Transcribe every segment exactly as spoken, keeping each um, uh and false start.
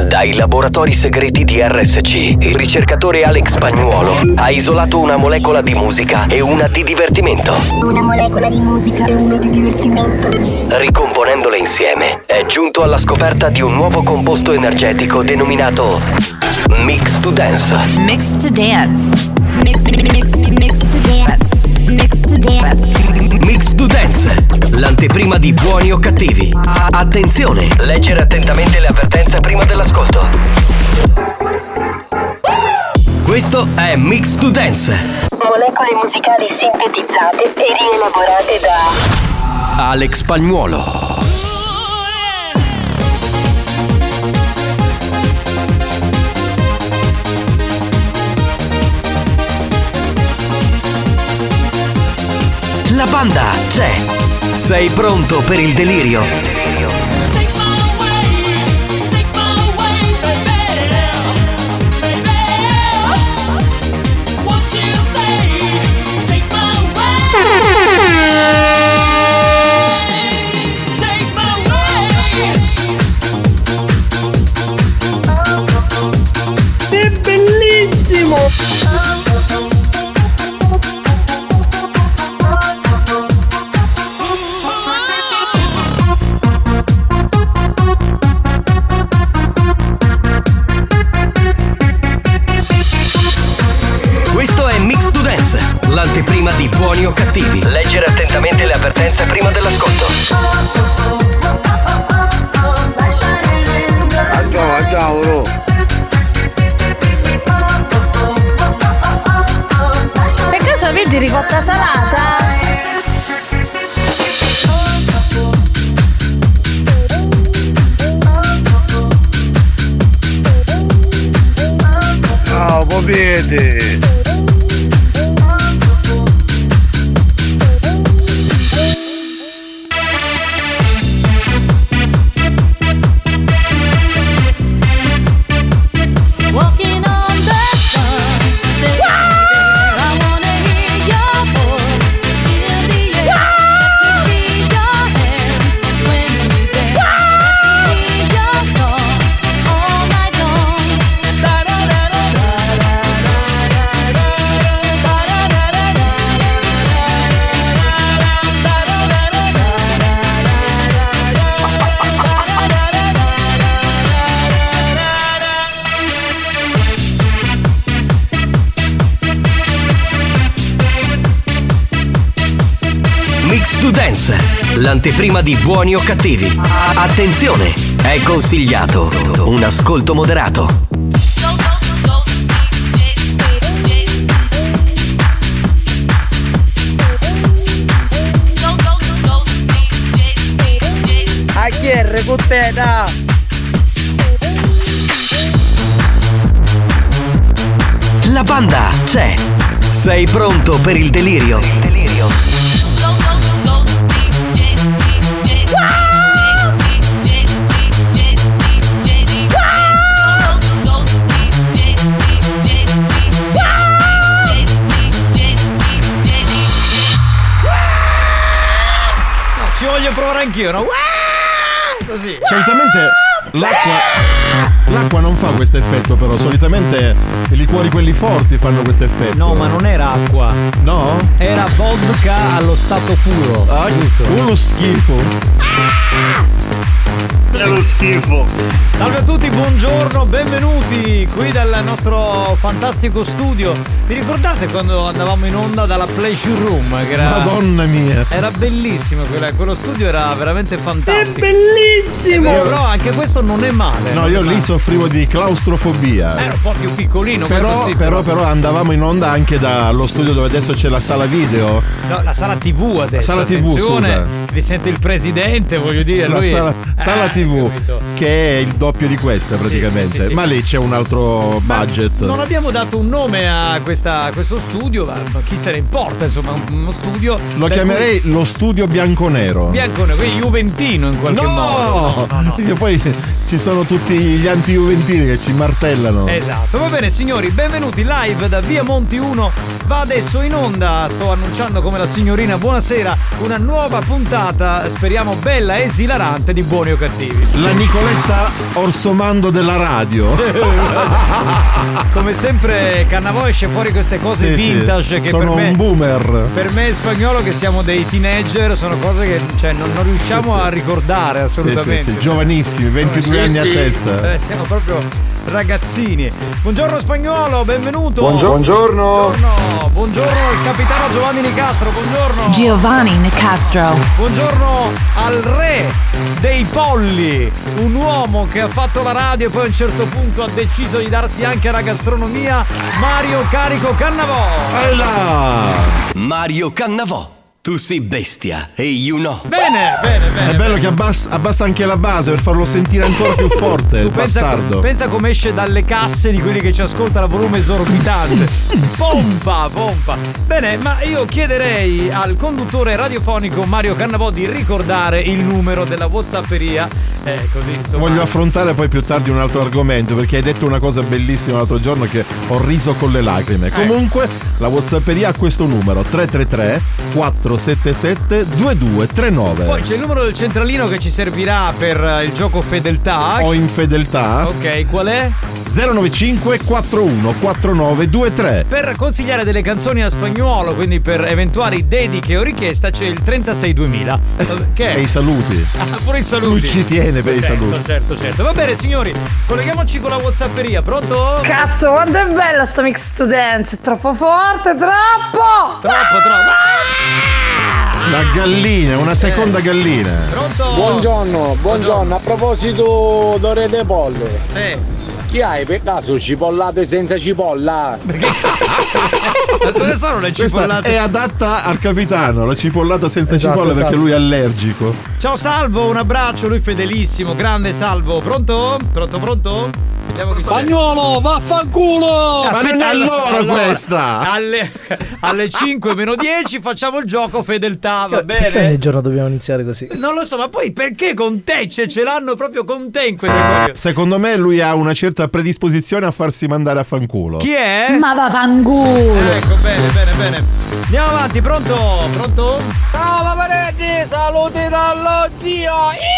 Dai laboratori segreti di R S C, il ricercatore Alex Spagnuolo ha isolato una molecola di musica e una di divertimento. Una molecola di musica e una di divertimento. Ricomponendole insieme, è giunto alla scoperta di un nuovo composto energetico denominato Mix to Dance. Mix to Dance. Mix, mix, mix to dance. Mix to dance. Mix to Dance, l'anteprima di Buoni o Cattivi. Attenzione, leggere attentamente le avvertenze prima dell'ascolto. Questo è Mix to Dance. Molecole musicali sintetizzate e rielaborate da Alex Spagnuolo. La banda c'è. Sei pronto per il delirio? È bellissimo! L'anteprima di Buoni o Cattivi. Leggere attentamente le avvertenze prima dell'ascolto. Ciao, ciao. Per caso avete ricotta salata? Ciao, popete. Mix to Dance, l'anteprima di Buoni o Cattivi. Attenzione, è consigliato un ascolto moderato. A chi è recuteta? La banda c'è. Sei pronto per il delirio? Il delirio. Ci voglio provare anch'io, no? Così. Solitamente l'acqua l'acqua non fa questo effetto, però solitamente i liquori quelli forti fanno questo effetto. No, ma non era acqua. No? Era vodka allo stato puro. Ah, giusto. Uno schifo. È lo schifo. Salve a tutti, buongiorno, benvenuti qui dal nostro fantastico studio. Vi ricordate quando andavamo in onda dalla Pleasure Room? Che era, Madonna mia. Era bellissimo, quella, quello studio era veramente fantastico. È bellissimo! È vero, però anche questo non è male. No, non io è lì male. soffrivo di claustrofobia. Era un po' più piccolino, Però, questo sì, però, però andavamo in onda anche dallo studio dove adesso c'è la sala video. No, la sala tivù adesso. La sala tivù, attenzione, scusa. Vi sente il presidente, voglio dire. La lui... sala, sala Eh, tivù, capito. che è il doppio di questa praticamente. sì, sì, sì. Ma lì c'è un altro budget. Non abbiamo dato un nome a, questa, a questo studio, ma chi se ne importa, insomma, uno studio. Lo da chiamerei cui... lo studio bianconero. Bianconero, quindi juventino in qualche no! modo. No, no, no. E poi ci sono tutti gli anti-juventini che ci martellano. Esatto, va bene signori, benvenuti live da Via Monti uno. Va adesso in onda, sto annunciando come la signorina, buonasera, una nuova puntata puntata, speriamo bella, esilarante di Buoni o Cattivi. La Nicoletta Orsomando della radio. Come sempre Cannavò esce fuori queste cose sì, vintage sì. che sono per me, un boomer. Per me Spagnolo che siamo dei teenager sono cose che cioè, non, non riusciamo sì, a ricordare assolutamente. Sì, sì, sì. Giovanissimi, ventidue sì, anni sì. a testa. Eh, siamo proprio ragazzini. Buongiorno Spagnolo, benvenuto. Buongiorno. Buongiorno. Buongiorno, buongiorno al capitano Giovanni Nicastro, buongiorno. Giovanni Nicastro. Buongiorno al re dei polli, un uomo che ha fatto la radio e poi a un certo punto ha deciso di darsi anche alla gastronomia, Mario Carico Cannavò. Mario Cannavò. Tu sei bestia e you know. Bene, bene, bene. È bello bene. che abbassa, abbassa anche la base per farlo sentire ancora più forte. Tu pensa, bastardo. pensa come esce dalle casse di quelli che ci ascoltano a volume esorbitante. Pompa, pompa. Bene, ma io chiederei al conduttore radiofonico Mario Cannavò di ricordare il numero della WhatsApperia. Eh, così, insomma. Voglio affrontare poi più tardi un altro argomento, perché hai detto una cosa bellissima l'altro giorno che ho riso con le lacrime. Eh. Comunque, la WhatsApperia ha questo numero: tre tre tre quattro sette sette due due tre nove. Poi c'è il numero del centralino che ci servirà per il gioco fedeltà o infedeltà. Ok, qual è? zero nove cinque quattro uno quattro nove due tre. Per consigliare delle canzoni a spagnolo, quindi per eventuali dediche o richiesta, c'è il trentasei duemila. Che è? E i saluti. Ah, pure i saluti. Lui ci tiene per certo, i saluti. Certo, certo. Va bene, signori, colleghiamoci con la WhatsApperia. Pronto? Cazzo, quanto è bella sta Mix to Dance. È troppo forte, troppo! Troppo, troppo. Ah! Una gallina, una seconda eh. gallina. Pronto? Buongiorno, buongiorno. A proposito d'ore dei polle. Sì. Chi hai per caso cipollate senza cipolla? Perché? Dove sono le cipollate? Questa è adatta al capitano, la cipollata senza esatto, cipolla perché esatto. lui è allergico. Ciao Salvo, un abbraccio, lui fedelissimo, grande Salvo. Pronto? Pronto, pronto? Spagnolo, vaffanculo! Aspetta, allora, allora questa alle, alle cinque meno dieci facciamo il gioco fedeltà, va bene? Perché ogni giorno dobbiamo iniziare così? Non lo so, ma poi perché con te? Cioè, ce l'hanno proprio con te in queste cose. Secondo me lui ha una certa predisposizione a farsi mandare a fanculo. Chi è? Ma va fanculo! Ecco, bene, bene, bene. Andiamo avanti, pronto? Pronto? Ciao Paparetti, saluti dallo zio!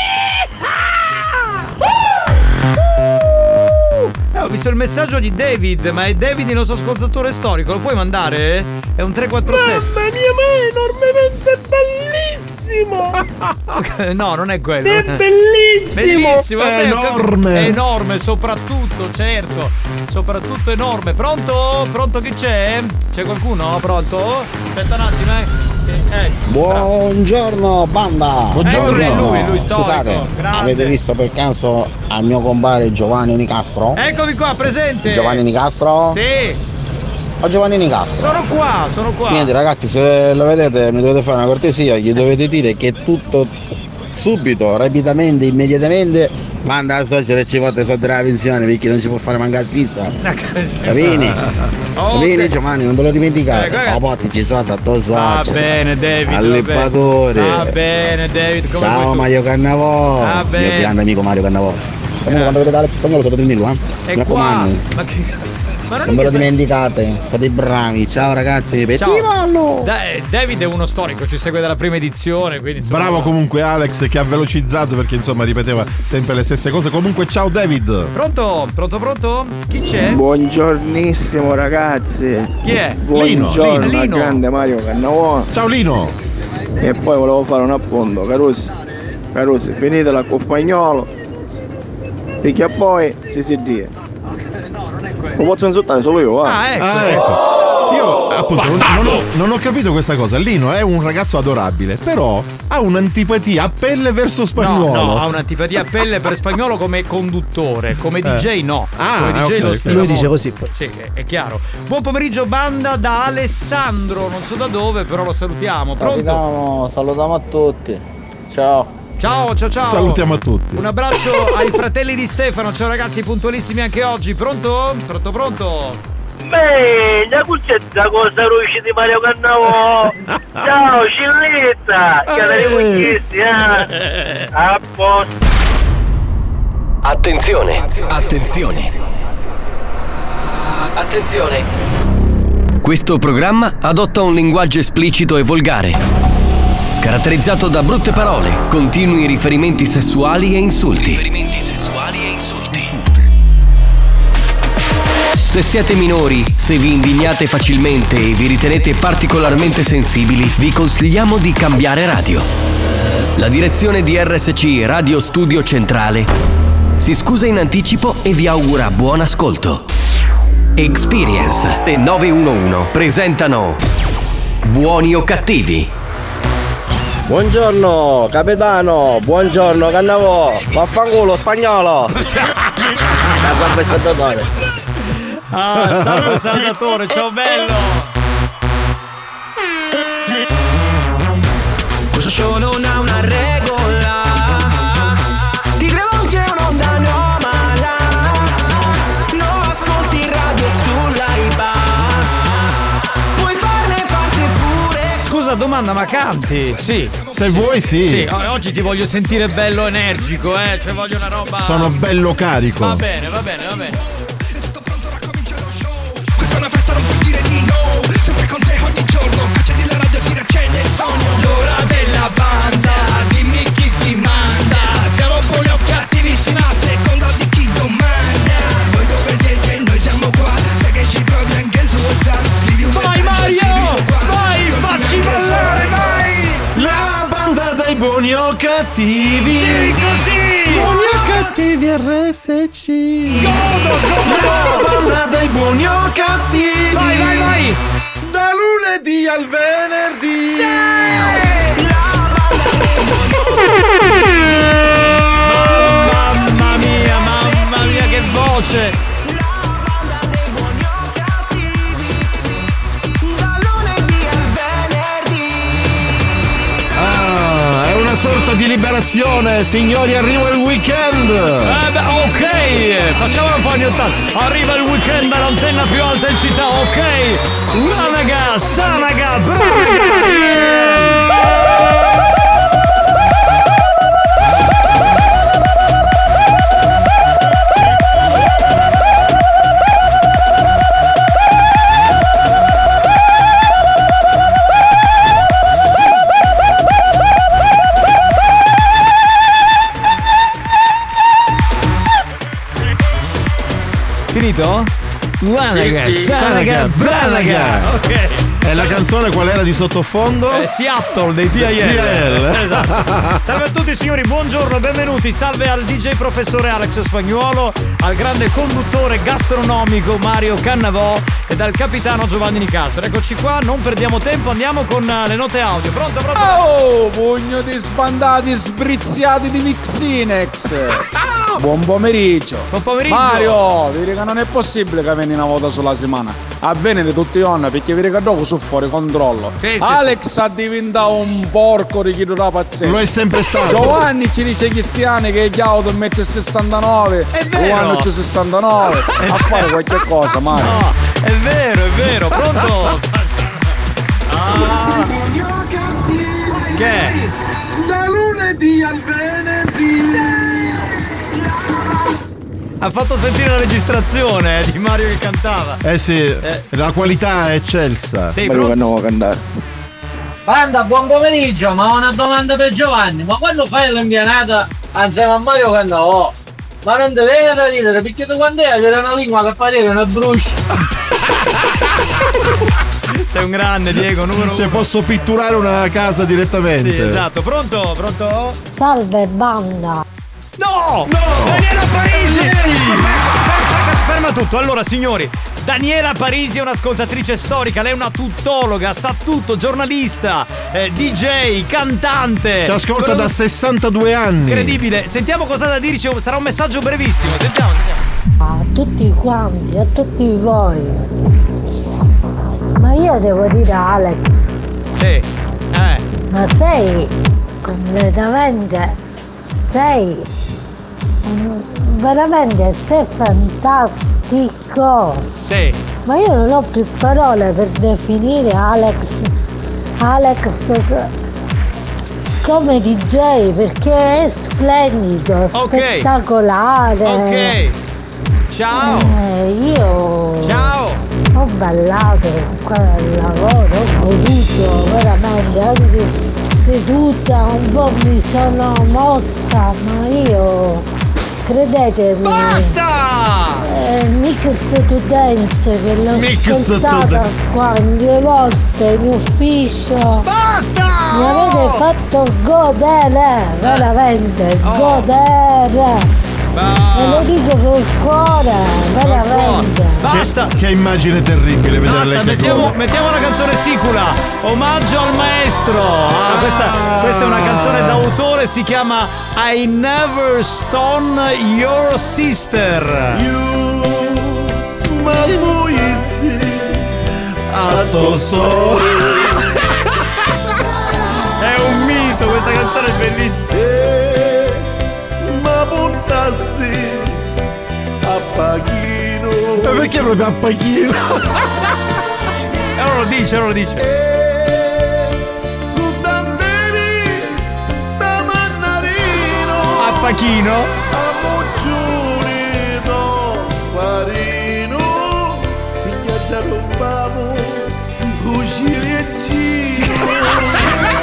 Eh, ho visto il messaggio di David, ma è David il nostro ascoltatore storico, lo puoi mandare? È un tre quattro sette. Mamma mia, ma è enormemente bellissimo! No, non è quello. È bellissimo! Bellissimo, è vabbè, enorme! È enorme, soprattutto, certo. Soprattutto enorme. Pronto? Pronto chi c'è? C'è qualcuno? Pronto? Aspetta un attimo, eh. Eh, buongiorno banda. Buongiorno. Ecco lui, lui storico. Scusate, grande. Avete visto per caso al mio compare Giovanni Nicastro? Eccomi qua, presente. Giovanni Nicastro? Sì. O Giovanni Nicastro? Sono qua, sono qua. Niente ragazzi, se lo vedete mi dovete fare una cortesia, gli dovete dire che tutto subito, rapidamente, immediatamente manda a sociare e ci porta i soldi della pensione perché non si può fare mancare pizza. Capini? Capini Giovanni, non te lo dimenticare. Eh, oh, porti ci sono a tuo Va bene David. All'eppatore. Va bene David. Come ciao Mario Cannavò. Va bene. Mio grande amico Mario Cannavò. Comunque quando vedete Alex Spagnolo state prendilo, eh? E qua. Ma che... Ma non, non ve lo dimenticate, fate bravi, ciao ragazzi, pettivallo! Da- David è uno storico, ci segue dalla prima edizione, quindi insomma... Bravo comunque Alex che ha velocizzato perché insomma ripeteva sempre le stesse cose. Comunque ciao David! Pronto? Pronto, pronto? Chi c'è? Buongiornissimo ragazzi! Chi è? Buongiorno Lino, Lino. al grande Mario Cannavò. Ciao Lino! E poi volevo fare un appunto, Carusi, Carusi, finitela con Spagnolo, perché poi si si dia. Lo posso insultare solo io, va. Ah, ecco. Ah, ecco. Io appunto non, non, ho, non ho capito questa cosa. Lino è un ragazzo adorabile, però ha un'antipatia a pelle verso Spagnolo. No, no, ha un'antipatia a pelle per Spagnolo come conduttore, come D J eh. no. Ah, come D J okay, lo okay. Lui dice così poi. Sì, è, è chiaro. Buon pomeriggio banda da Alessandro, non so da dove, però lo salutiamo. Pronto? Capitano, salutiamo a tutti. Ciao. Ciao, ciao, ciao. Salutiamo a tutti. Un abbraccio ai fratelli di Stefano. Ciao ragazzi, puntualissimi anche oggi. Pronto? Pronto, pronto? Beh, la cuccetta cosa ruci di Mario Cannavò. Ciao, Cilletta. Che la riconquisti, eh? A posto. Attenzione, attenzione. Attenzione. Questo programma adotta un linguaggio esplicito e volgare. caratterizzato da brutte parole, continui riferimenti sessuali e insulti. Riferimenti sessuali e insulti. Se siete minori, se vi indignate facilmente e vi ritenete particolarmente sensibili, vi consigliamo di cambiare radio. La direzione di R S C Radio Studio Centrale si scusa in anticipo e vi augura buon ascolto. Experience e nove uno uno presentano Buoni o Cattivi. Buongiorno capitano, buongiorno Cannavò, vaffanculo spagnolo. Salve Salvatore. Ah, salve Salvatore, ciao bello. Questo show non ha una regola, ti credo c'è un'onda anomala, non ascolti radio sull'Aiba, puoi farne parte pure. Scusa, domanda, ma canti? Sì. Se vuoi sì. Sì, o- oggi ti voglio sentire bello energico, eh, cioè voglio una roba. Sono bello carico. Va bene, va bene, va bene. Questa è una festa, non puoi dire di no, sempre con te ogni giorno, accendi la radio, si riaccende il sogno. L'ora della banda, dimmi chi ti manda, siamo buoni o cattivissimi a seconda di chi domanda. Voi dove siete? Noi siamo qua, sai che ci trovi anche su WhatsApp. Scrivi un Vai messaggio, Mario, scrivilo qua, vai, ascolti facci anche ballare, su- vai! La banda dei buoni o cattivi. Sì, così! Buoni o cattivi R S C. Godo, godo! La banda dei buoni o cattivi. Vai, vai, vai! Da lunedì al venerdì. Mamma mia, mamma mia, che voce! Ah, è una sorta di liberazione, signori, arriva il weekend. Eh beh, ok, facciamolo un po' anni ottanta. Arriva il weekend all'antenna più alta in città, ok. Ranaga, Sanaga, Finito? Branaga, Sì, sì. Sanaga, Branaga. Ok. E la canzone qual era di sottofondo? Eh, Seattle dei P I L. P I L. Esatto. Salve a tutti signori, buongiorno, benvenuti. Salve al D J professore Alex Spagnuolo, al grande conduttore gastronomico Mario Cannavò e dal capitano Giovanni Nicastro. Eccoci qua, non perdiamo tempo, andiamo con le note audio. Pronto, pronto? Oh, pugno di sbandati sbriziati di Mixinex. Buon pomeriggio. Buon pomeriggio. Mario, vi dico non è possibile che vieni una volta sulla settimana. Avvenite tutti i giorni perché vi dico dopo su fuori controllo. Sì, sì, Alex sì. Ha diventato un porco di chi da pazzesco. Lo è sempre stato. Giovanni ci dice Cristiani che gli auto uno e sessantanove. È vero. Giovanni c'è sessantanove. A fare qualche cosa, Mario. No, è vero, è vero, pronto? Ah. Che è? Da lunedì al venerdì. Ha fatto sentire la registrazione eh, di Mario che cantava. Eh sì, Eh. la qualità è eccelsa. Sei Mario pronto? Cannavò cantare. Panda, buon pomeriggio, ma ho una domanda per Giovanni. Ma quando fai l'invianata insieme a Mario Cannavò, ma non ti viene da ridere perché tu quando hai avere una lingua che fa dire una bruscia. Sei un grande Diego, numero Cioè uno. posso pitturare una casa direttamente. Sì, esatto. Pronto? Pronto? Salve banda. No! No! Daniela Parisi! Ferma, ferma tutto. Allora, signori, Daniela Parisi è un'ascoltatrice storica, lei è una tuttologa, sa tutto, giornalista, eh, D J, cantante. Ci ascolta Quello- da sessantadue anni. Incredibile. Sentiamo cosa da dirci, sarà un messaggio brevissimo. Sentiamo, sentiamo. A tutti quanti, a tutti voi. Ma io devo dire a Alex, Sì. Eh. ma sei completamente, sei mm, veramente, sei fantastico. Sì. Ma io non ho più parole per definire Alex, Alex come D J perché è splendido, spettacolare. Ok. Ciao. Eh, io Ciao. ho ballato con quel lavoro, ho goduto veramente, anche seduta, un po' mi sono mossa, ma io, credetemi, basta! Eh, Mix to Dance che l'ho Mix to ascoltata Dance. qua due volte in ufficio. Basta! Mi avete fatto godere, veramente, godere. Ve lo dico col cuore, veramente. Basta! Che, che immagine terribile vedere Basta, lei che mettiamo, corre. mettiamo una canzone sicula. Omaggio al maestro. Ah, questa, questa è una canzone d'autore, si chiama I Never Stone Your Sister. Ma voi sì, a tesoro. È un mito, questa canzone è bellissima. Eh, ma buttassi a Pachino. Ma perché proprio a Pachino? E allora lo dice, allora lo dice. Eh, su Danderi da Mannarino. A Pachino. A Mucciuri do Farino. E ghiacciarombamo un ciliegino.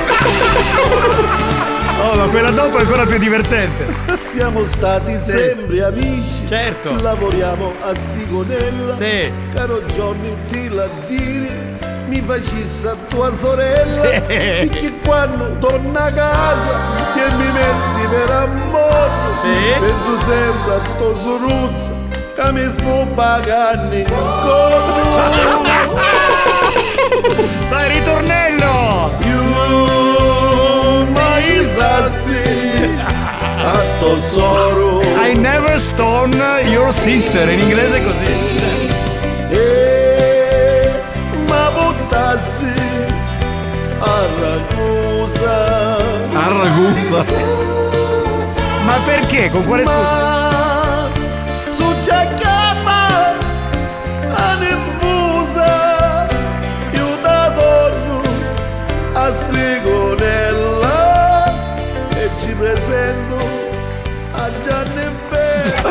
Oh, ma quella dopo è ancora più divertente. Siamo stati Sì. sempre amici. Certo. Lavoriamo a Sigonella. Sì. Caro Johnny, ti la dire, mi facesse a tua sorella. Sì. Perché quando torna a casa che mi metti per amore. Sì. Penso sempre a tua soruzza che mi spuppa canni in corno. Dai, ritornello! You mai sassi a tesoro. I never stone your sister. In inglese è così. E ma buttassi a Ragusa. A Ragusa. Ma perché? Con quale scusa? Ma su Giacappa a Nefusa io da torno a Sigonella e ci presento a Gianni Ferro.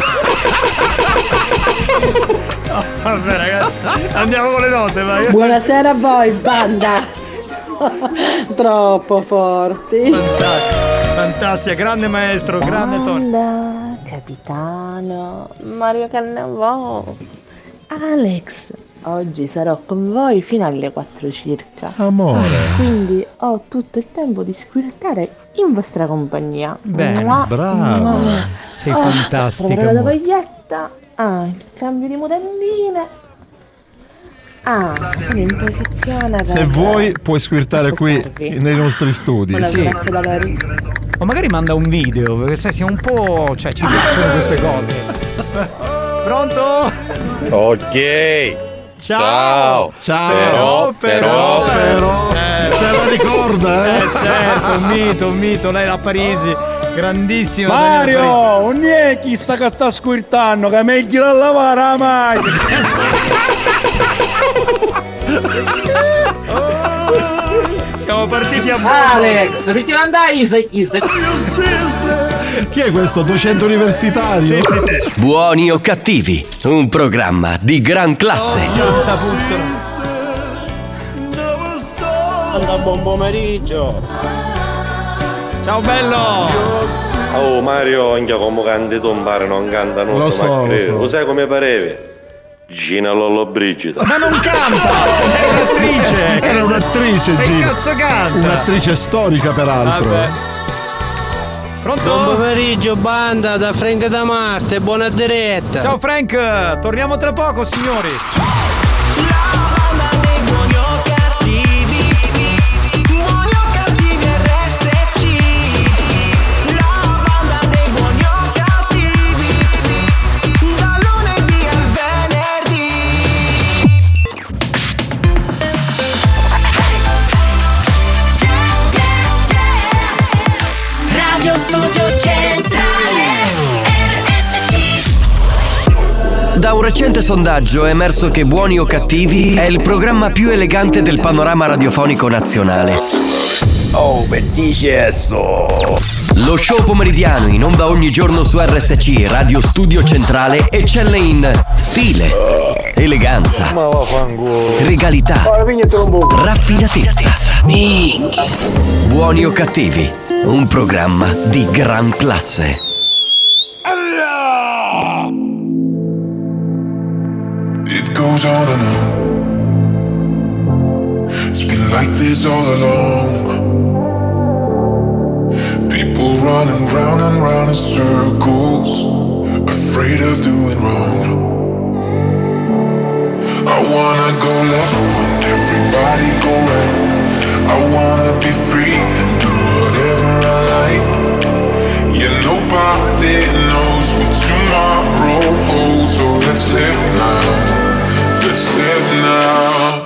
Oh, vabbè ragazzi, andiamo con le note, vai. Buonasera a voi, banda. Troppo forti. Fantastica, fantastica, grande maestro, grande Tony. Banda, capitano, Mario Cannavò. Alex, oggi sarò con voi fino alle quattro circa. Amore. Quindi ho tutto il tempo di squirtare in vostra compagnia. Bene, Mua, bravo. mua. Sei Oh, fantastica, proverò la amore. tovaglietta. Ah, il cambio di mutandine. Ah, sono in posizione per... Se vuoi puoi squirtare qui ascoltarvi. nei nostri studi. Una Sì. grazie da Lori. O magari manda un video, perché sai, siamo un po'. Cioè, ci piacciono queste cose. Pronto? Ok. Ciao. Ciao. Però, però, però, eh, se la ricorda, eh? Eh certo, un mito, un mito, lei la Parisi, grandissima. Daniela Parisi. Mario, non è chi sta che sta squirtando, che è meglio da lavare la macchina. Siamo partiti a Alex, perché non andai sai chi sei? Chi è questo? Docente universitario? Sì, sì, sì. Buoni o cattivi, un programma di gran classe. Santa puzzola. Anda, buon pomeriggio. Ciao bello. Oh Mario, anche come canti tu, pare non canta nulla, Lo so, ma lo credo. so. Lo sai come parevi? Gina Lollo Brigida. Ma non canta, è un'attrice. Era un'attrice, Che Gina. cazzo canta? Un'attrice storica, peraltro. Vabbè. Buon Pronto? pomeriggio, banda da Frank da Marte, buona diretta. Ciao Frank, torniamo tra poco signori. Radio Studio Centrale R S C. Da un recente sondaggio è emerso che Buoni o Cattivi è il programma più elegante del panorama radiofonico nazionale. Oh, bellissimo! Lo show pomeridiano in onda ogni giorno su R S C Radio Studio Centrale eccelle in stile, eleganza, regalità, raffinatezza. Buoni o Cattivi, un programma di gran classe. It goes on and on. It's been like this all along. People running round and round in circles, afraid of doing wrong. I wanna go left when everybody go right. I wanna be free and do whatever I like. Yeah, nobody knows what tomorrow holds, so let's live now. Let's live now.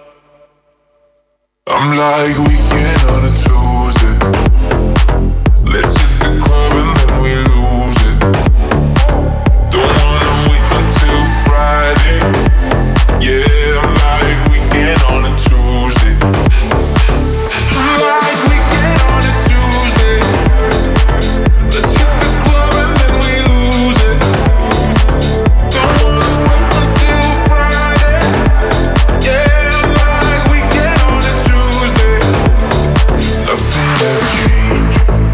I'm like weekend on a Tuesday. Let's hit the club and then we lose it. Don't wanna wait until Friday. Yeah, I'm like weekend on a Tuesday. I'm like weekend on a Tuesday. Let's hit the club and then we lose it. Don't wanna wait until Friday. Yeah, I'm like weekend on a Tuesday. Nothing ever changed.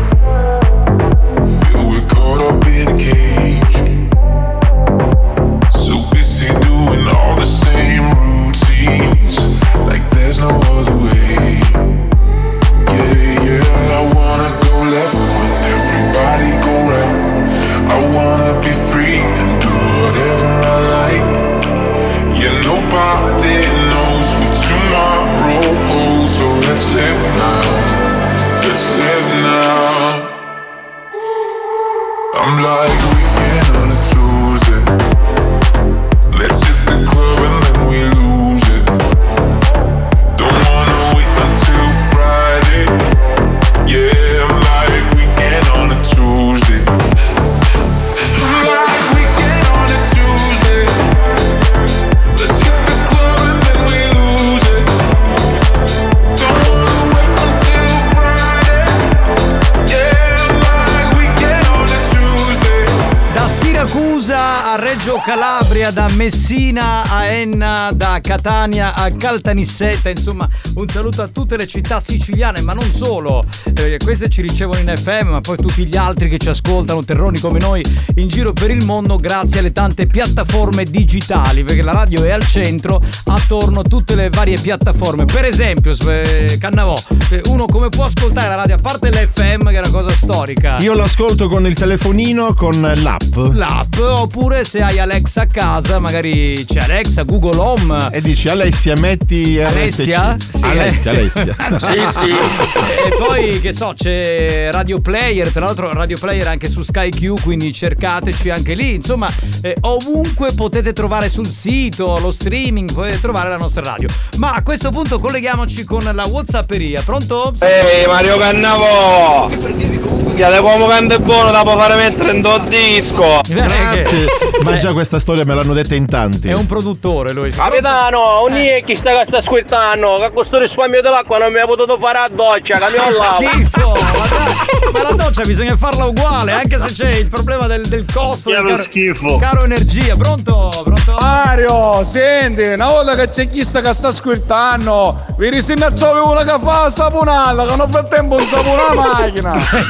Feel we're caught up in a cage. So busy doing all the same routines, like there's no other way. Yeah, yeah, I wanna go left when everybody go right. I wanna be free and do whatever I like. Yeah, nobody knows what tomorrow holds, so let's live now. Let's live now. I'm like weekend on a Tuesday. Let's hit the club and then we lose it. Don't wanna wait until Friday. Yeah, I'm like weekend on a Tuesday. I'm like weekend on a Tuesday. Let's hit the club and then we lose it. Don't wanna wait until Friday. Yeah, I'm like weekend on a Tuesday. Da Siracusa a Reggio Calabria, da Messina a Enna, da Catania a Caltanissetta, insomma un saluto a tutte le città siciliane, ma non solo, eh, queste ci ricevono in F M, ma poi tutti gli altri che ci ascoltano, terroni come noi, in giro per il mondo, grazie alle tante piattaforme digitali, perché la radio è al centro, attorno a tutte le varie piattaforme. Per esempio, eh, Cannavò, eh, uno come può ascoltare la radio, a parte l'F M che è una cosa storica? Io l'ascolto con il telefonino, con l'app. L'app, oppure se hai Alexa a casa, magari c'è Alexa, Google Home. E dici Alessia, metti Alessia? R S C. Sì, Alessia, Alessia. Sì, sì. E poi, che so, c'è Radio Player, tra l'altro Radio Player anche su Sky Q, quindi cercateci anche lì. Insomma, eh, ovunque potete trovare sul sito, lo streaming, potete trovare la nostra radio. Ma a questo punto colleghiamoci con la WhatsApperia. Pronto? Ehi, Mario Cannavò! Chiede come canta è buono, dopo fare mettere in do disco. Grazie. Ma già questa storia me l'hanno detta in tanti. È un produttore lui. Capitano, un eh. chi sta che sta squirtando, che con sto risparmio dell'acqua non mi ha potuto fare la doccia, che mi ho lavato. Schifo! Ma, ma la doccia bisogna farla uguale, anche se c'è il problema del, del costo. Del caro, schifo. Caro energia, pronto? Pronto? Mario, senti, una volta che c'è chi sta che sta squirtando, vi risegna trovi una che fa la saponata, che non fa tempo non sapona la macchina.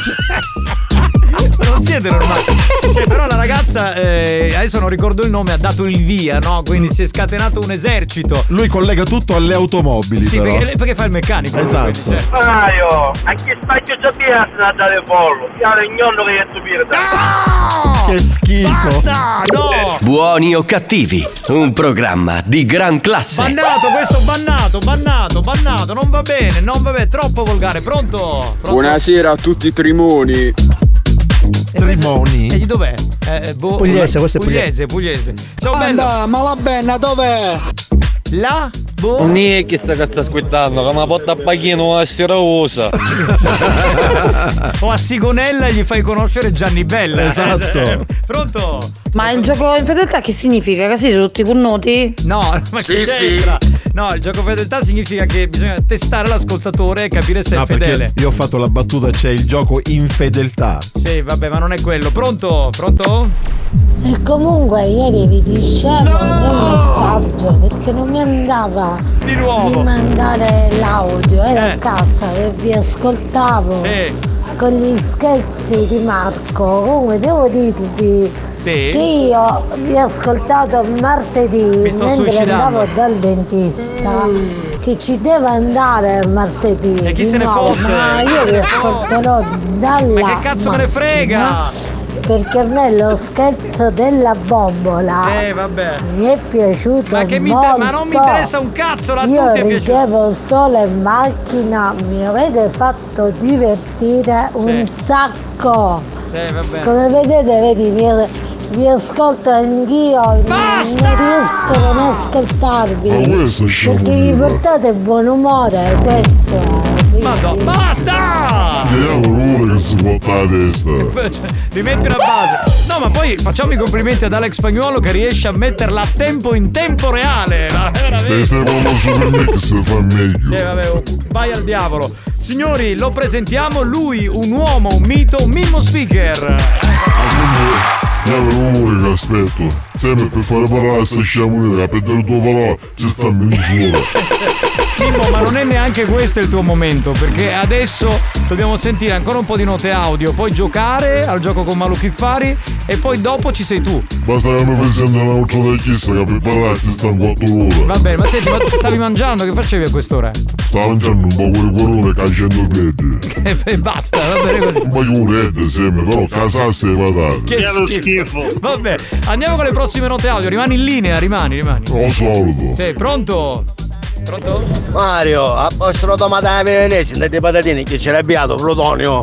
Non siete normali. Cioè, però la ragazza, eh, adesso non ricordo il nome, ha dato il via, no? Quindi si è scatenato un esercito. Lui collega tutto alle automobili. Sì, però. perché, perché fa il meccanico. Esatto. Quindi, cioè. Mario, a chi spaccio già piazza da dare pollo? Chiaro il gnonno che è stupire. Che schifo. Basta, no. Buoni o cattivi, un programma di gran classe. Bannato questo, bannato, bannato, bannato. Non va bene, non va bene, troppo volgare. Pronto? Pronto? Buonasera a tutti i trimoni. Trimoni. E di dov'è? Eh, boh, Pugliese, questo è pugliese. Pugliese, Ciao Anda, bello. ma la benna dov'è? La? Boh. Non è che sta che sta ascoltando, che mi porta a Pachino a Siracusa. O a Sigonella gli fai conoscere Gianni Bella. Esatto. Pronto? Ma il gioco in fedeltà che significa? Che siete tutti connuti? No, ma Sì, che c'entra? No, il gioco fedeltà significa che bisogna testare l'ascoltatore e capire se No, è fedele. perché io ho fatto la battuta, c'è il gioco infedeltà. Sì, vabbè, ma non è quello. Pronto? Pronto? E comunque ieri vi dicevo nel messaggio perché non mi andava di, nuovo. di mandare l'audio, era a casa e vi ascoltavo con gli scherzi di Marco. Comunque devo dirvi Sì. che io vi ho ascoltato martedì Mi sto mentre suicidando. andavo dal dentista che ci deve andare martedì. E chi di se ne nuovo, fotte? ma io vi ascolterò dalla Ma che cazzo me ne frega? macchina, perché a me lo scherzo della bombola Sì, vabbè. mi è piaciuto Ma che mi molto. inter- ma non mi interessa un cazzo, la Io tutti è piaciuto. ridevo solo in macchina, mi avete fatto divertire un sacco. Sì, vabbè. Come vedete, vedi, vi, vi ascolto anch'io, Basta! non riesco a non ascoltarvi Ma questo è scemo perché di vi me. portate buon umore, questo è. Madonna, basta! Che è un rumore che si porta alla testa. Cioè, rimetti una base. No, ma poi facciamo i complimenti ad Alex Spagnuolo che riesce a metterla a tempo in tempo reale. Ma veramente. Questa è proprio super mix, fa meglio. Sì, vabbè, oh, vai al diavolo. Signori, lo presentiamo, lui, un uomo, un mito, un Mimmo Speaker. È un rumore che aspetto. Sempre per fare parlare a sta sciamonetta, a perdere le tue parole, ci sta mezz'ora. Mimmo, ma non è neanche questo il tuo momento, perché adesso dobbiamo sentire ancora un po' di note audio, poi giocare al gioco con Malu Chiffari e poi dopo ci sei tu. Basta che mi presenti una voce da chissà che per parlare ci stanno quattro ore. Va bene, ma senti, ma stavi mangiando? Che facevi a quest'ora? Stavo mangiando un po' di corone cacendo i piedi. E basta, va bene così. Un po' di uredde sempre, però casasse le patate. Che schifo. Vabbè, andiamo con le prossime note audio. Rimani in linea, rimani, rimani. Lo solito. Sei pronto? Pronto? Mario, a posto la tomata venenese, dei patatini che c'era abbiato, Plutonio.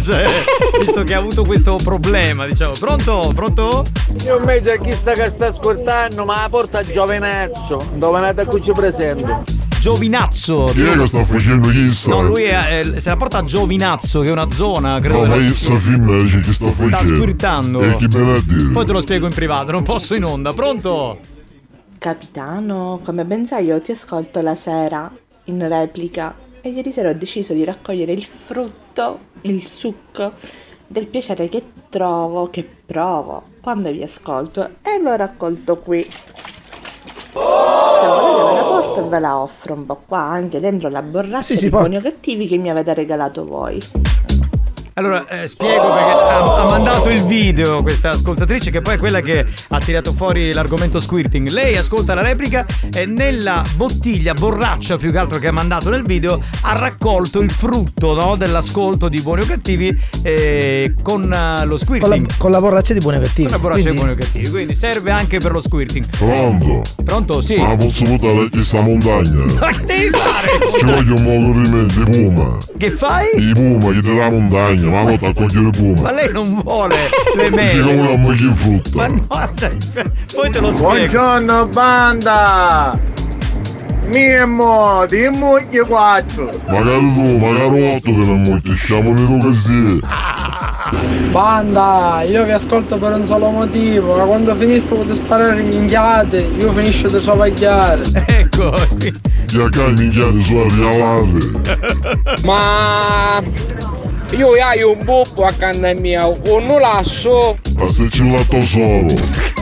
Visto che ha avuto questo problema, diciamo. Pronto? Pronto? Io invece a chi sta che sta ascoltando, ma la porta Giovinazzo, dove nata qui ci presento. Giovinazzo. Chi è che sta facendo chissà? No, lui è, eh, se la porta a Giovinazzo, che è una zona, credo. No, ma della- io sta film dice che sta facendo. Sta squirtando. E chi me l'ha detto? Poi te lo spiego in privato, non posso in onda. Pronto? Capitano, come ben sai io ti ascolto la sera in replica e ieri sera ho deciso di raccogliere il frutto, il succo del piacere che trovo, che provo quando vi ascolto e l'ho raccolto qui. Se volete ve la porto e ve la offro un po' qua, anche dentro la borraccia Sì, sì, di porta. buoni o cattivi che mi avete regalato voi. Allora, eh, spiego perché ha, ha mandato il video questa ascoltatrice che poi è quella che ha tirato fuori l'argomento squirting. Lei ascolta la replica e nella bottiglia borraccia, più che altro che ha mandato nel video, ha raccolto il frutto, no, dell'ascolto di Buoni o Cattivi eh, con eh, lo Con la, squirting. con la borraccia di buoni o cattivi. Con la borraccia Quindi- di Buoni o Cattivi, quindi serve anche per lo squirting. Pronto? Pronto? Sì. Ma posso portare a questa montagna? Ma che devi fare? Ci voglio un modo di me, di puma. Che fai? I puma, che della montagna, ma vado a cogliere puma. Ma lei non vuole le Dice che mele. una moglie frutta. Ma no, dai, poi te lo spiego. Buongiorno banda! Mimmo, dimmi che quattro! Magari tu, magari otto te ne moglie, siamo nero così. Banda, io vi ascolto per un solo motivo, che quando finisco di sparare minchiate, io finisco di sovagliare. Ecco, Già che hai minchiate su arrivate. Ma io ho un buppo accanto a mia, un lasso. Ma se ci lato solo.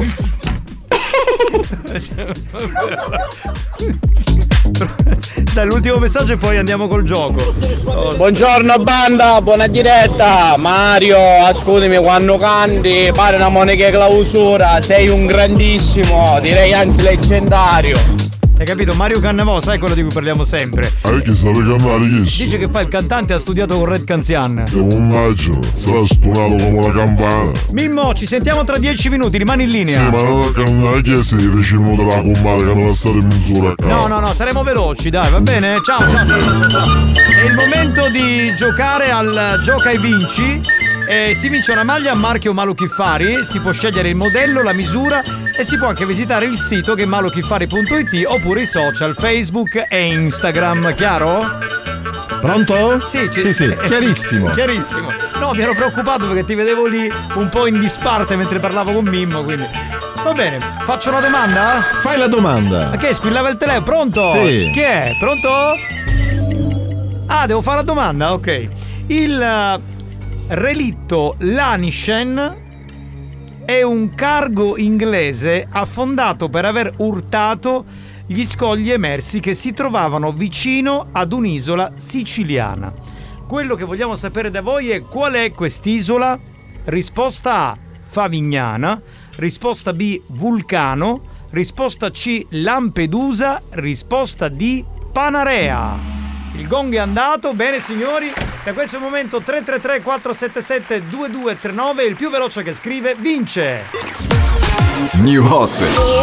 Dall'ultimo messaggio e poi andiamo col gioco. Oh, Buongiorno banda, buona diretta! Mario, ascoltami quando canti, pare una monica clausura, sei un grandissimo, direi anzi leggendario. hai capito? Mario Cannavò, sai quello di cui parliamo sempre. Ah, che sa cantare chi? Dice che fa il cantante, ha studiato con Red Canzian. E mannaggia, sarà stunato come una campana. Mimmo, ci sentiamo tra dieci minuti, rimani in Sì, linea. ma non è che se riusciremo della combare che non è stata in misura a capo. No, no, no, saremo veloci, dai, va bene? Ciao, ciao, ciao, ciao, ciao. È il momento di giocare al Gioca e Vinci. Eh, si vince una maglia a marchio Malo Chiffari, si può scegliere il modello, la misura e si può anche visitare il sito che è malo chiffari punto it oppure i social Facebook e Instagram, chiaro? Pronto? Sì, sì, sì, chiarissimo. Chiarissimo. No, mi ero preoccupato perché ti vedevo lì un po' in disparte mentre parlavo con Mimmo, quindi. Va bene, faccio una domanda? Fai la domanda. Ok, squillava il telefono, pronto? Sì. Chi è? Pronto? Ah, devo fare la domanda? Ok. Il uh, relitto Lanishen è un cargo inglese affondato per aver urtato gli scogli emersi che si trovavano vicino ad un'isola siciliana. Quello che vogliamo sapere da voi è qual è quest'isola? Risposta A, Favignana. Risposta B, Vulcano. Risposta C, Lampedusa. Risposta D, Panarea. Il gong è andato, bene signori, da questo momento tre tre tre quattro sette sette due due tre nove, il più veloce che scrive vince. New Hot.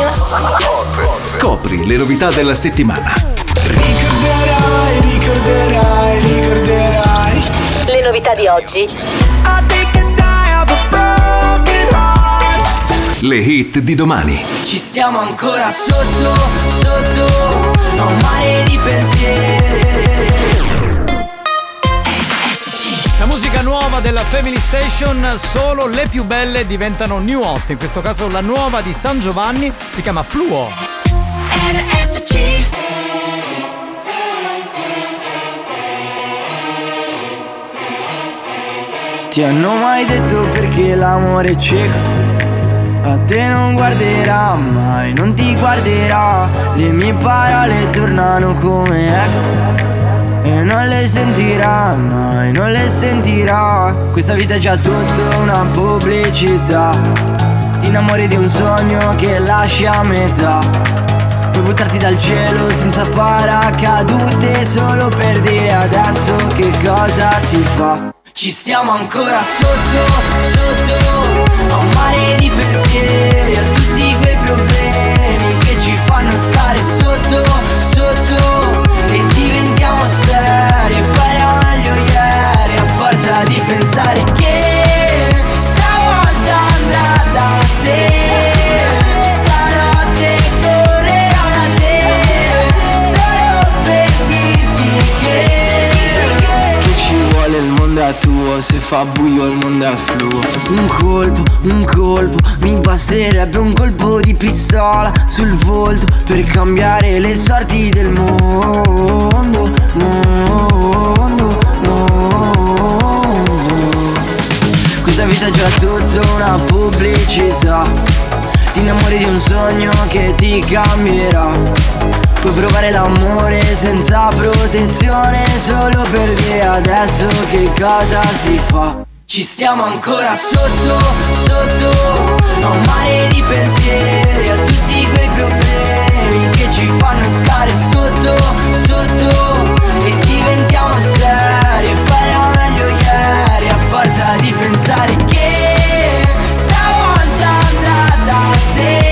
Scopri le novità della settimana. Ricorderai, ricorderai, ricorderai le novità di oggi. Le hit di domani. Ci stiamo ancora sotto, sotto a un mare di pensieri. La musica nuova della Family Station, solo le più belle diventano new hot. In questo caso la nuova di San Giovanni si chiama Fluo. R S C. Ti hanno mai detto perché l'amore è cieco? A te non guarderà mai, non ti guarderà. Le mie parole tornano come eco e non le sentirà mai, non le sentirà. Questa vita è già tutta una pubblicità. Ti innamori di un sogno che lasci a metà. Puoi buttarti dal cielo senza paracadute solo per dire adesso che cosa si fa. Ci stiamo ancora sotto, sotto a un mare di pensieri, a tutti quei problemi che ci fanno stare sotto, sotto e diventiamo seri. E poi era meglio ieri a forza di pensare che stavolta andrà da sé. Stanotte correrò da te solo per dirti che che ci vuole, il mondo è tuo, se fa buio il mondo è fluo. Un colpo, un colpo, mi basterebbe un colpo di pistola sul volto per cambiare le sorti del mondo, mondo, mondo. Questa vita è già tutta una pubblicità. Ti innamori di un sogno che ti cambierà. Puoi provare l'amore senza protezione solo per dire adesso che cosa si fa. Ci stiamo ancora sotto, sotto a un mare di pensieri, a tutti quei problemi che ci fanno stare sotto, sotto e diventiamo seri. E poi era meglio ieri a forza di pensare che stavolta andrà da sé.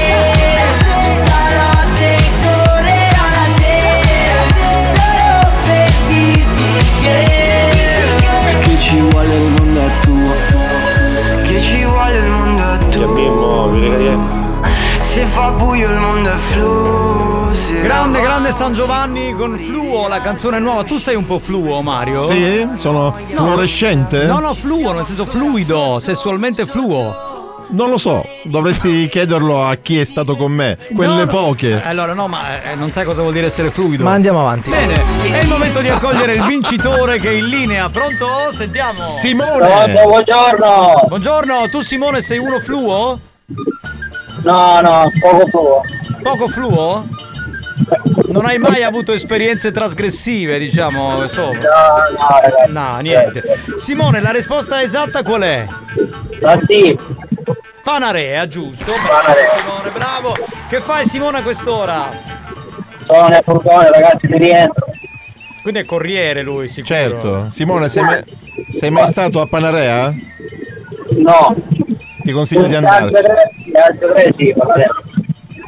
Ci vuole il mondo è tuo, che ci vuole il mondo è tuo. Se fa buio il mondo è fluo. Grande, grande San Giovanni con Fluo, la canzone nuova. Tu sei un po' fluo, Mario? Sì? Sono No. fluorescente? No, no, fluo, nel senso fluido, sessualmente fluo. Non lo so, dovresti chiederlo a chi è stato con me, quelle No, no. poche. Allora no, ma eh, non sai cosa vuol dire essere fluido. Ma andiamo avanti. Bene, è il momento di accogliere il vincitore che è in linea. Pronto? Sentiamo. Simone. Pronto, buongiorno. Buongiorno, tu Simone sei uno fluo? No, no, poco fluo. Poco fluo? Non hai mai avuto esperienze trasgressive, diciamo, insomma? No, no, ragazzi. No, niente. Simone, la risposta esatta qual è? La D. Panarea, giusto? Bravo, Panarea. Simone, bravo. Che fai Simone a quest'ora? Sono nel furgone, ragazzi, mi rientro. Quindi è corriere lui, sicuro. Certo. Simone, sei mai, sei mai stato a Panarea? No. Ti consiglio di Le andarci. altre tre, le altre tre sì, va bene.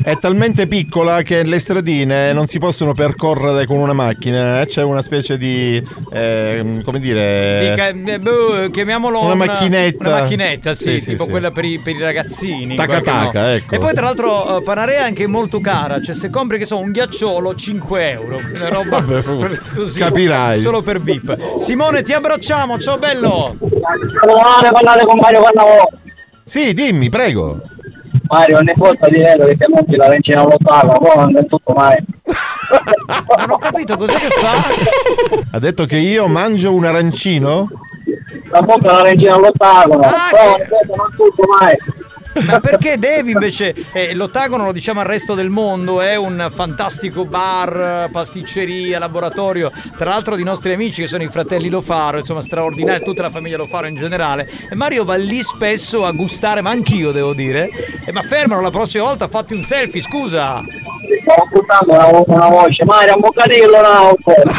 è talmente piccola che le stradine non si possono percorrere con una macchina. C'è una specie di eh, come dire Dica, eh, boh, chiamiamolo una, una macchinetta. Una macchinetta, sì, sì tipo sì, quella sì. per i, per i ragazzini. Taca taca, ecco. E poi tra l'altro uh, Panarea è anche molto cara, cioè se compri che so un ghiacciolo cinque euro, una roba Vabbè, così, capirai. solo per V I P. Simone, ti abbracciamo, ciao bello. Parlare con Mario Cannavò. Sì, dimmi, prego. Mario, ogni volta di vero che ti monti la rencina all'ottavo, poi non è tutto mai. Non ho capito cos'è che fa. Ha detto che io mangio un arancino? La bocca la rencina all'ottavo, Ah, però che- non tutto mai. Ma perché devi invece? Eh, l'Ottagono, lo diciamo al resto del mondo, è un fantastico bar, pasticceria, laboratorio, tra l'altro di nostri amici che sono i fratelli Lofaro, insomma straordinario, tutta la famiglia Lofaro in generale. E Mario va lì spesso a gustare, ma anch'io devo dire. Eh, ma fermalo la prossima volta, fatti un selfie, scusa. Stavo ascoltando una, una voce, Mario, un boccadillo, no?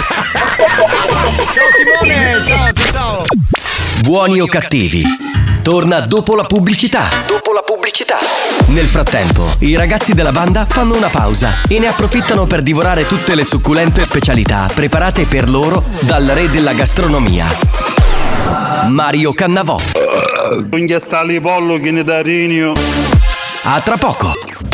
Ciao Simone, ciao, ciao, ciao. Buoni o cattivi? Torna dopo la pubblicità. Dopo la pubblicità. Nel frattempo, i ragazzi della banda fanno una pausa e ne approfittano per divorare tutte le succulente specialità preparate per loro dal re della gastronomia, Mario Cannavò. Un stalli pollo che ne da rinio. A tra poco.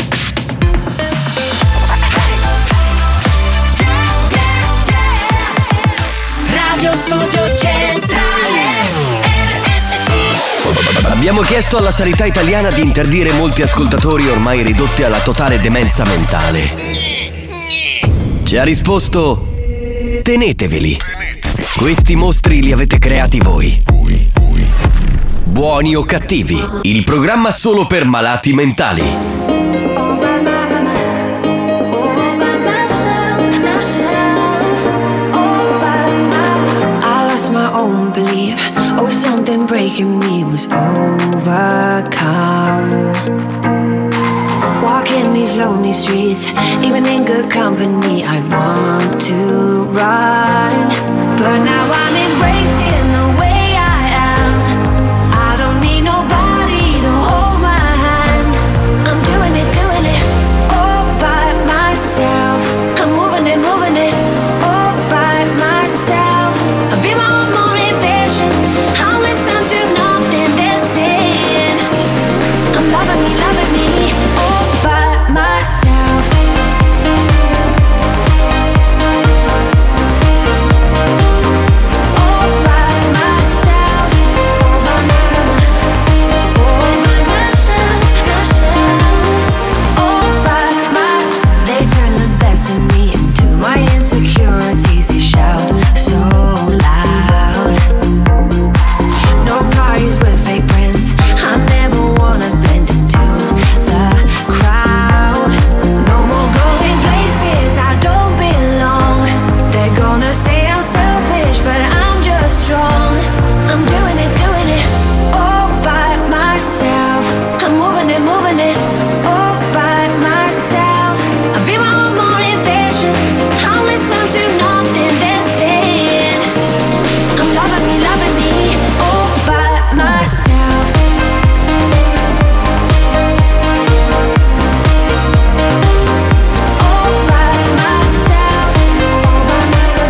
Radio Studio Centrale R S C. Abbiamo chiesto alla sanità italiana di interdire molti ascoltatori ormai ridotti alla totale demenza mentale. Ci ha risposto: teneteveli. Questi mostri li avete creati voi. Buoni o cattivi, il programma solo per malati mentali. I lost my own belief. Oh, something breaking me was overcome. Walking these lonely streets, even in good company, I'd want to run. But now I'm embracing the way I am. I don't need nobody to hold my hand. I'm doing it, doing it all by myself. I'm moving it, moving it all by myself. I'll be my own motivation. I'll listen to nothing they're saying. I'm loving me, loving me all by myself. All by myself. All by my- all by myself, myself. All by my- They turn the best in me into my insecurities. They shout so loud. No parties with fake friends. I never wanna blend into the crowd. No more going places I don't belong. They're gonna say I'm selfish, but I'm just strong. I'm doing it, doing it all by myself. I'm moving it, moving it all by myself. I'll be my own motivation. I'll listen to nothing they're saying. I'm loving me, loving me all by myself. All by myself. All by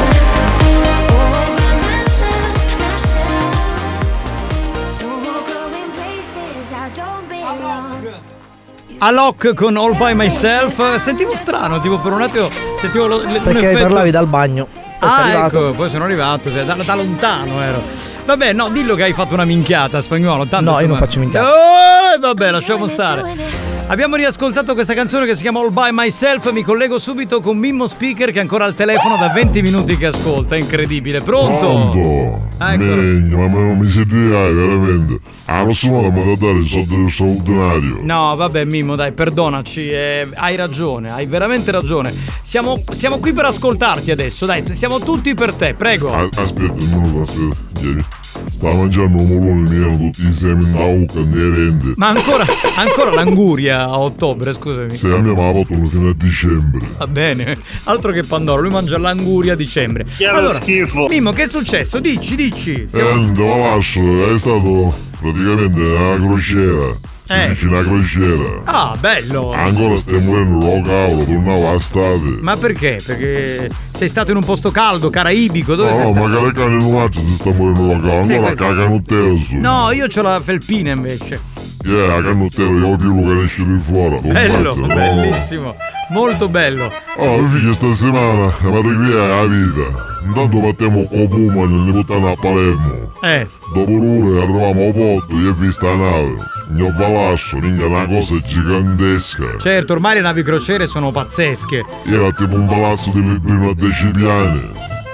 myself, myself. No more going places I don't belong. Alok con All By Myself. Sentivo strano, tipo per un attimo sentivo lo, le, un Perché effetto- parlavi dal bagno. Poi sei Ah, arrivato. ecco, poi sono arrivato, cioè, da, da lontano ero. Vabbè, no, dillo che hai fatto una minchiata, spagnolo. Tanto, No, io non insomma- faccio minchiate. Oh, vabbè, lasciamo stare. Abbiamo riascoltato questa canzone che si chiama All By Myself. Mi collego subito con Mimmo Speaker che è ancora al telefono da venti minuti che ascolta. È incredibile. Pronto? Pronto? Eccolo. Megno, ma non mi si direi veramente. Ah, non sono da dare il soldo del straordinario. No, vabbè, Mimmo, dai, perdonaci. eh, hai ragione, hai veramente ragione. Siamo, siamo qui per ascoltarti adesso, dai, siamo tutti per te, prego. Ah, aspetta un minuto, aspetta. Ieri stavo mangiando un molone, mi erano tutti insieme in bocca, inerente. Ma ancora, ancora l'anguria a ottobre, scusami. Se a mia mamma ha fatto fino a dicembre. Va bene, altro che Pandoro, lui mangia l'anguria a dicembre. Che schifo. Mimmo, che è successo? Dici, dici. Eh, non lascio, è stato praticamente una crociera. si dice una crociera. Ah, bello. Ancora stai morendo lo cavolo, tornavo a estate. Ma perché? Perché sei stato in un posto caldo, caraibico, dove no, sei no, stato? magari cane non mangia si sta morendo lo cavolo, Sì, ancora quel- cagano te su. No, io c'ho la felpina invece. Yeah, la cannotella, io più che esce di fuori. non Bello, mangia, no. bellissimo. Molto bello. Oh, figlia, sta settimana mi ricrea la vita. Intanto partiamo con Pullman e ne portiamo a Palermo. Eh. Dopo un'ora arriviamo a porto e ho visto la nave. Ne ho valasso, minchia, una cosa gigantesca. Certo, ormai le navi crociere sono pazzesche. Era tipo un palazzo di librino a dieci piani.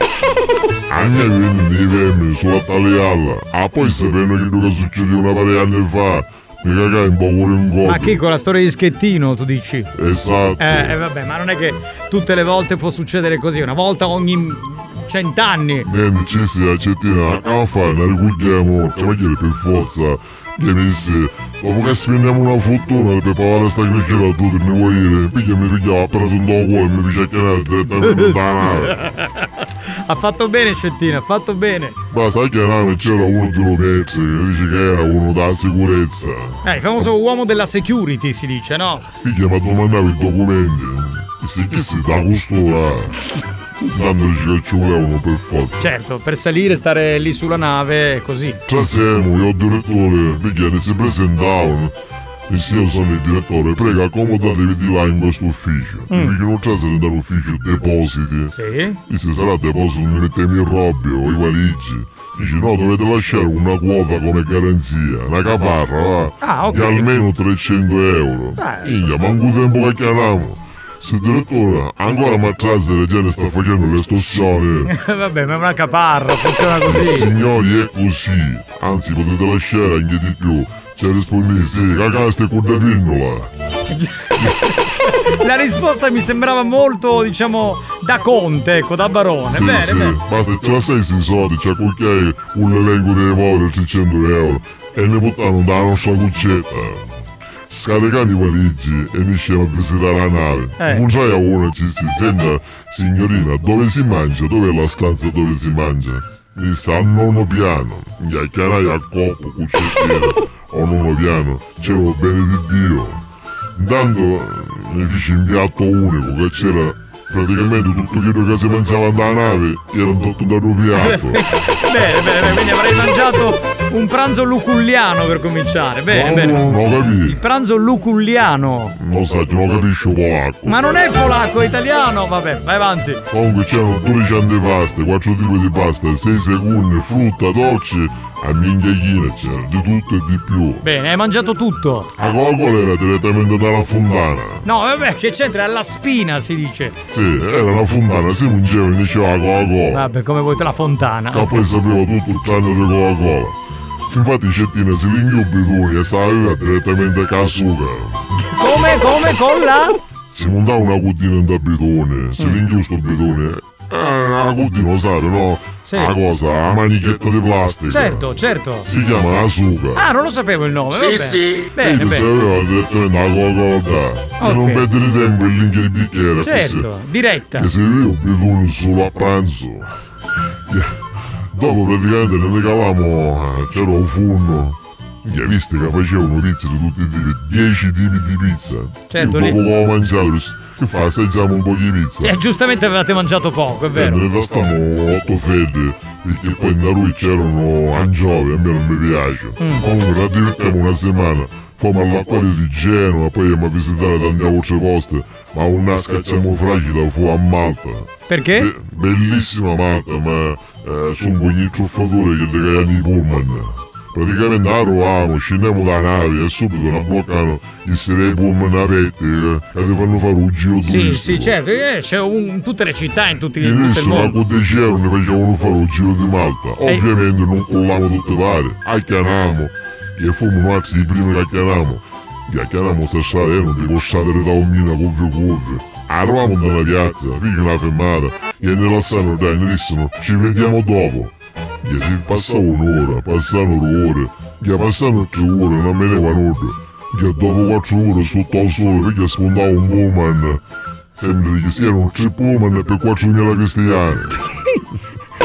A me vengono i vermi sulla taglialla. Ah, poi sapendo che quello che succede una paio di anni fa. Mi cagai un po' cuore in godo. Ma chi con la storia di Schettino, tu dici? Esatto. Eh, eh, vabbè, ma non è che tutte le volte può succedere così, una volta ogni cent'anni. Niente, ci sia, accettina, a fare, ne ricugliamo, ci voglio per forza. Che mi disse, dopo che spendiamo una fortuna per pagare sta crociera a tutti, ne vuoi dire? Piglia mi richiama, ha preso un do cuore e mi fece chiamare direttamente da nave. Ha fatto bene Schettino, ha fatto bene. Basta che a nave c'era uno di Lomezzi che dice che era uno della sicurezza. Eh, il famoso uomo della security si dice, no? Piglia mi domandava i documenti. E se chi si da costura, tanto dice che ci volevano per forza. Certo, per salire, stare lì sulla nave è così. Trasiamo, io direttore, perché si presentavano. E se io sono il direttore, prego accomodatevi di là in questo ufficio. Mm. Perché non c'è se dall'ufficio depositi. Sì. E se sarà deposito mi mettemi il robbio o i valigi. Dice no, dovete lasciare una quota come garanzia, una caparra, va. Ah, ok. Di almeno trecento euro. Eh, Minchia, manco tempo che chiamiamo. Se direttore, ancora matrazze la gente sta facendo le estorsioni. Vabbè, ma è una caparra, funziona così. Signori, è così. Anzi, potete lasciare anche di più. Ci rispondi, sì, cagaste con la pinnola. La risposta mi sembrava molto, diciamo, da conte, ecco, da barone. Sì, Bene, sì, bene. basta, ce la sei sui soldi, c'è cucchiai un elenco dei poveri trecento euro. E ne portano da nostra cuccetta. Scaricando i valigi e ne scemo a visitare la nave. Eh. Non sai a uno ci si senta, signorina, dove si mangia? Dov'è la stanza dove si mangia? Mi sta al nono piano. Mi chiarai a coppo, cuccettiere. Al nono piano, c'ero bene di Dio. Intanto mi feci un piatto unico che c'era praticamente tutto quello che si mangiava dalla nave era tutto da un piatto. Bene, bene, bene, quindi avrei mangiato un pranzo luculliano per cominciare. Bene, No, bene. no, non ho capito. Il pranzo luculliano. Non so, non capisco polacco. Ma non è polacco, è italiano. Vabbè, vai avanti. Comunque c'erano dodici antipaste, quattro tipi di pasta, sei secondi, frutta, dolci, a minchiachina c'era, di tutto e di più. Bene, hai mangiato tutto. La Coca-Cola era direttamente dalla fontana. No, vabbè, che c'entra? Alla spina si dice. Sì, era una fontana, si mungeva e diceva la Coca-Cola. Vabbè, come vuoi te la fontana. Che poi sapeva tutto tranne di Coca-Cola. Infatti Cettina si ringhia un bidone e saleva direttamente con zucchero. Come, come, con la? Si montava una cudina in da bidone, si ringhia sto bidone. Eh, una cudina, lo sai, no? Sì. Una cosa, una manichetta di plastica. Certo, certo. Si chiama Asuka. Ah, non lo sapevo il nome. Sì, vabbè. sì. Bene, Quindi bene. sapeva direttamente la Coca-Cola. Ok. E non perdere tempo in linea di bicchiere. Certo, così. diretta. E se io bidone solo a pranzo. Dopo praticamente ne regalavamo, eh, c'era un forno. Mi hai visto che facevano pizze di tutti i tipi, dieci tipi di pizza. Certo, Io lì- dopo che ho mangiato, che fa, assaggiamo un po' di pizza. Eh, giustamente avevate mangiato poco, è E vero. ne tastavamo otto fette, perché poi da lui c'erano angiovi, a me non mi piace. Mm. Comunque la direttiamo una settimana, fommo all'acquario di Genova, poi andiamo a visitare tante altre poste, ma una scacciamo fragile fu a Malta. Perché? Be- bellissima Malta, ma eh, sono quegli truffatori che le cagano i pullman. Praticamente arriviamo, scendiamo da nave e subito ne bloccano i sei pullman aperti eh, che ti fanno fare un giro Sì, turistico. sì, certo. eh, c'è un- in tutte le città, in, tutti, E in tutto il adesso a mondo. Codecero ne facevano fare un giro di Malta. E- Ovviamente non collavamo tutte varie. A chiamamo, che fummo altri di prima che chiamamo. Che chiamamo sta strada, erano tipo strade da Taormina, curve curve. Arrivavamo dalla piazza, figa una fermata, e ne lasciano dai, ne dissero, ci vediamo dopo. Che si passava un'ora, passano ore, che passano tre ore, non me ne va nulla. Che dopo quattro ore sotto al sole, perché spuntava un pullman. Sembra che siano tre pullman per quattromila cristiani.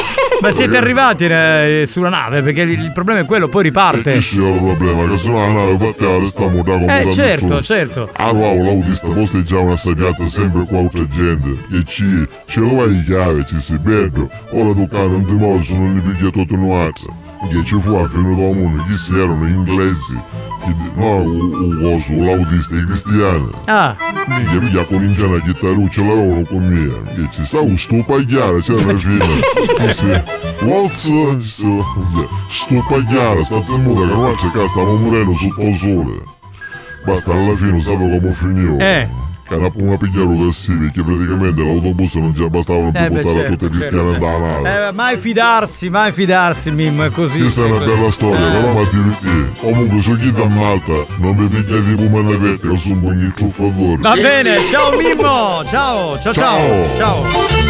Ma siete arrivati eh, sulla nave? Perché il, il problema è quello, poi riparte. E sì, è il problema, che se no la nave partiva restiamo da come Eh certo, certo. Ah wow, l'autista posteggiava una piazza sempre qua altra gente. E ci, ce lo vai in chiave, ci si perde. Ora toccare non ti muovi, sono li piglia tutto nuovo. Che ci fu a fine del mondo, chi si erano inglesi. No, un coso, l'autista i cristiani. Ah. Minchia, piglia cominciano a chitarruccia la loro con me. Che ci sa un sto pagliare, c'è alla fine. Che si, waltz, sto pagliare, state in moda che non c'è che stiamo morendo sotto il sole. Basta, alla fine sapevo come finivo. Eh. Che era una pigliaruta da sì, perché praticamente l'autobus non ci bastavano più Eh, beh, portare certo, tutte le cristiane certo, da nave. Eh, mai fidarsi, mai fidarsi, Mim, è così. Questa è una bella storia, Eh. però ma ti ricordi. Comunque su chi da Malta non mi pigliate come una vecchia, che sono buoni truffatori. Va bene, ciao Mimmo, ciao, ciao, ciao, Ciao. ciao.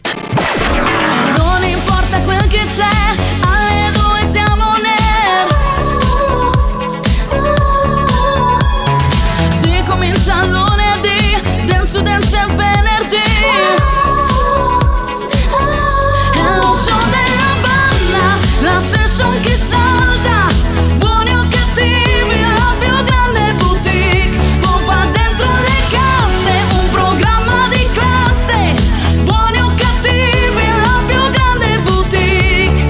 Non importa quel che c'è, alle due siamo nerd. Si comincia lunedì, dance dance il venerdì. È lo show della banda, la session che salta. Buoni o cattivi, la più grande boutique. Pompa dentro le casse, un programma di classe. Buoni o cattivi, la più grande boutique.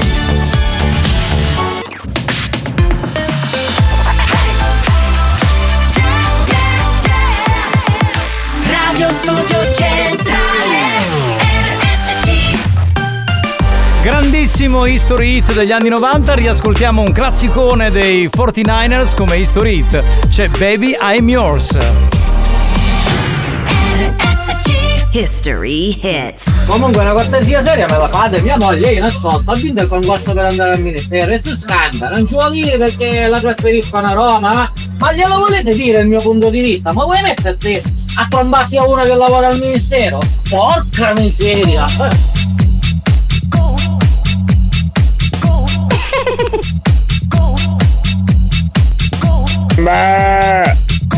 Radio Studio Centrale R S C. Grandissimo History Hit degli anni novanta, riascoltiamo un classicone dei quarantanovers come History Hit. C'è Baby I'm Yours. History Hit. Comunque una cortesia seria me la fate, mia moglie io ascolto, ha vinto il concorso per andare al ministero e si scanda, non ci vuol dire perché la trasferiscono a Roma, ma, ma glielo volete dire il mio punto di vista? Ma vuoi metterti a trombarti a uno che lavora al ministero? Porca miseria! Beh.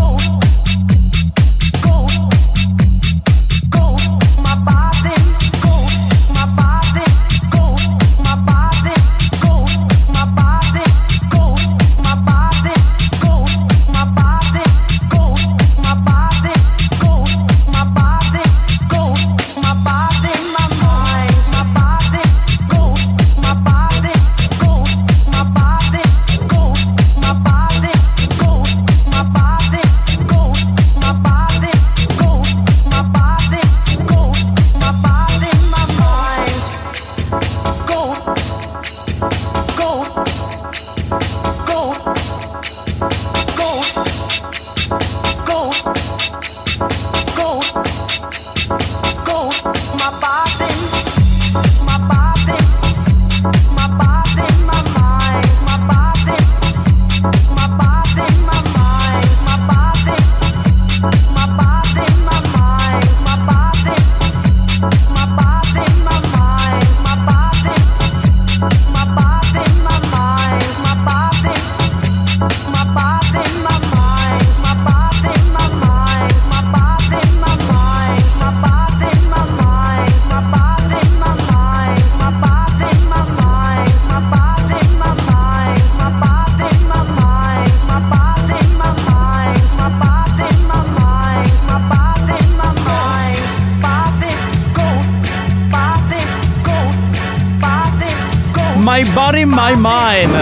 My Body, My Mind.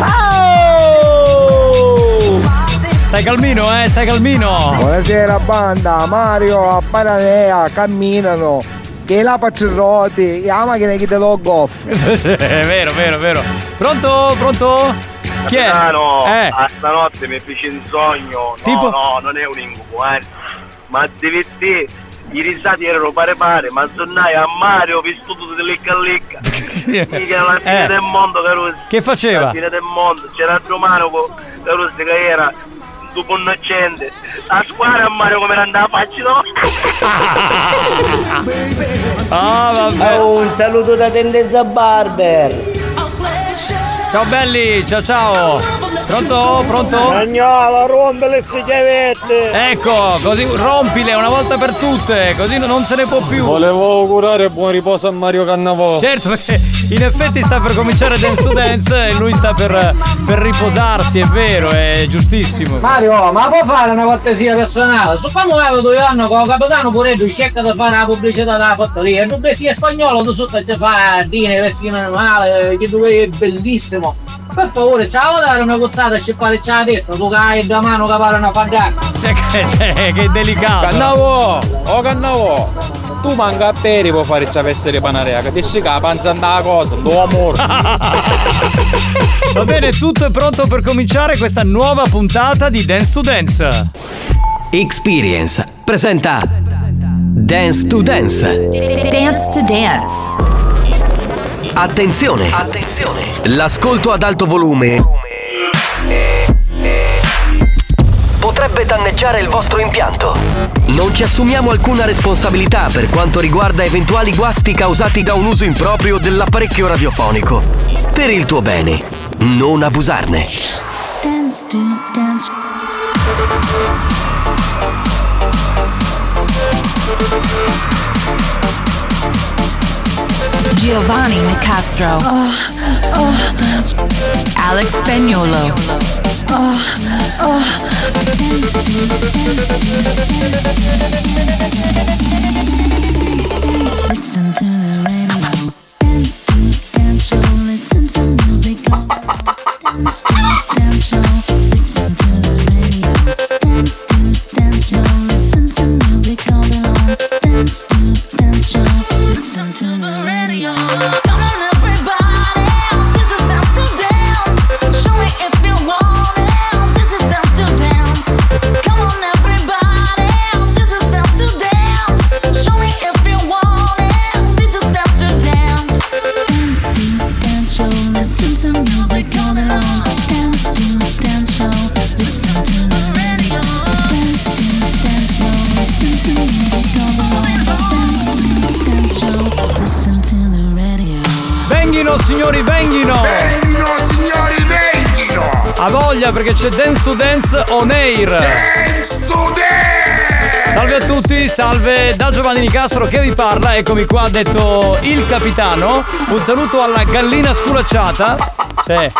Oh! Stai calmino, eh, stai calmino. Buonasera banda, Mario a Paranea camminano. Che la patriotti, la macchina che te lo goff. È vero, vero, vero. Pronto? Pronto? Chi è? Capitano, Eh. a stanotte mi fece un sogno. No, Tipo? no, non è un incubo, eh. Ma devi te, i risati erano pare pare, ma tornai a Mario vistuto di lecca a lecca. Mica alla fine Eh. del mondo, Carusi. Che faceva? Alla fine del mondo, c'era altro Romano, Carusi, che era dopo un accende. A squadra a Mario come andava a faccia, no? Ah, vabbè. Oh, un saluto da Tendenza Barber. Ciao belli, ciao ciao. Pronto? Pronto? Cagnola, rompe le chiavette. Ecco, così rompile una volta per tutte, così non se ne può più. Volevo augurare buon riposo a Mario Cannavò. Certo, perché in effetti sta per cominciare Dance to Dance e lui sta per, per riposarsi, è vero, è giustissimo. Mario, ma può fare una cortesia personale? Su quando avevo due anni con il capitano Puretto cerca di fare la pubblicità della fattoria, tu che sia spagnolo, tu sotto ci fa dine, vestito animale, che tu è bellissimo. Per favore, ciao, dare una cozzata e scippare la testa, tu che hai da mano che pare una fagata. Che, che, che delicato. Cannavò, oh Cannavò, tu manca a peri puoi fare ciò essere panarea, che ti scica la panza andava cosa, tuo amore. Va bene, tutto è pronto per cominciare questa nuova puntata di Dance to Dance. Experience presenta Dance to Dance. Dance to Dance. Attenzione! Attenzione! L'ascolto ad alto volume potrebbe danneggiare il vostro impianto. Non ci assumiamo alcuna responsabilità per quanto riguarda eventuali guasti causati da un uso improprio dell'apparecchio radiofonico. Per il tuo bene, non abusarne. Dance to dance. Giovanni Nicastro. Oh, oh. Alex Spagnuolo. Oh, oh. Listen to the radio. Dance to dance show. Listen to music on. Dance to dance show. Listen to the radio. Dance to dance show. Listen to music all day long. Dance to dance show. Listen to the radio. Come on everybody, this is dance to dance. Show me if you want it. This is dance to dance. Come on everybody, this is dance to dance. Show me if you want it. This is dance to dance. Dance to dance show. Listen to music all day long. Dance to dance show. Listen to the radio. Dance to dance show. Listen to music all day long. Dance to dance show. Listen to the radio. Venghino signori, venghino! Venghino signori, venghino! A voglia perché c'è Dance to Dance on air. Dance to Dance! Salve a tutti, salve da Giovanni Nicastro che vi parla, eccomi qua, ha detto il capitano. Un saluto alla gallina sculacciata. Cioè,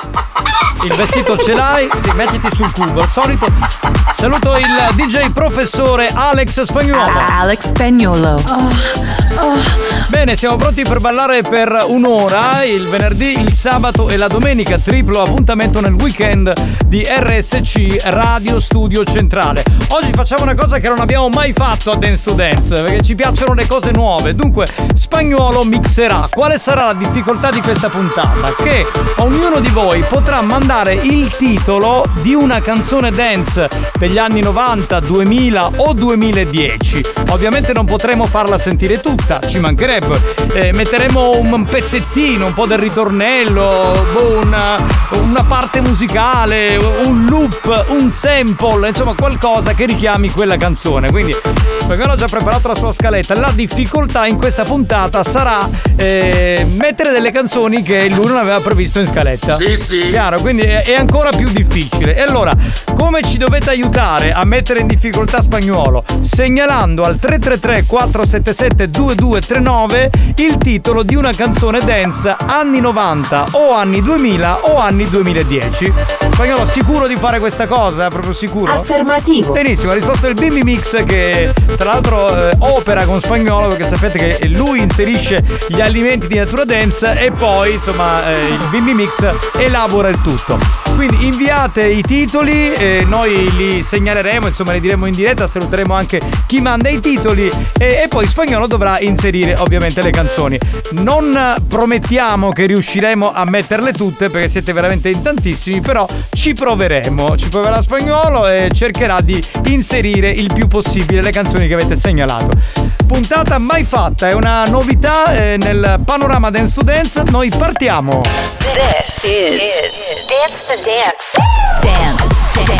il vestito ce l'hai? Sì, mettiti sul cubo, al solito. Saluto il D J professore Alex Spagnuolo. Alex Spagnuolo. Oh, oh. Bene, siamo pronti per ballare per un'ora, il venerdì, il sabato e la domenica, triplo appuntamento nel weekend di R S C Radio Studio Centrale. Oggi facciamo una cosa che non abbiamo mai fatto a Dance to Dance, perché ci piacciono le cose nuove. Dunque, Spagnuolo mixerà. Quale sarà la difficoltà di questa puntata? Che ognuno di voi potrà mandare il titolo di una canzone dance degli anni novanta, duemila o duemiladieci. Ovviamente non potremo farla sentire tutta, ci mancherebbe. Eh, metteremo un pezzettino, un po' del ritornello, una, una parte musicale, un loop, un sample, insomma qualcosa che richiami quella canzone. Quindi Spagnolo ha già preparato la sua scaletta. La difficoltà in questa puntata sarà eh, mettere delle canzoni che lui non aveva previsto in scaletta. Sì, sì. Chiaro, quindi è, è ancora più difficile. E allora, come ci dovete aiutare a mettere in difficoltà Spagnuolo? Segnalando al tre tre tre quattro sette sette due due tre nove il titolo di una canzone dance anni novanta o anni duemila o anni duemiladieci. Spagnolo, sicuro di fare questa cosa? Proprio sicuro? Affermativo. Benissimo, ha risposto il Bimbi Mix, che tra l'altro eh, opera con Spagnuolo, perché sapete che lui inserisce gli alimenti di Natura Dance e poi insomma eh, il Bimbi Mix elabora il tutto. Quindi inviate i titoli, eh, noi li segnaleremo, insomma li diremo in diretta, saluteremo anche chi manda i titoli e, e poi Spagnuolo dovrà inserire ovviamente le canzoni. Non promettiamo che riusciremo a metterle tutte perché siete veramente in tantissimi, però ci proveremo, ci proverà Spagnuolo e cercherà di inserire il più possibile le canzoni che avete segnalato. Puntata mai fatta, è una novità eh, nel panorama Dance to Dance. Noi partiamo. This is, is Dance to Dance. Dance.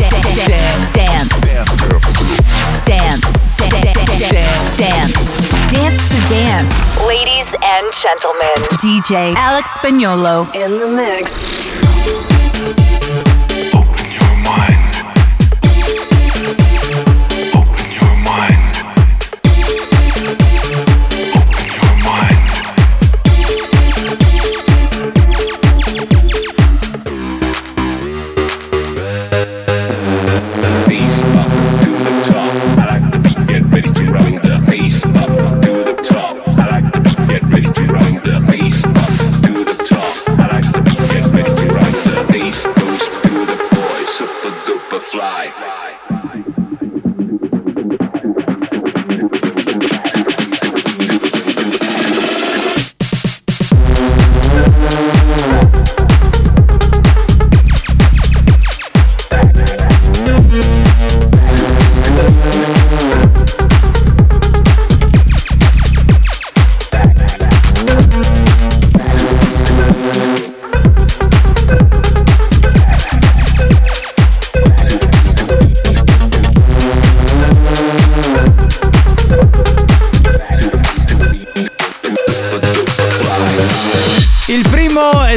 Dance. Dance. Dance. Dance to Dance. Ladies and gentlemen, D J Alex Spagnuolo in the mix.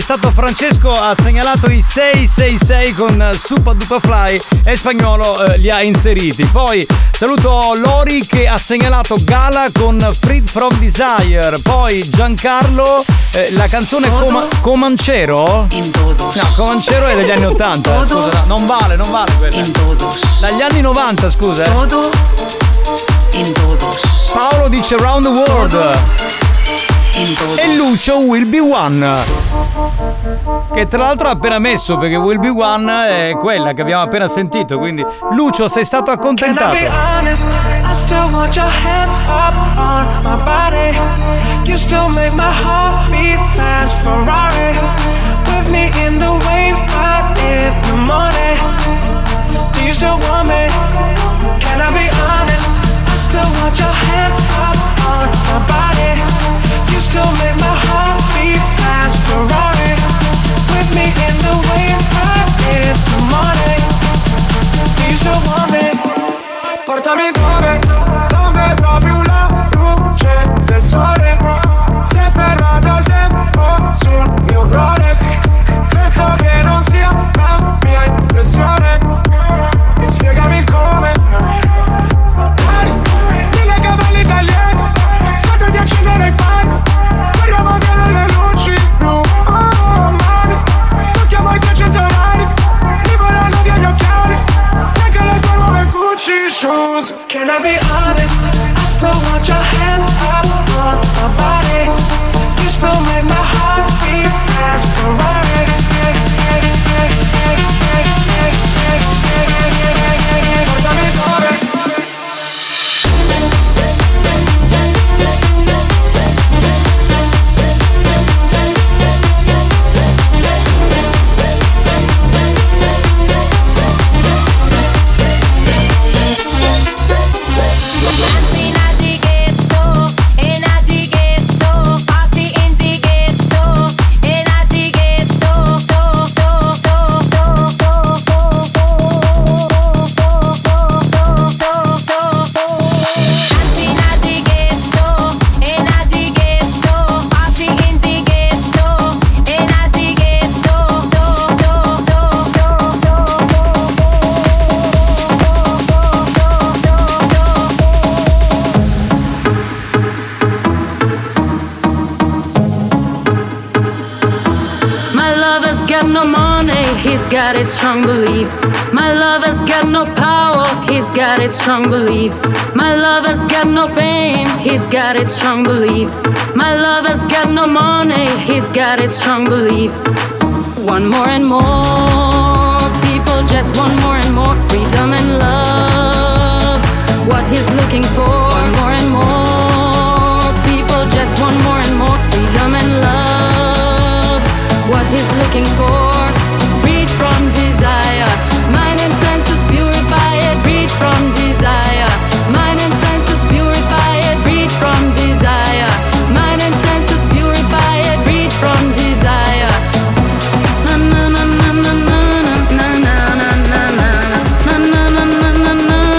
stato Francesco, ha segnalato i sei sei sei con Super Duper Fly e Spagnolo eh, li ha inseriti. Poi saluto Lori che ha segnalato Gala con Freed from Desire. Poi Giancarlo, eh, la canzone Coma- Comancero? No, Comancero è degli anni ottanta. Scusa, no, non vale, non vale quella. Dagli anni novanta, scusa. Eh. Paolo dice Round the World. E Lucio Will Be One, che tra l'altro ha appena messo, perché Will Be One è quella che abbiamo appena sentito. Quindi Lucio, sei stato accontentato. Can I be honest? I still want your hands up on my body. You still make my heart beat fast. Ferrari with me in the wave, out in the morning. Do you still want me? Can I be honest? I still want your hands up on my body. You still make my heart beat fast. Ferrari with me in the wave, out in the morning. Do you still want me? Portami dove, dove proprio la luce del sole. Si è fermato il tempo sul mio Rolex. Penso che non sia la mia impressione. Spiegami come. Mari, mille cavalli italiani. Scorda di accendere i fari. Corriamo via dalle luci blu. Oh mami, tocchiamo i concentrati. Rivolano via gli occhiali. Anche le tue nuove Gucci shoes. Can I be honest? I still want your hands up on my body. You still make my heart beat fast. Ferrari. Portami dove. He's got his strong beliefs. My lover's got no power. He's got his strong beliefs. My lover's got no fame. He's got his strong beliefs. My lover's got no money. He's got his strong beliefs. One more and more people just want more and more freedom and love. What he's looking for. One more and more people just want more and more freedom and love. What he's looking for. Freed from desire, mind and senses purify it. Freed from desire, mind and senses purify it. Freed from desire, mind and senses purify it. Freed from desire. Na na na na na na na na na na na na na na na na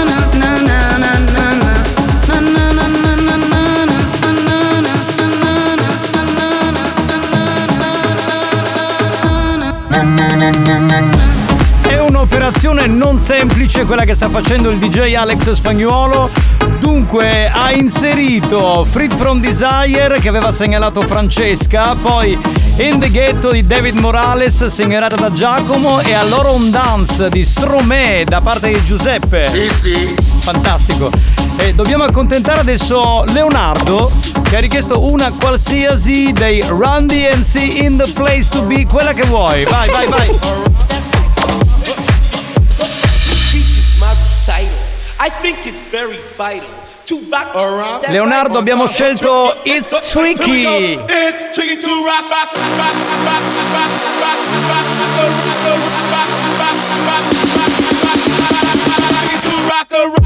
na na na. È un'operazione non semplice quella che sta facendo il D J Alex Spagnuolo. Dunque ha inserito Freed from Desire che aveva segnalato Francesca, poi In the Ghetto di David Morales segnalata da Giacomo e allora un dance di Stromae da parte di Giuseppe. Sì, sì. Fantastico. E dobbiamo accontentare adesso Leonardo che ha richiesto una qualsiasi dei Run D M C In the Place to Be, quella che vuoi. Vai, vai, vai. I think it's very vital to rock around. Leonardo, abbiamo scelto It's Tricky. It's tricky to rock, rock, rock, rock, rock, rock, rock, rock, rock, rock, rock, rock,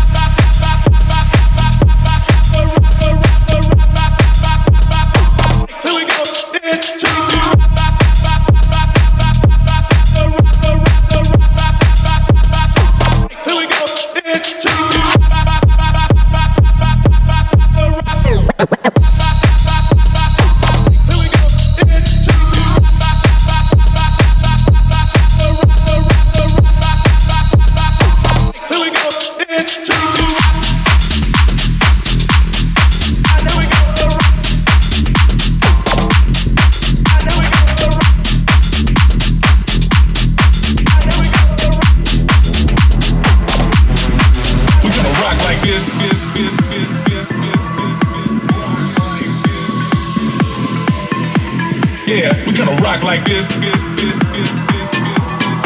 rock like this, this, this, this, this, this.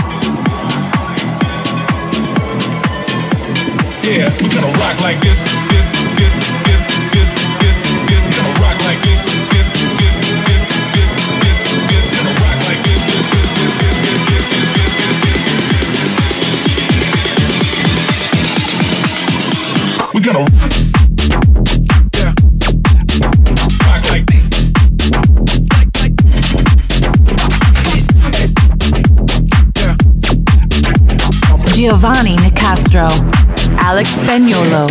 Yeah, we gonna rock like this, this, this, this, this, this, this. We gonna rock like this, this, this, this, this, this, this. We gonna rock like this, this, this, this, this, this, this, this, this. We gonna yeah rock like Giovanni Nicastro, Alex Spagnuolo.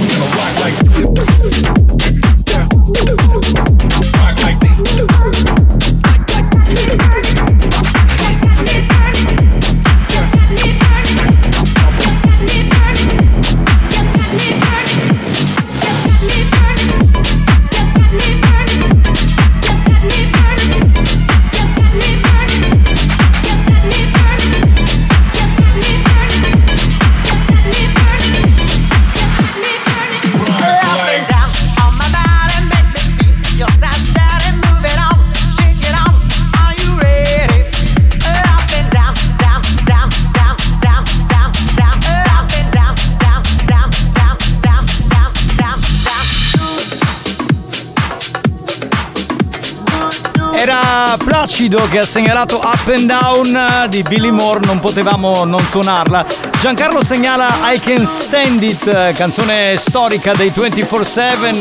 Placido che ha segnalato Up and Down di Billy Moore, non potevamo non suonarla. Giancarlo segnala I Can't Stand It, canzone storica dei ventiquattro sette.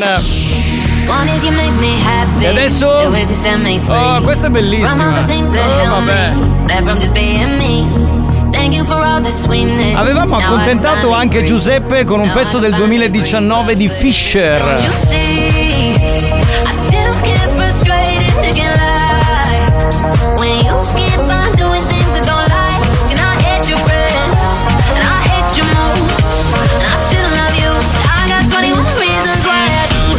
E adesso oh, questa è bellissima. Oh, vabbè. Avevamo accontentato anche Giuseppe con un pezzo del duemiladiciannove di Fisher. When you keep on doing things I don't like, and I hate your friends, and I hate your moves, and I still love you. I got twenty-one reasons why I do.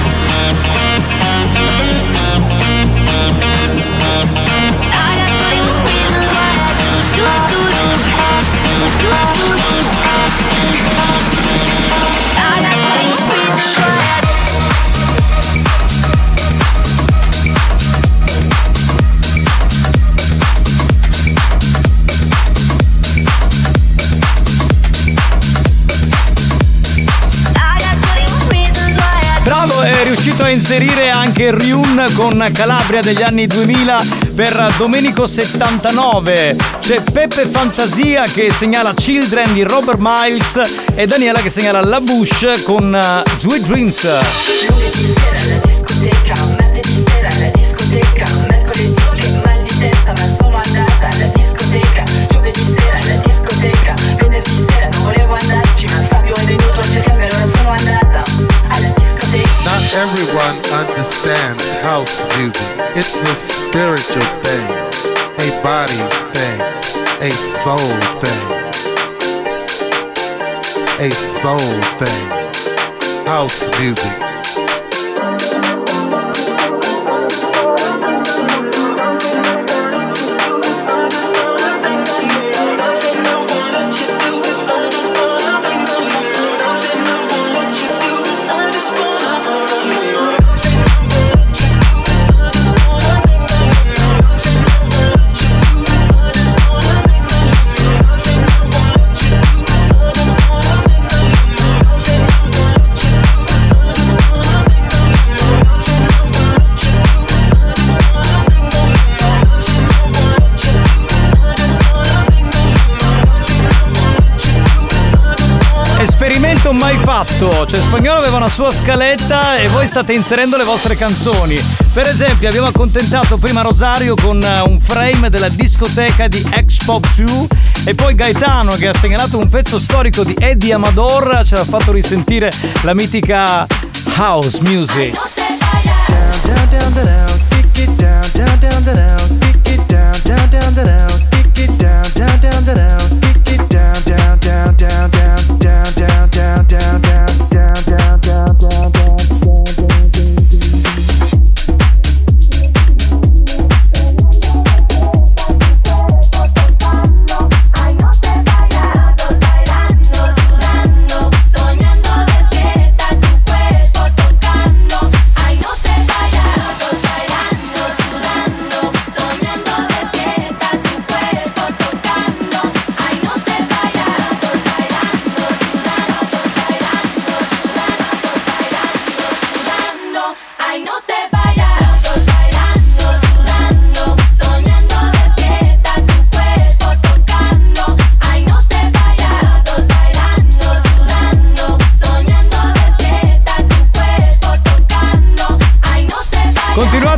I got twenty-one reasons why I do. I got twenty-one reasons why I do. Bravo, è riuscito a inserire anche Ryun con Calabria degli anni duemila per Domenico settantanove. C'è Peppe Fantasia che segnala Children di Robert Miles e Daniela che segnala La Bush con uh, Sweet Dreams. Lunedì sera alla discoteca, martedì sera alla discoteca, mercoledì che mal di testa ma sono andata alla discoteca, giovedì sera alla discoteca, venerdì sera non volevo andarci ma Fabio è venuto a cercarmi allora sono andata alla discoteca. Not everyone understands house music. It's a spiritual thing, a body thing, a soul thing, a soul thing. House music. Esperimento mai fatto, cioè Spagnolo aveva una sua scaletta e voi state inserendo le vostre canzoni. Per esempio abbiamo accontentato prima Rosario con un frame della discoteca di X-Pop due e poi Gaetano che ha segnalato un pezzo storico di Eddie Amador, ce l'ha fatto risentire la mitica house music. Down, down, down, down, kick it down, down, down, down, kick it down, down, down, down, kick it down, down, down, down, kick it down, down, down, down, down, down, down, down, down, down, down, down, down, down, down. Soñando despierta, tu cuerpo tocando. Ay, no te vayas, bailando, sudando, soñando despierta.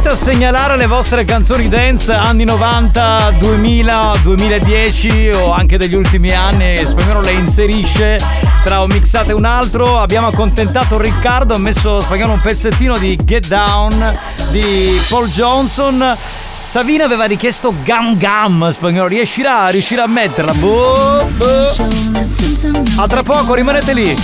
Dovete segnalare le vostre canzoni dance anni novanta, duemila, duemiladieci o anche degli ultimi anni. Spagnolo le inserisce tra un mixato e un altro. Abbiamo accontentato Riccardo, ha messo Spagnolo un pezzettino di Get Down di Paul Johnson. Savina aveva richiesto Gum Gum. Spagnolo riuscirà, riuscirà a metterla. Boh, boh. A tra poco, rimanete lì.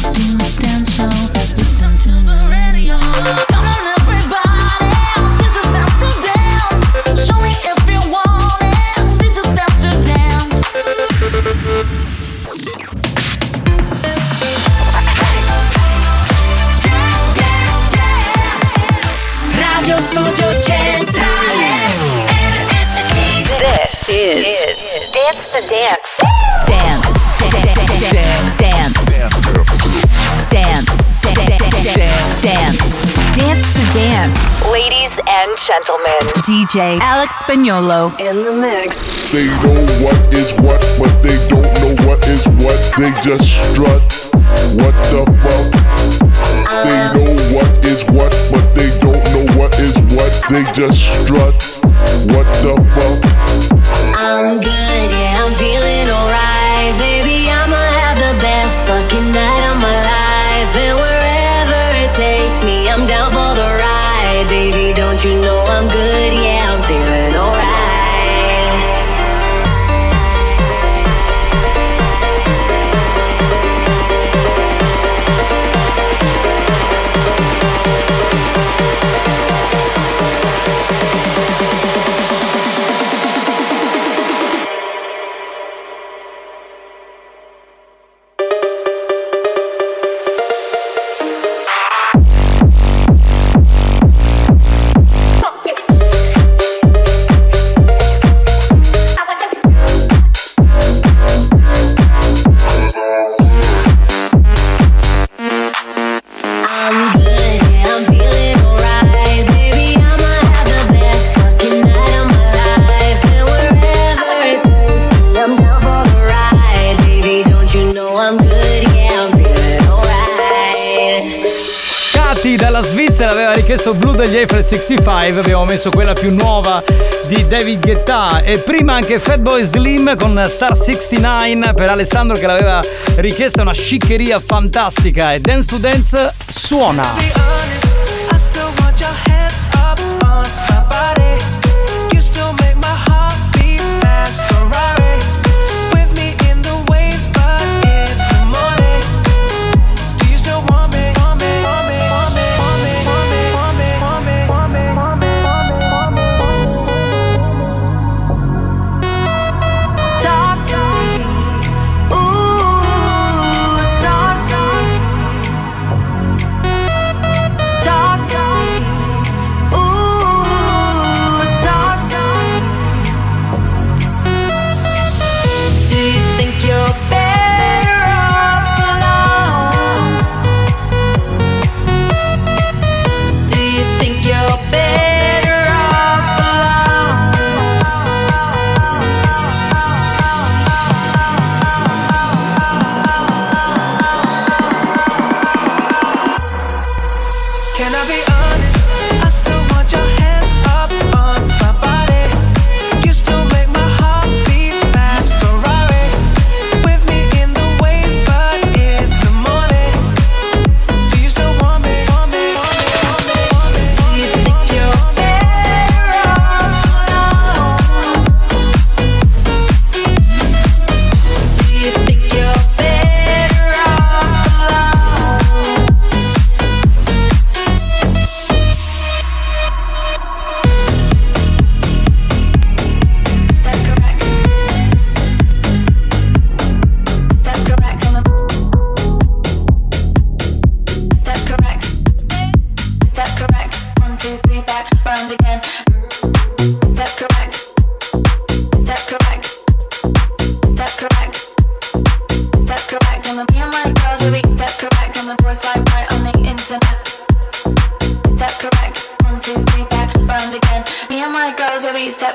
Radio Studio Centrale R S C. This is Dance to Dance. Dance. Dance. Dance. Dance. Dance to Dance. Ladies and gentlemen, D J Alex Spagnolo in the mix. They know what is what, but they don't know what is what. They just strut. What the fuck? They know what is what, but they don't know what is what. They just strut. What the fuck? I'm good, yeah, I'm feeling alright. Baby, I'ma have the best fucking night of my life. And wherever it takes me, I'm down for the ride. Baby, don't you know I'm good, yeah, I'm feeling alright. Questo blu degli Eiffel sessantacinque, abbiamo messo quella più nuova di David Guetta e prima anche Fatboy Slim con Star sessantanove per Alessandro che l'aveva richiesta, una sciccheria fantastica. E Dance to Dance suona.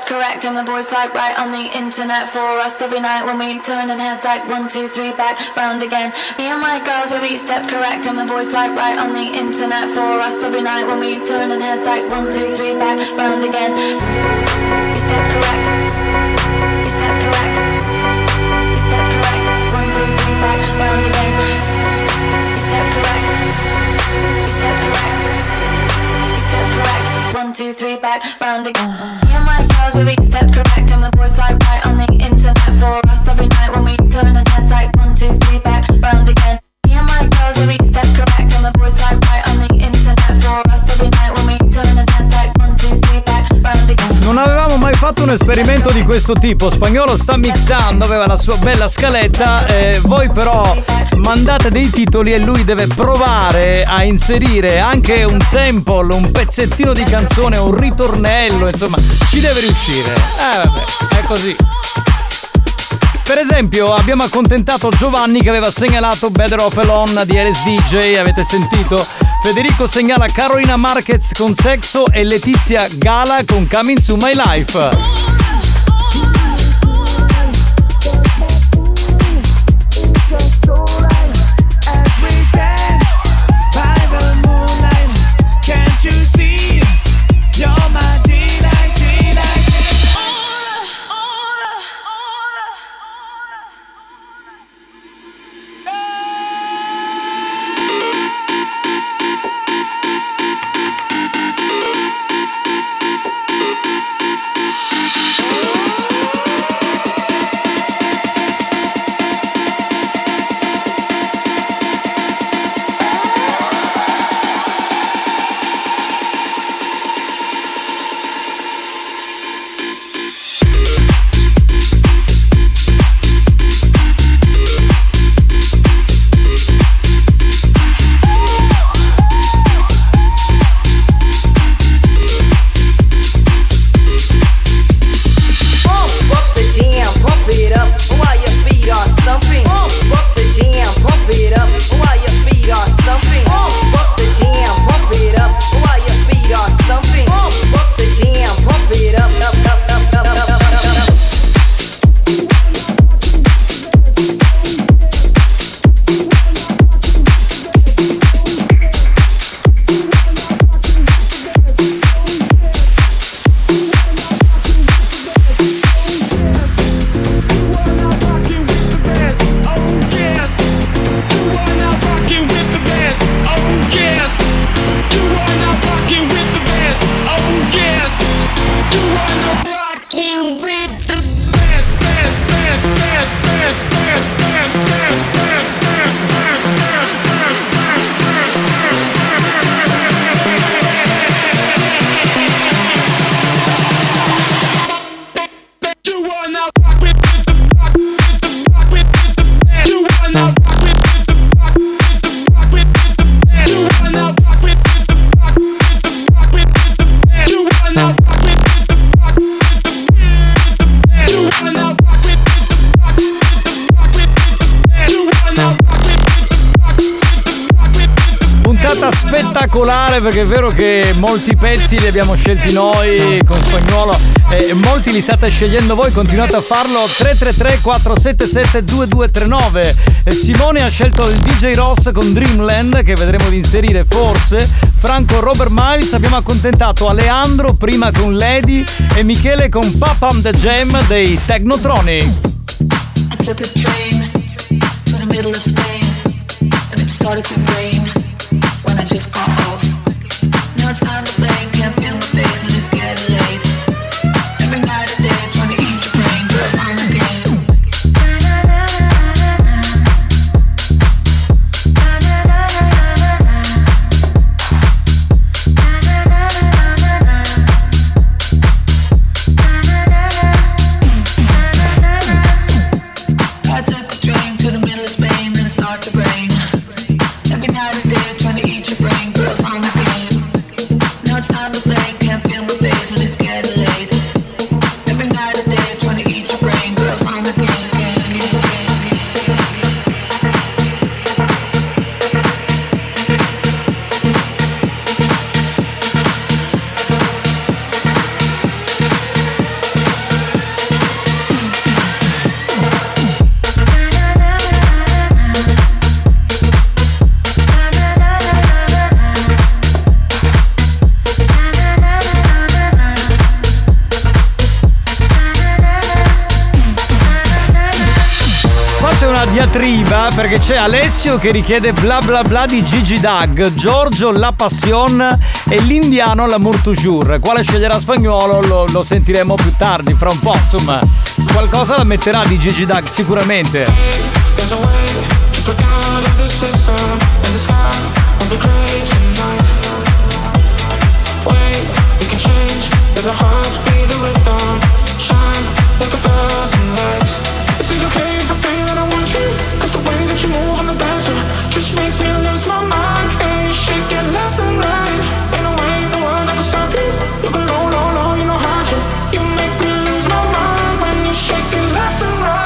step correct and the boys swipe right on the internet for us every night when we turning heads like one, two, three, back, round again. Me and my girls, we step correct and the boys swipe right on the internet for us every night when we turning heads like one, two, three, back, round again. We step correct. We step correct. We step correct. One, two, three, back, round again. We step correct. We step correct. We step correct. One, two, three, back, round again. Me and my girls, we step correct and the boys swipe right on the internet for us every night when we turning heads like one, two, three, back, round again. Me and my girls, we step correct and the boys swipe right on the internet for us every night when we turning heads like one, two, three, back, round again. Non avevamo mai fatto un esperimento di questo tipo. Spagnolo sta mixando, aveva la sua bella scaletta, eh, voi però mandate dei titoli e lui deve provare a inserire anche un sample, un pezzettino di canzone, un ritornello, insomma, ci deve riuscire. Eh vabbè, è così. Per esempio abbiamo accontentato Giovanni che aveva segnalato Better Off Alone di Alice D J, avete sentito? Federico segnala Carolina Marquez con Sexo e Letizia Gala con Coming to My Life. Spettacolare, perché è vero che molti pezzi li abbiamo scelti noi con Spagnuolo e molti li state scegliendo voi, continuate a farlo. Tre tre tre quattro sette sette due due tre nove. E Simone ha scelto il D J Ross con Dreamland, che vedremo di inserire forse. Franco Robert Miles, abbiamo accontentato Aleandro prima con Lady e Michele con Pop on the Jam dei Technotronic. I took a train to the middle of Spain and it started to rain when I just got off. Now it's time to play, can't feel my face and it's getting late. Every night and day trying to eat your brain, girls on the game. I took a train to the middle of Spain and it started to rain. Every night and day trying to eat your brain, girls on the diatriba perché c'è Alessio che richiede bla bla bla di Gigi Dag, Giorgio La Passion e l'indiano L'amour toujours. Quale sceglierà Spagnuolo lo, lo sentiremo più tardi, fra un po', insomma qualcosa la metterà di Gigi Dag sicuramente. There's a way to break out of the system, and the sky will be gray tonight. Wait, we can change, let our hearts be the rhythm. Shine like a thousand lights. Is it okay if I say that I want you? Cause the way that you move on the dance floor just makes me lose my mind. Hey, you shake it left and right. Ain't no way in the world I can stop you. You go low, low, low, you know how to. You make me lose my mind when you shake it left and right.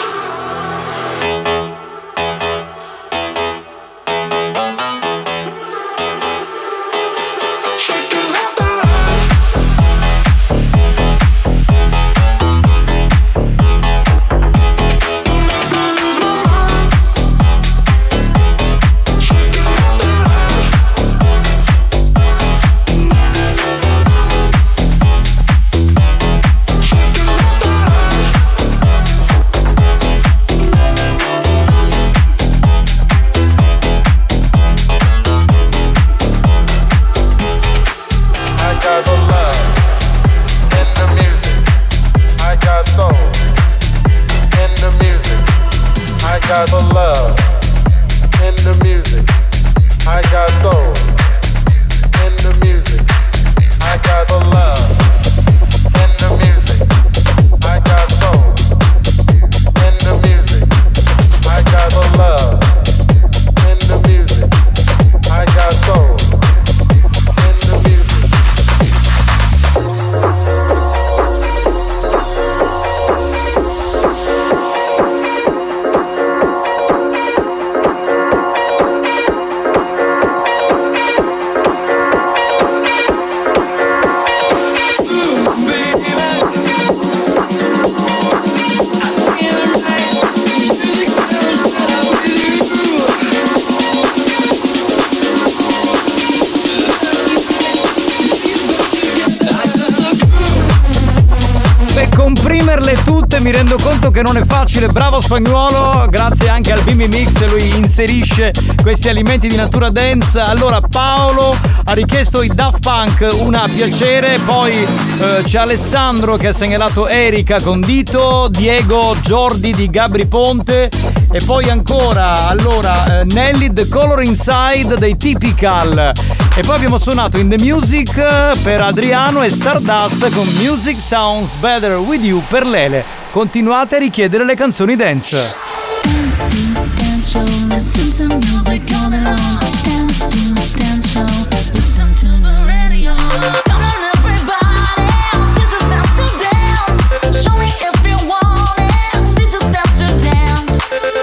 Mi rendo conto che non è facile, bravo Spagnuolo, grazie anche al Bimbi Mix, lui inserisce questi alimenti di natura dance. Allora Paolo ha richiesto i Daft Punk, una piacere, poi eh, c'è Alessandro che ha segnalato Erika con Dito, Diego Jordi di Gabri Ponte e poi ancora allora eh, Nelly The Color Inside dei Typical. E poi abbiamo suonato In The Music per Adriano e Stardust con Music Sounds Better With You per Lele. Continuate a richiedere le canzoni dance. Dance to dance show, listen to music all day long. Dance to dance show, listen to the radio. Come on everybody, this is dance to dance. Show me if you want it, this is dance to dance.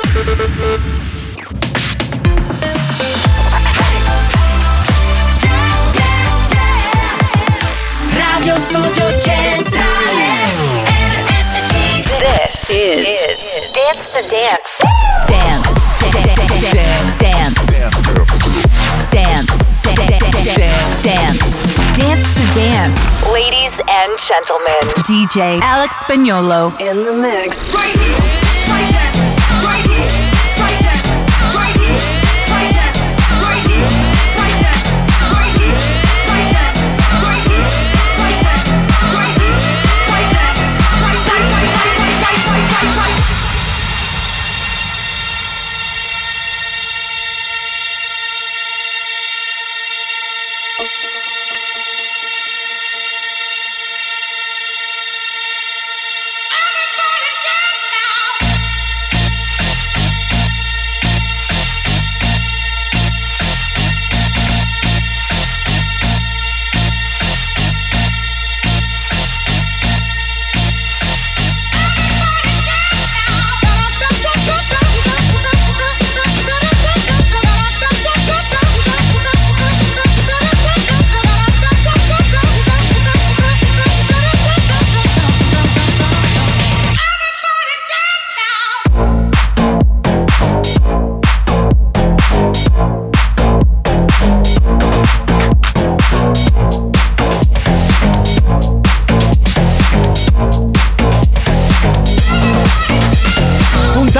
Radio Studio Centrale. This is Dance to Dance. Dance. Dance. Dance. Dance. Dance to Dance. Ladies and gentlemen, D J Alex Spagnolo in the mix. Right here, right there, right here, right there, right here, right there, right here, right there, right here, right there, right here, right there, right here, right there, right there.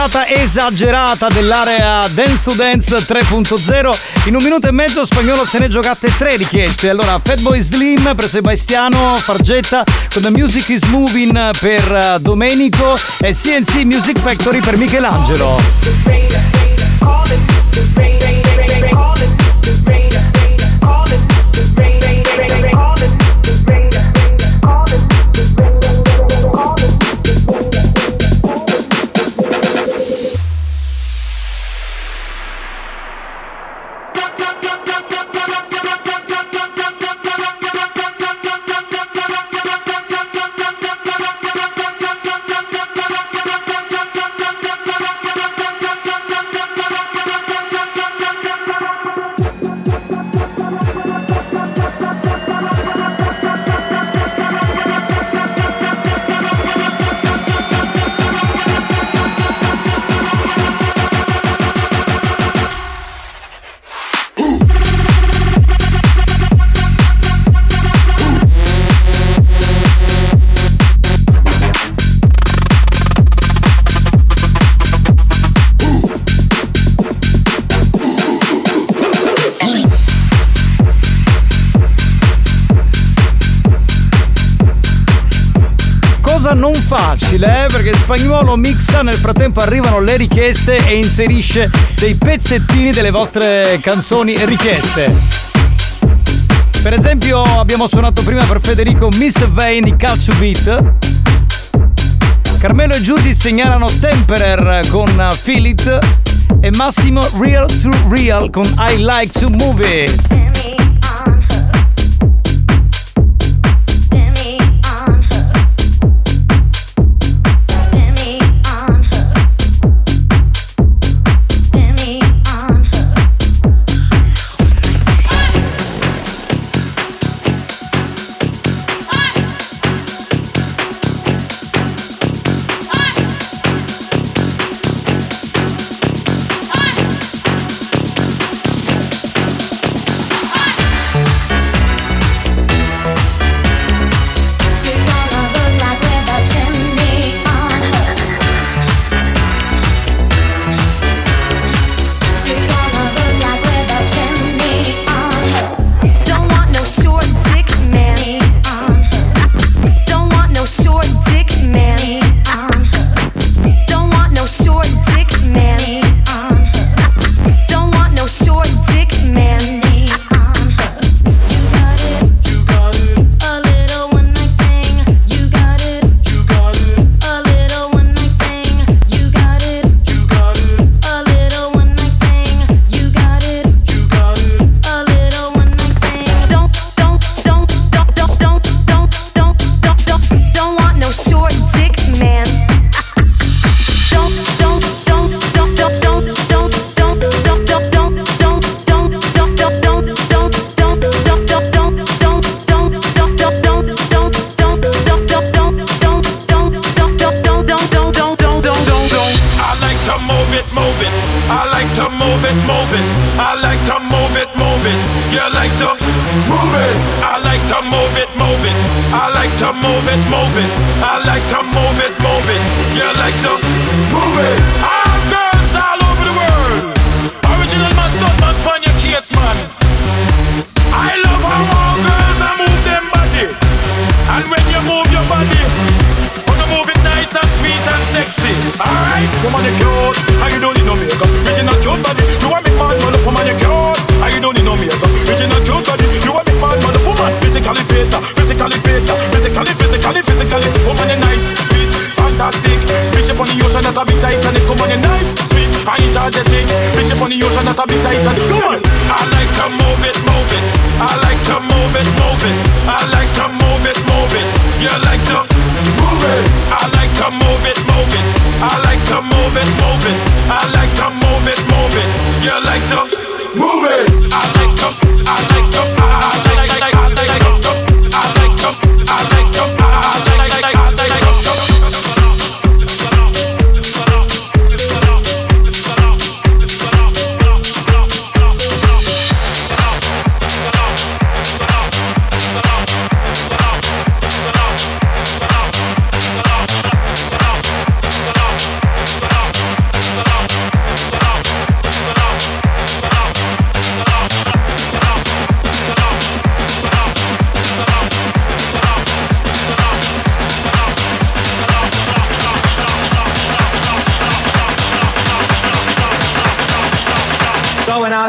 puntata esagerata dell'area Dance to Dance tre punto zero. In un minuto e mezzo Spagnolo se ne giocate tre richieste. Allora, Fatboy Slim per Sebastiano Fargetta, con The Music is Moving per Domenico e C N C Music Factory per Michelangelo. Non facile, eh? Perché Spagnuolo mixa, nel frattempo arrivano le richieste e inserisce dei pezzettini delle vostre canzoni richieste. Per esempio abbiamo suonato prima per Federico mister Vane di Calcio Beat. Carmelo e Giugi segnalano Temperer con Feel It e Massimo Real to Real con I Like to Move It.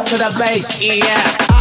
to the bass, yeah.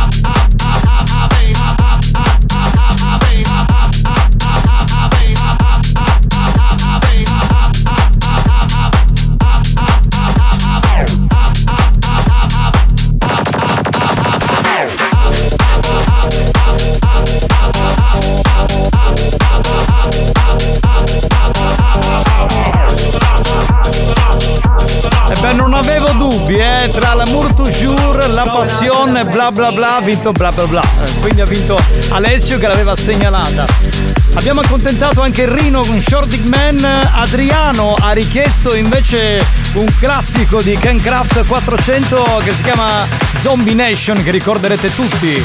Beh, non avevo dubbi, eh, tra l'amour toujours, la passione, bla bla bla, ha vinto bla bla bla. Eh, quindi ha vinto Alessio che l'aveva segnalata. Abbiamo accontentato anche Rino con Short Dick Man. Adriano ha richiesto invece un classico di Ken Craft quattrocento che si chiama Zombie Nation, che ricorderete tutti.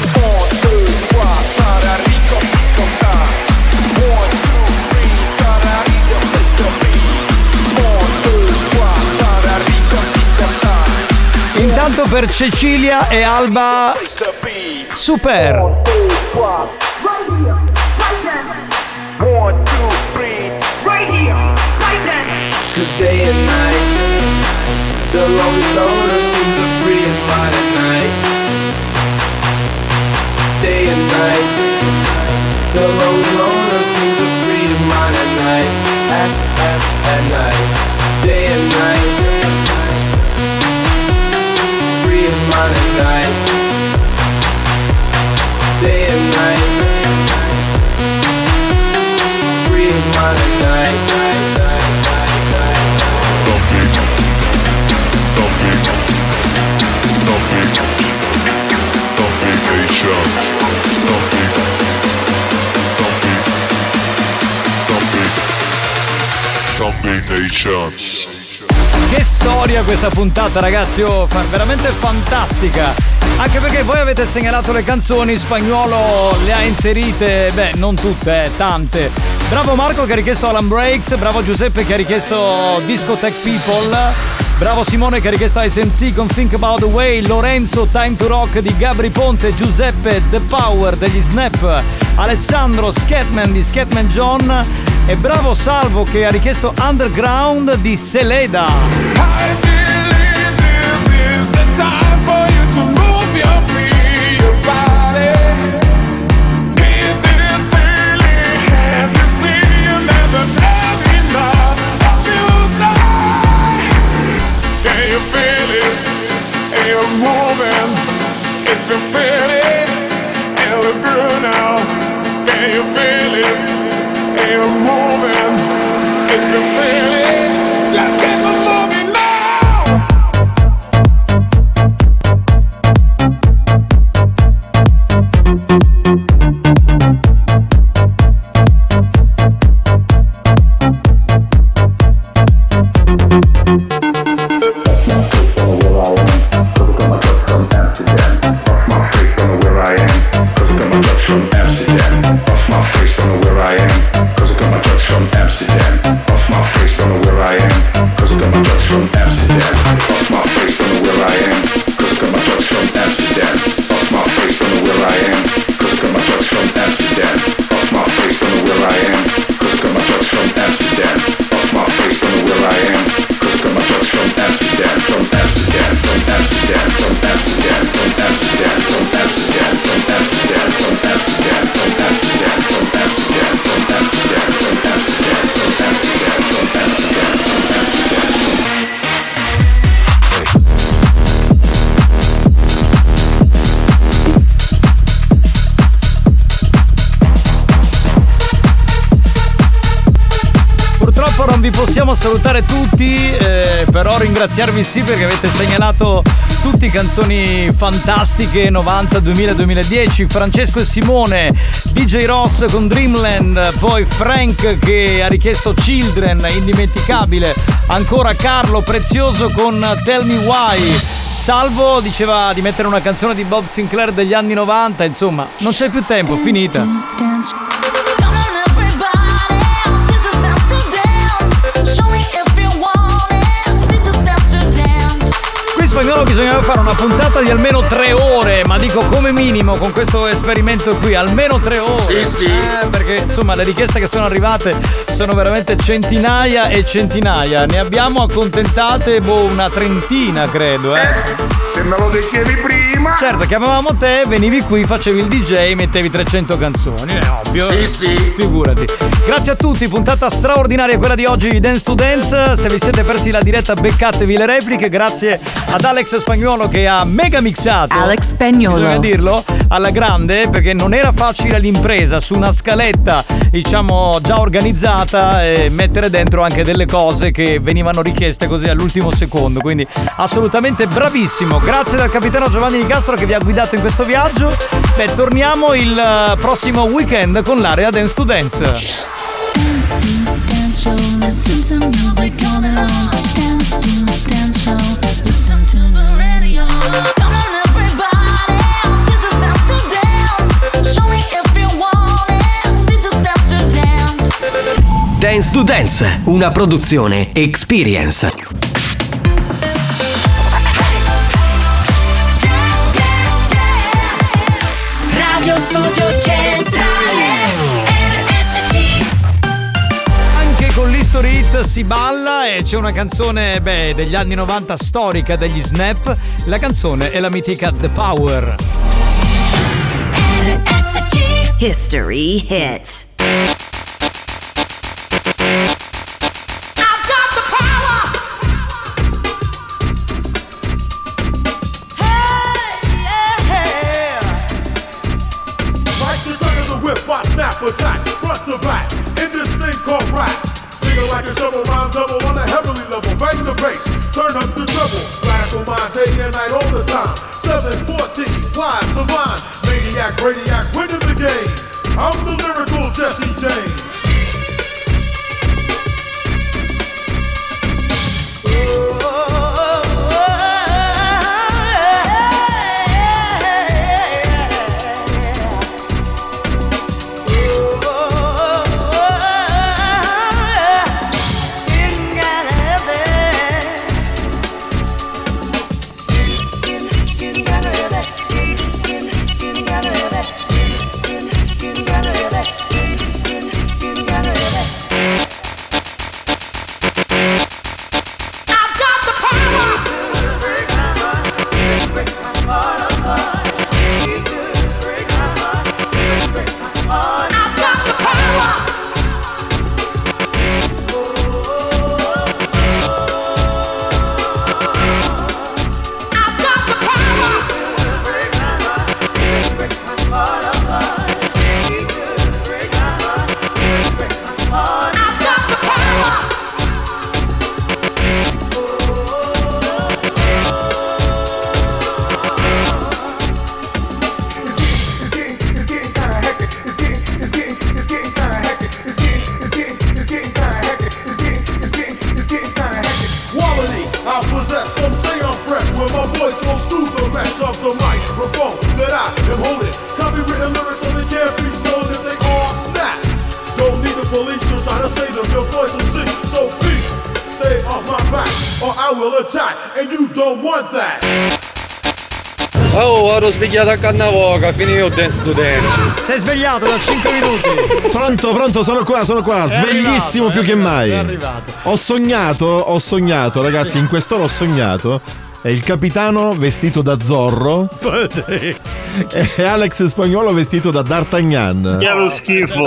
Intanto per Cecilia e Alba, super. Cause day and night, the lonely loner seems to free his mind at night. Day and night, the lonely loner seems to free his mind at night. At, at, at night. Day and night, free his mind at night. Day and night, free his mind at night. Night, night, night, night, night. Che storia questa puntata, ragazzi, oh, fa- veramente fantastica. Anche perché voi avete segnalato le canzoni, Spagnuolo le ha inserite, beh, non tutte, eh, tante. Bravo Marco che ha richiesto Alan Breaks, bravo Giuseppe che ha richiesto Discotheque People, bravo Simone che ha richiesto S M C con Think About the Way, Lorenzo Time to Rock di Gabri Ponte, Giuseppe The Power degli Snap, Alessandro Scatman di Scatman John e bravo Salvo che ha richiesto Underground di Seleda. I believe this is the time for you to move your feet, your body. In this feeling, have you seen you never have enough of you side? Can you feel it? And you're moving. If you feel it, and we're through now. Can you feel it? And you're moving. If you feel it, let's get the moving now. Possiamo salutare tutti, eh, però ringraziarvi sì perché avete segnalato tutte canzoni fantastiche novanta, duemila, duemiladieci. Francesco e Simone, D J Ross con Dreamland, poi Frank che ha richiesto Children, indimenticabile, ancora Carlo Prezioso con Tell Me Why. Salvo diceva di mettere una canzone di Bob Sinclair degli anni novanta, insomma non c'è più tempo, finita. Spagnolo bisognava fare una puntata di almeno tre ore, ma dico come minimo con questo esperimento qui, almeno tre ore. Sì, sì. Eh, perché insomma le richieste che sono arrivate sono veramente centinaia e centinaia. Ne abbiamo accontentate boh, una trentina, credo, eh. Se me lo dicevi prima. Certo, chiamavamo te, venivi qui, facevi il D J, mettevi trecento canzoni, è ovvio. Sì, sì. Figurati. Grazie a tutti, puntata straordinaria quella di oggi di Dance to Dance. Se vi siete persi la diretta, beccatevi le repliche. Grazie ad Alex Spagnuolo che ha mega mixato. Alex Spagnuolo. Bisogna dirlo alla grande, perché non era facile l'impresa su una scaletta, diciamo, già organizzata, e mettere dentro anche delle cose che venivano richieste così all'ultimo secondo. Quindi assolutamente bravissimo. Grazie dal capitano Giovanni Di Castro che vi ha guidato in questo viaggio. Beh, torniamo il uh, prossimo weekend con l'area Dance to Dance. Dance to dance show, listen to music all day long. Dance to dance show, listen to the radio. Come on everybody, this is dance to dance. Show me if you want it, this is dance to dance. Dance to Dance, una produzione Experience. Radio Studio Centrale R S C. Anche con l'History Hit si balla e c'è una canzone, beh, degli anni novanta storica degli Snap. La canzone è la mitica The Power. R S C History Hit. Attack, front to back, in this thing called rap. Feel like a double rhyme double on a heavenly level. Bang the bass, turn up the treble. Radical mind day and night all the time. seven fourteen, wise, divine. Maniac, radiac, winning the game. I'm the lyrical Jesse James. Oh, ero svegliato a Cannavoca, finito il Dance to Dance. Sei svegliato da cinque minuti. Pronto, pronto, sono qua, sono qua, È sveglissimo arrivato, più è che arrivato, mai. è arrivato. Ho sognato, ho sognato, ragazzi, Sì. in quest'ora ho sognato. È il capitano vestito da Zorro Sì. e Alex Spagnuolo vestito da D'Artagnan. Che è lo schifo.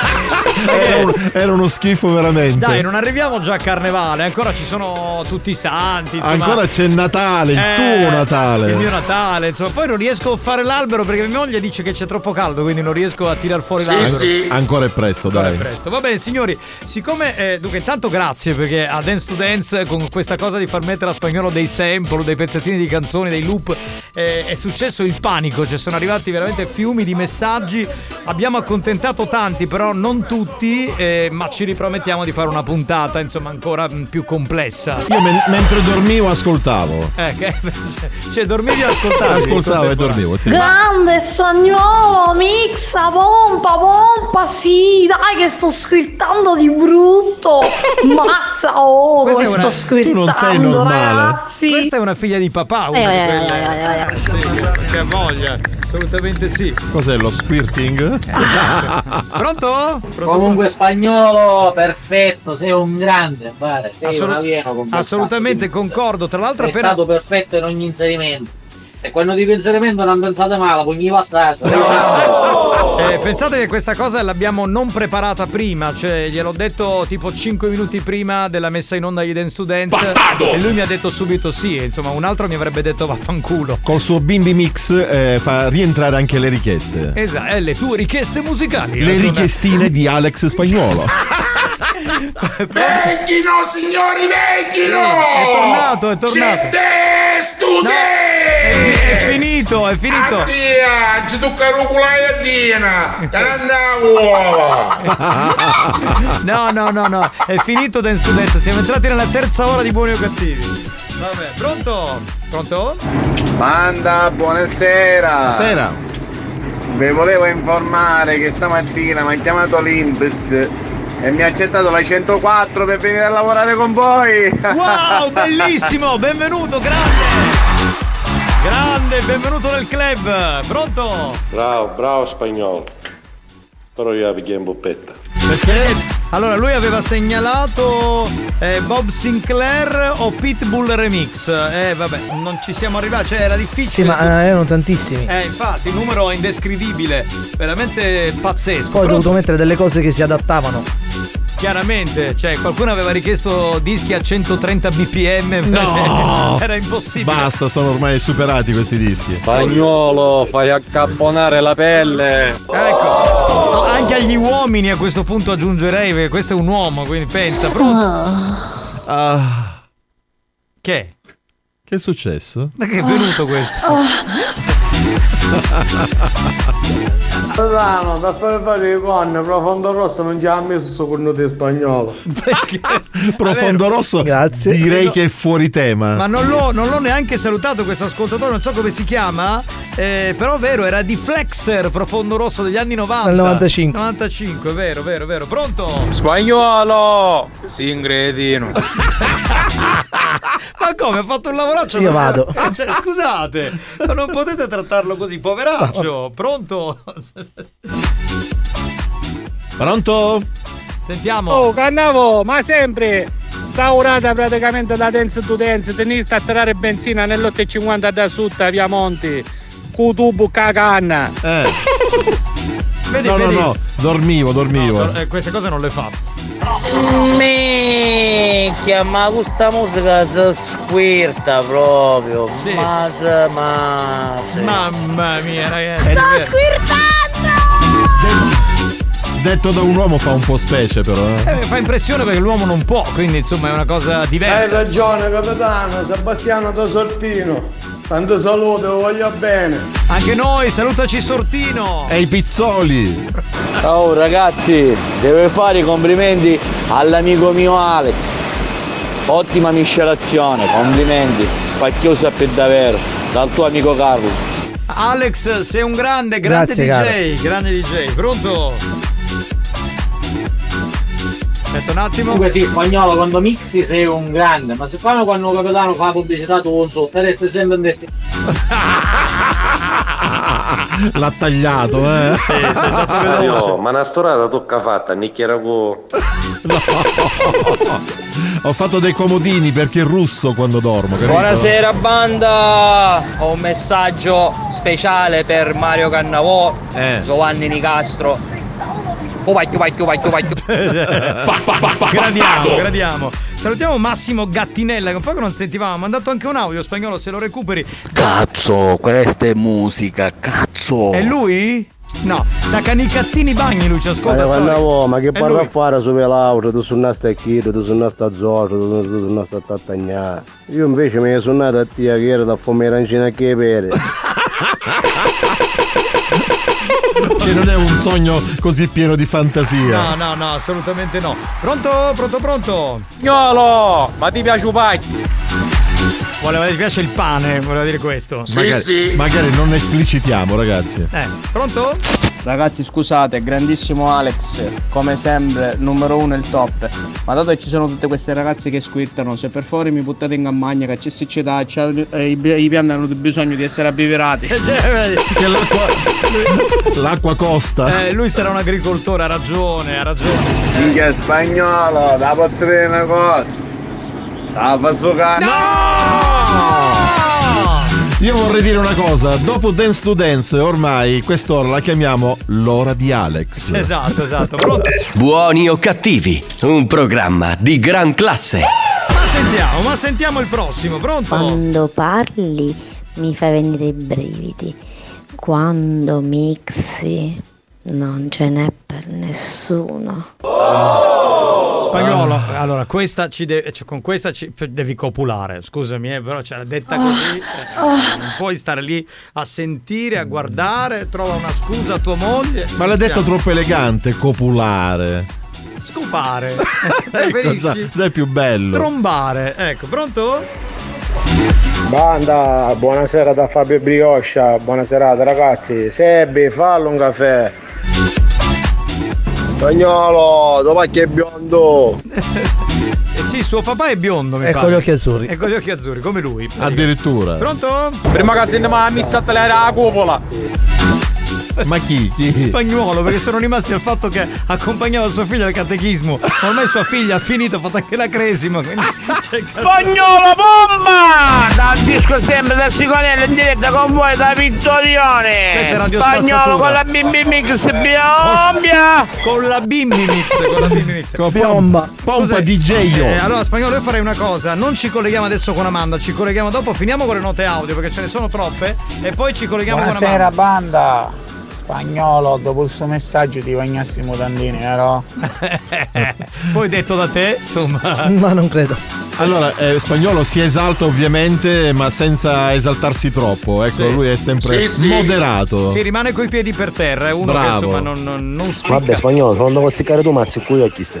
Era, un- era uno schifo veramente. Dai, non arriviamo già a Carnevale, ancora ci sono tutti i santi. Insomma. Ancora c'è Natale, il Eh, tuo Natale. Il mio Natale, insomma. Poi non riesco a fare l'albero perché mia moglie dice che c'è troppo caldo, quindi non riesco a tirar fuori l'albero. Ancora è presto, Ancora dai. è presto. Va bene, signori, siccome eh, dunque intanto grazie perché a Dance to Dance con questa cosa di far mettere a Spagnolo dei sample, dei pezzettini di canzoni, dei loop, eh, è successo il panico, cioè sono arrivati veramente fiumi di messaggi. Abbiamo accontentato tanti, però non tutti, eh, ma ci ripromettiamo di fare una puntata, insomma, ancora mh, più complessa. Io men- mentre dormivo ascoltavo. Eh, che, cioè dormivi e ascoltavi. Ascoltavo e dormivo, sì. Grande Spagnolo, mixa, pompa, pompa. papà, sì, dai che sto squirtando di brutto. Mazza, oh, Questa come è una- sto tu non squirtando, sei normale. ragazzi. Questa è una figlia di papà, una Eh, di eh, quelle. eh, eh, eh. Sì, che ha voglia. Assolutamente sì. Cos'è lo squirting? Esatto. Pronto? Pronto? Comunque Spagnolo, perfetto, sei un grande, pare, sei Assolut- un alieno con questo. assolutamente concordo. Tra l'altro, Sei appena. stato perfetto in ogni inserimento. E quando dico inserimento non pensate male, pugni va stessa. Eh, pensate che questa cosa l'abbiamo non preparata prima, cioè gliel'ho detto tipo cinque minuti prima della messa in onda di Dance to Dance. Bastardo! E lui mi ha detto subito sì, e insomma un altro mi avrebbe detto vaffanculo. Col suo Bimbi Mix eh, fa rientrare anche le richieste. Esatto, eh, le tue richieste musicali. Le richiestine di Alex Spagnuolo. Venghino, signori, venghino! È tornato, è tornato. Siete studenti! È, è finito, è finito. Addio, ci tocca ruculare a Dina! Canna No, no, no, no, è finito Dance to Dance. Siamo entrati nella terza ora di Buoni o Cattivi. Vabbè, pronto? Pronto? Banda, buonasera. Buonasera. Vi volevo informare che stamattina mi ha chiamato l'Inps e mi ha accettato la centoquattro per venire a lavorare con voi. Wow, bellissimo, benvenuto, grande. Grande, benvenuto nel club. Pronto? Bravo, bravo Spagnolo. Però io la pigliai in boppetta. Perché? Allora, lui aveva segnalato eh, Bob Sinclair o Pitbull Remix. Eh, vabbè, non ci siamo arrivati, cioè era difficile. Sì, ma eh, erano tantissimi. Eh, infatti, il numero è indescrivibile, veramente pazzesco. Poi ho Però, dovuto mettere delle cose che si adattavano. chiaramente, cioè qualcuno aveva richiesto dischi a centotrenta bpm. No! Era impossibile. Basta, sono ormai superati questi dischi. Spagnolo, fai accapponare la pelle. Ecco. No, anche agli uomini a questo punto aggiungerei, perché questo è un uomo, quindi pensa. Pronto? Ah. Che? Che è successo? Da che è venuto questo? Tosano, da fare fare i conne, Profondo Rosso non ci ha messo sto corno di spagnolo. Profondo Rosso, grazie. Direi che è fuori tema. Ma non l'ho, non l'ho neanche salutato questo ascoltatore, non so come si chiama, eh, però è vero, era di Flexter, Profondo Rosso degli anni novanta. Del novantacinque. novantacinque, vero, vero, vero. Pronto? Spagnolo! Singredino. Ma come? Ha fatto un lavoraccio? Io vado. Eh, cioè, scusate, ma non potete trattarlo così, poveraccio. Pronto? Pronto? Sentiamo. Oh, Cannavo, ma sempre saurata praticamente da Dance to Dance, teniste a tirare benzina nell'otto e cinquanta da sud a Viamonti, cu tubo cacanna. Eh. Vedi, no, vedi? no, no, dormivo, dormivo. No, eh, queste cose non le fa. Minchia, ma questa musica si squirta proprio. Sì. Ma se, ma se. Mamma mia, ragazzi. Sto Detto da un uomo fa un po' specie, però. Eh. Eh, fa impressione perché l'uomo non può, quindi insomma è una cosa Hai diversa. ragione, capitano, Sebastiano da Sortino. Tanto saluto, lo voglio bene. Anche noi, salutaci Sortino. E i pizzoli. Oh ragazzi, devo fare i complimenti all'amico mio Alex. Ottima miscelazione, complimenti. Spacchiosa per davvero, dal tuo amico Carlo. Alex, sei un grande, grande Grazie, D J, caro. grande D J. Pronto? Aspetta un attimo. Comunque sì, Spagnolo, quando mixi sei un grande, ma siccome quando un capitano fa pubblicità tu non so, te resti sempre in destino. L'ha tagliato, eh. Sì, sei stato veloce. Io, ma una storata tocca fatta, nicchiera co. No. Ho fatto dei comodini perché è russo quando dormo, capito? Buonasera banda, ho un messaggio speciale per Mario Cannavò, Eh. Giovanni Nicastro. Oh vai, vai, vai, vai, vai. Gradiamo, gradiamo. Salutiamo Massimo Gattinella, che un po' che non sentivamo. Ha mandato anche un audio spagnolo, se lo recuperi. Cazzo, questa è musica, cazzo. È lui? No, da Canicattini Bagni lui ci ascolta. Ma, storia. ma che È parla a lui. fare su l'auto, tu sono sta chiedo, tu sono sta zoccio, tu sono sta tattagnà. Io invece mi sono nato a tia che era da fumare arancina che pere. Che non è un sogno così pieno di fantasia. No, no, no, assolutamente no. Pronto? Pronto, pronto? Spagnolo, ma ti piace un pacchi? Voleva, ti piace il pane, voleva dire questo. magari, magari non esplicitiamo, ragazzi. Eh, pronto? Ragazzi scusate, grandissimo Alex, come sempre numero uno il top. Ma dato che ci sono tutte queste ragazze che squirtano, se per favore mi buttate in campagna che c'è siccità, c'è, eh, i, i pianti hanno bisogno di essere abbeverati. Che l'acqua, l'acqua costa. Eh, lui sarà un agricoltore, ha ragione, ha ragione. Minchia spagnolo, da posso dire una cosa. Da faccio cane. No! Io vorrei dire una cosa, dopo Dance to Dance ormai quest'ora la chiamiamo l'ora di Alex. Esatto, esatto. Pronto? Buoni o cattivi, un programma di gran classe. Ma sentiamo, ma sentiamo il prossimo, pronto? Quando parli mi fai venire i brividi. Quando mixi non ce n'è per nessuno. Spagnolo, allora questa ci deve, cioè, con questa ci devi copulare, scusami, eh, però ce l'ha detta così, eh, non puoi stare lì a sentire, a guardare, trova una scusa a tua moglie. Ma l'ha detto troppo elegante, copulare. Scopare. Ecco, è più bello. Trombare, ecco, pronto? Banda, buonasera da Fabio Brioscia, buona serata ragazzi. Sebbi, fallo un caffè. Spagnolo, dov'è che è biondo? Eh sì, suo papà è biondo, mi E pare. con gli occhi azzurri. E con gli occhi azzurri, come lui. Addirittura. Pronto? Prima che se ne va a missa la cupola. Ma chi? chi? Spagnuolo, perché sono rimasti al fatto che accompagnava sua figlia al catechismo. Ormai sua figlia ha finito, ha fatto anche la cresima. Quindi Spagnolo bomba! Dal disco sempre da Sigonello in diretta con voi da Vittorione. Spagnolo con la Bimbi Mix Biombia. Con la Bimbi Mix, con la Bimbi Mix. Con pompa, pompa D J. Eh, allora Spagnolo, io farei una cosa, non ci colleghiamo adesso con Amanda, ci colleghiamo dopo, finiamo con le note audio perché ce ne sono troppe e poi ci colleghiamo Buonasera, con Amanda. banda. Spagnolo, dopo il suo messaggio ti bagnassi i mutandini, vero? Poi detto da te, insomma. Ma non credo. Allora, eh, Spagnolo si esalta ovviamente, ma senza esaltarsi troppo. Ecco, Sì. lui è sempre Sì, sì. moderato. Si rimane coi piedi per terra, è uno Bravo. che insomma non, non, non spicca. Vabbè Spagnolo, quando vuoi ziccare tu mazzi qui a chissà.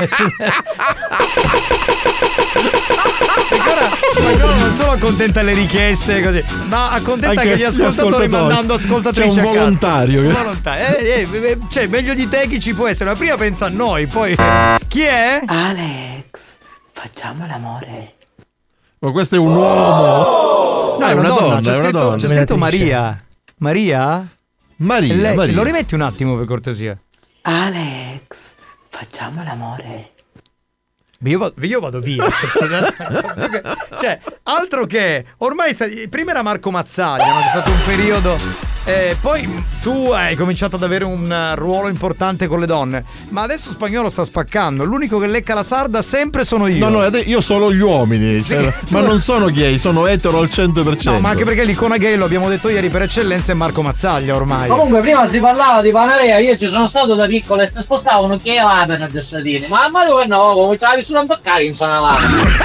Ancora Spagnolo non solo accontenta le richieste così, ma accontenta Anche anche gli gli ascoltatori, ascoltatori. mandando ascoltatrici C'è un a casa. volontario. Un volontario. Eh, eh, eh, cioè, meglio di te chi ci può essere? Ma prima pensa a noi, poi. Chi è? Alex, facciamo l'amore. Ma questo è un uomo. No, è una donna, c'è è una scritto, donna. c'è scritto Maria. Maria? Maria, Lei- Maria. Lo rimetti un attimo per cortesia. Alex, facciamo l'amore. Io vado, io vado via. Cioè, scusate. Cioè, altro che ormai sta, prima era Marco Mazzaglia, no? C'è stato un periodo. Eh, poi tu hai cominciato ad avere un uh, ruolo importante con le donne. Ma adesso Spagnolo sta spaccando. L'unico che lecca la sarda sempre sono io. No, no, ade- io sono gli uomini, Sì. cioè, ma non sono gay, sono etero al cento per cento. No, ma anche perché l'icona gay, lo abbiamo detto ieri per eccellenza, è Marco Mazzaglia ormai. Comunque prima si parlava di Panarea, io ci sono stato da piccolo e si spostavano che là per i gestadini. Ma a Mario che no, cominciava a vissuto a toccare in zona là.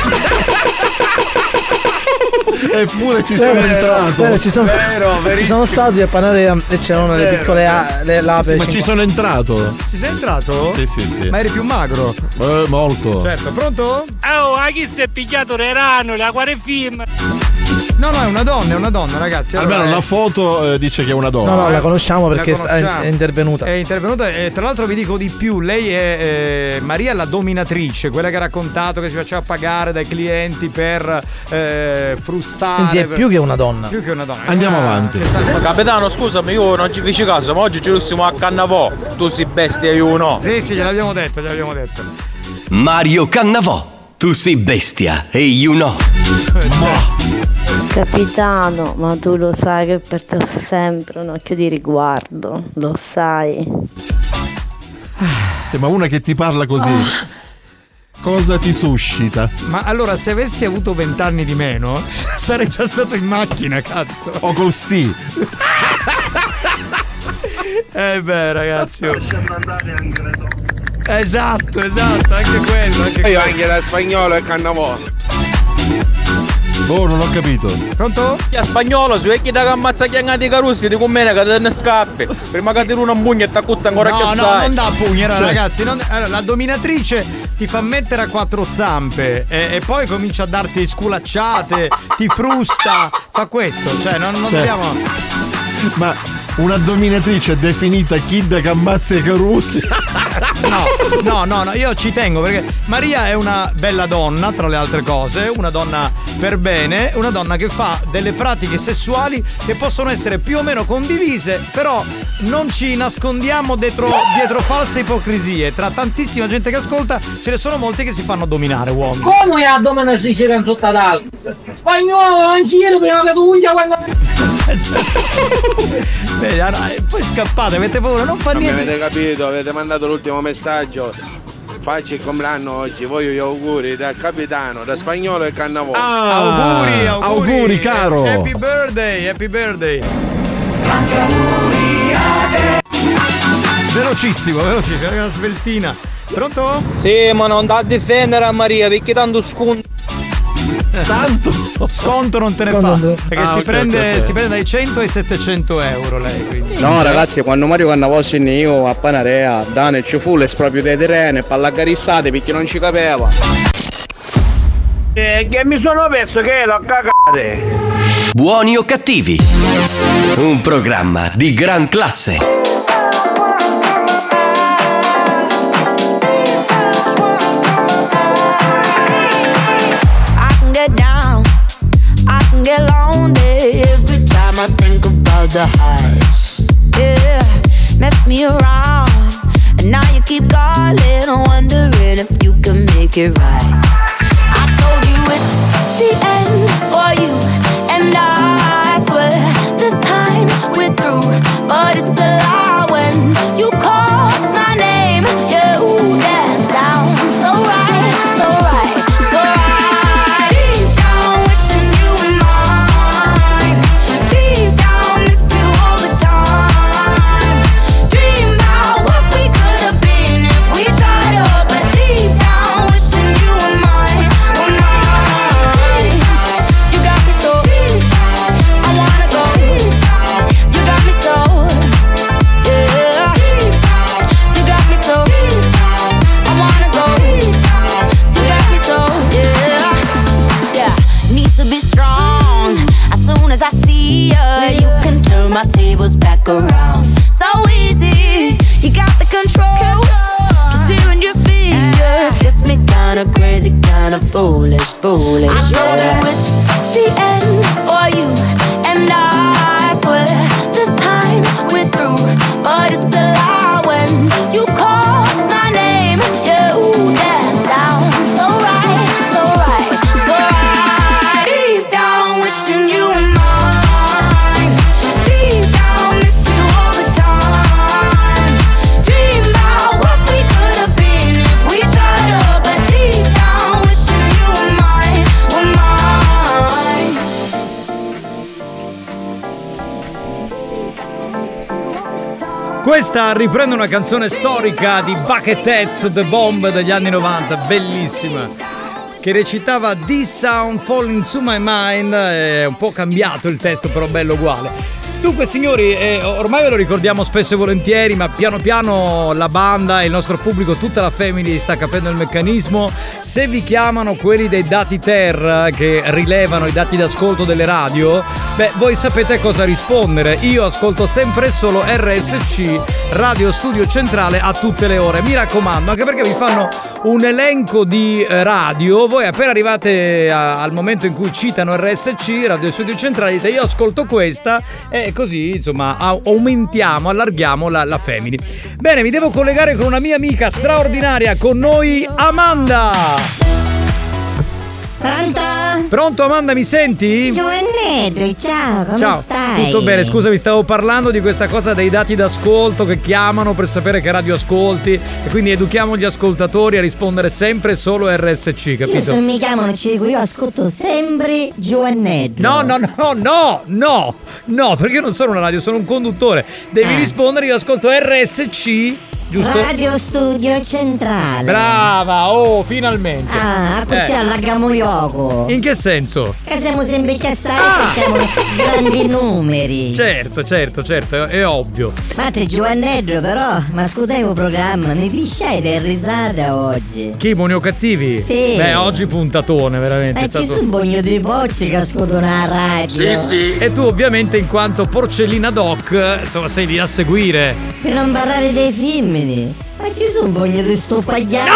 Eppure ci sono entrato. Eh, ci sono, Vero, ci verissimo. sono stati a Panarea e c'erano le Vero, piccole a, le lape. Ma ci sono entrato. Ci sei entrato? Sì, sì, sì. Ma eri più magro? Eh, molto. Certo, pronto? Oh, a chi si è pigliato le rano, la quale film? No, no, è una donna, è una donna, ragazzi. Allora, Almeno è- la foto eh, dice che è una donna. No, no, la Eh. conosciamo La perché sta- conosciamo. è intervenuta. È intervenuta e tra l'altro vi dico di più, lei è eh, Maria la dominatrice, quella che ha raccontato che si faceva pagare dai clienti per eh, frustare. Quindi è per- più che una donna. Più che una donna. Andiamo Ah, avanti. che sa- Capitano, scusami, io non ci feci caso, ma oggi ci riusciamo a Cannavò. Tu sei bestia e io no. Sì, sì, gliel'abbiamo detto, gliel'abbiamo detto. Mario Cannavò, tu sei bestia e io no. Capitano, ma tu lo sai che per te ho sempre un occhio di riguardo, lo sai. Sì, ma una che ti parla così, cosa ti suscita? Ma allora, se avessi avuto vent'anni di meno, sarei già stato in macchina, cazzo. O col sì. Eh beh, ragazzi. oh. Esatto, esatto, anche quello, anche Io quello. anche da Spagnolo e Cannavò. Oh, non ho capito. Pronto? Chi è Spagnolo, su vecchi da che ammazza chiangati i carussi, di come che te ne scappi. Prima che tiri una pugna e ti accuzza ancora No, che no, sai. non da pugni, allora, Cioè. ragazzi. non- allora, la dominatrice ti fa mettere a quattro zampe e, e poi comincia a darti sculacciate, ti frusta, fa questo. Cioè, non, non Cioè. dobbiamo. Ma una dominatrice definita Kid che ammazza i Carusi. No, no, no, no, io ci tengo perché Maria è una bella donna, tra le altre cose, una donna per bene, una donna che fa delle pratiche sessuali che possono essere più o meno condivise, però non ci nascondiamo dietro, dietro false ipocrisie. Tra tantissima gente che ascolta ce ne sono molti che si fanno dominare, uomini. Come è a dominarsi ci canzota d'Alex? Spagnolo, non giro prima che tu unghia quando... Beh, poi scappate, avete paura, non fa non niente. Mi avete capito, avete mandato l'ultimo messaggio. Facci il compleanno oggi, voglio gli auguri dal capitano, da Spagnolo e Cannavò. Ah, auguri, auguri, auguri, caro. Happy birthday, happy birthday. Velocissimo, velocissimo, una sveltina. Pronto? Sì, ma non da difendere a Maria perché tanto sconto. Tanto sconto non te ne Sconto fa non- perché Ah, si, ok, prende, ok, ok. si prende dai cento ai settecento euro lei, quindi. No ragazzi, quando Mario Cannavò se ne io a Panarea, Dane ci fu l'esproprio dei terreni, pallagarissate perché non ci capeva. Eh, che mi sono perso che l'ho cagate. Buoni o cattivi? Un programma di gran classe. I can get down, I can get lonely every time I think about the highs. Yeah, mess me around, and now you keep calling, wondering if you can make it right. I told you it's the end for you, and I swear this time we're through, but it's a lie when you call my name. Yeah, ooh, that sounds so right, so right, so right. Deep down wishing you were mine. Deep down miss you all the time. Dream about what we could have been if we tried up, but deep down wishing you were mine, were mine. You got me so I wanna go. You got me so yeah. You got me so I wanna go. You got me so yeah. Yeah, need to be strong. As soon as I see ya, you can turn my tables back around. So easy, you got the control. Just hearing your speech just gets me kinda crazy, kinda foolish, foolish. I told you it's the end for you, and I swear this time we're through, but it's a lie when you call my name. Yeah, ooh, that sounds so right, so right, so right. Deep down wishing you were mine. Deep down miss you all the time. Dream about what we could have been if we tried up, but deep down wishing you were mine, were mine. Questa riprende una canzone storica di Bucketheads, The Bomb degli anni novanta, bellissima, che recitava This Sound Falling to My Mind. È un po' cambiato il testo, però bello uguale. Dunque signori, eh, ormai ve lo ricordiamo spesso e volentieri, ma piano piano la banda e il nostro pubblico, tutta la family sta capendo il meccanismo. Se vi chiamano quelli dei dati Ter che rilevano i dati d'ascolto delle radio, beh, voi sapete cosa rispondere. Io ascolto sempre solo R S C, Radio Studio Centrale, a tutte le ore. Mi raccomando, anche perché vi fanno un elenco di eh, radio. Voi appena arrivate a, al momento in cui citano R S C, Radio Studio Centrale, dite io ascolto questa, e così insomma aumentiamo, allarghiamo la, la family. Bene, mi devo collegare con una mia amica straordinaria, con noi Amanda. Pronto? Pronto Amanda, mi senti? Giovannello, ciao, come Ciao, stai? tutto bene, scusami, stavo parlando di questa cosa dei dati d'ascolto che chiamano per sapere che radio ascolti, e quindi educhiamo gli ascoltatori a rispondere sempre solo R S C, capito? Io se mi chiamano ci dico, io ascolto sempre Giovannello. No, no, no, no, no, no, perché io non sono una radio, sono un conduttore. Devi Eh. rispondere, io ascolto R S C giusto? Radio Studio Centrale. Brava, oh, finalmente. Ah, così Eh. allarghiamo gioco. In che senso? Che siamo sempre chiassati Ah! e facciamo grandi numeri. Certo, certo, certo, è, è ovvio. Ma te Giovannello però, ma scudevo programma, mi pisciai del risata oggi. Chi, buoni o cattivi? Sì. Beh, oggi puntatone, veramente. E è ci stato- sono bogno di bocci che ascoltano la radio. E tu ovviamente in quanto porcellina doc, insomma, sei lì a seguire. Per non parlare dei femmini. Ma ci sono bogno di sto pagliato.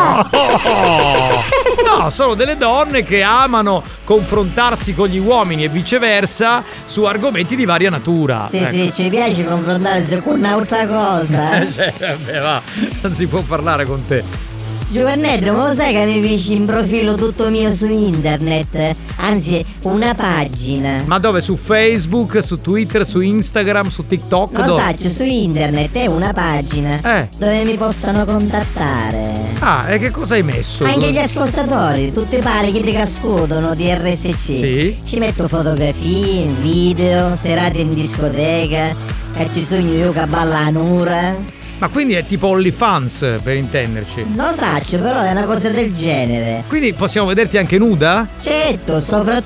No, sono delle donne che amano confrontarsi con gli uomini e viceversa su argomenti di varia natura. Sì, Ecco. sì, ci piace confrontarsi con un'altra cosa. Eh, cioè, vabbè, va, non si può parlare con te. Giovannello, ma lo sai che mi feci in profilo tutto mio su internet? Anzi, una pagina. Ma dove? Su Facebook, su Twitter, su Instagram, su TikTok? Lo dove? sai, su internet è una pagina Eh. dove mi possono contattare. Ah, e che cosa hai messo? Anche gli ascoltatori, tutti pare che ascoltano di R S C. Sì. Ci metto fotografie, video, serate in discoteca, che ci sono io che ballo a nura. Ma quindi è tipo OnlyFans, per intenderci. Non saccio, però è una cosa del genere. Quindi possiamo vederti anche nuda? Certo,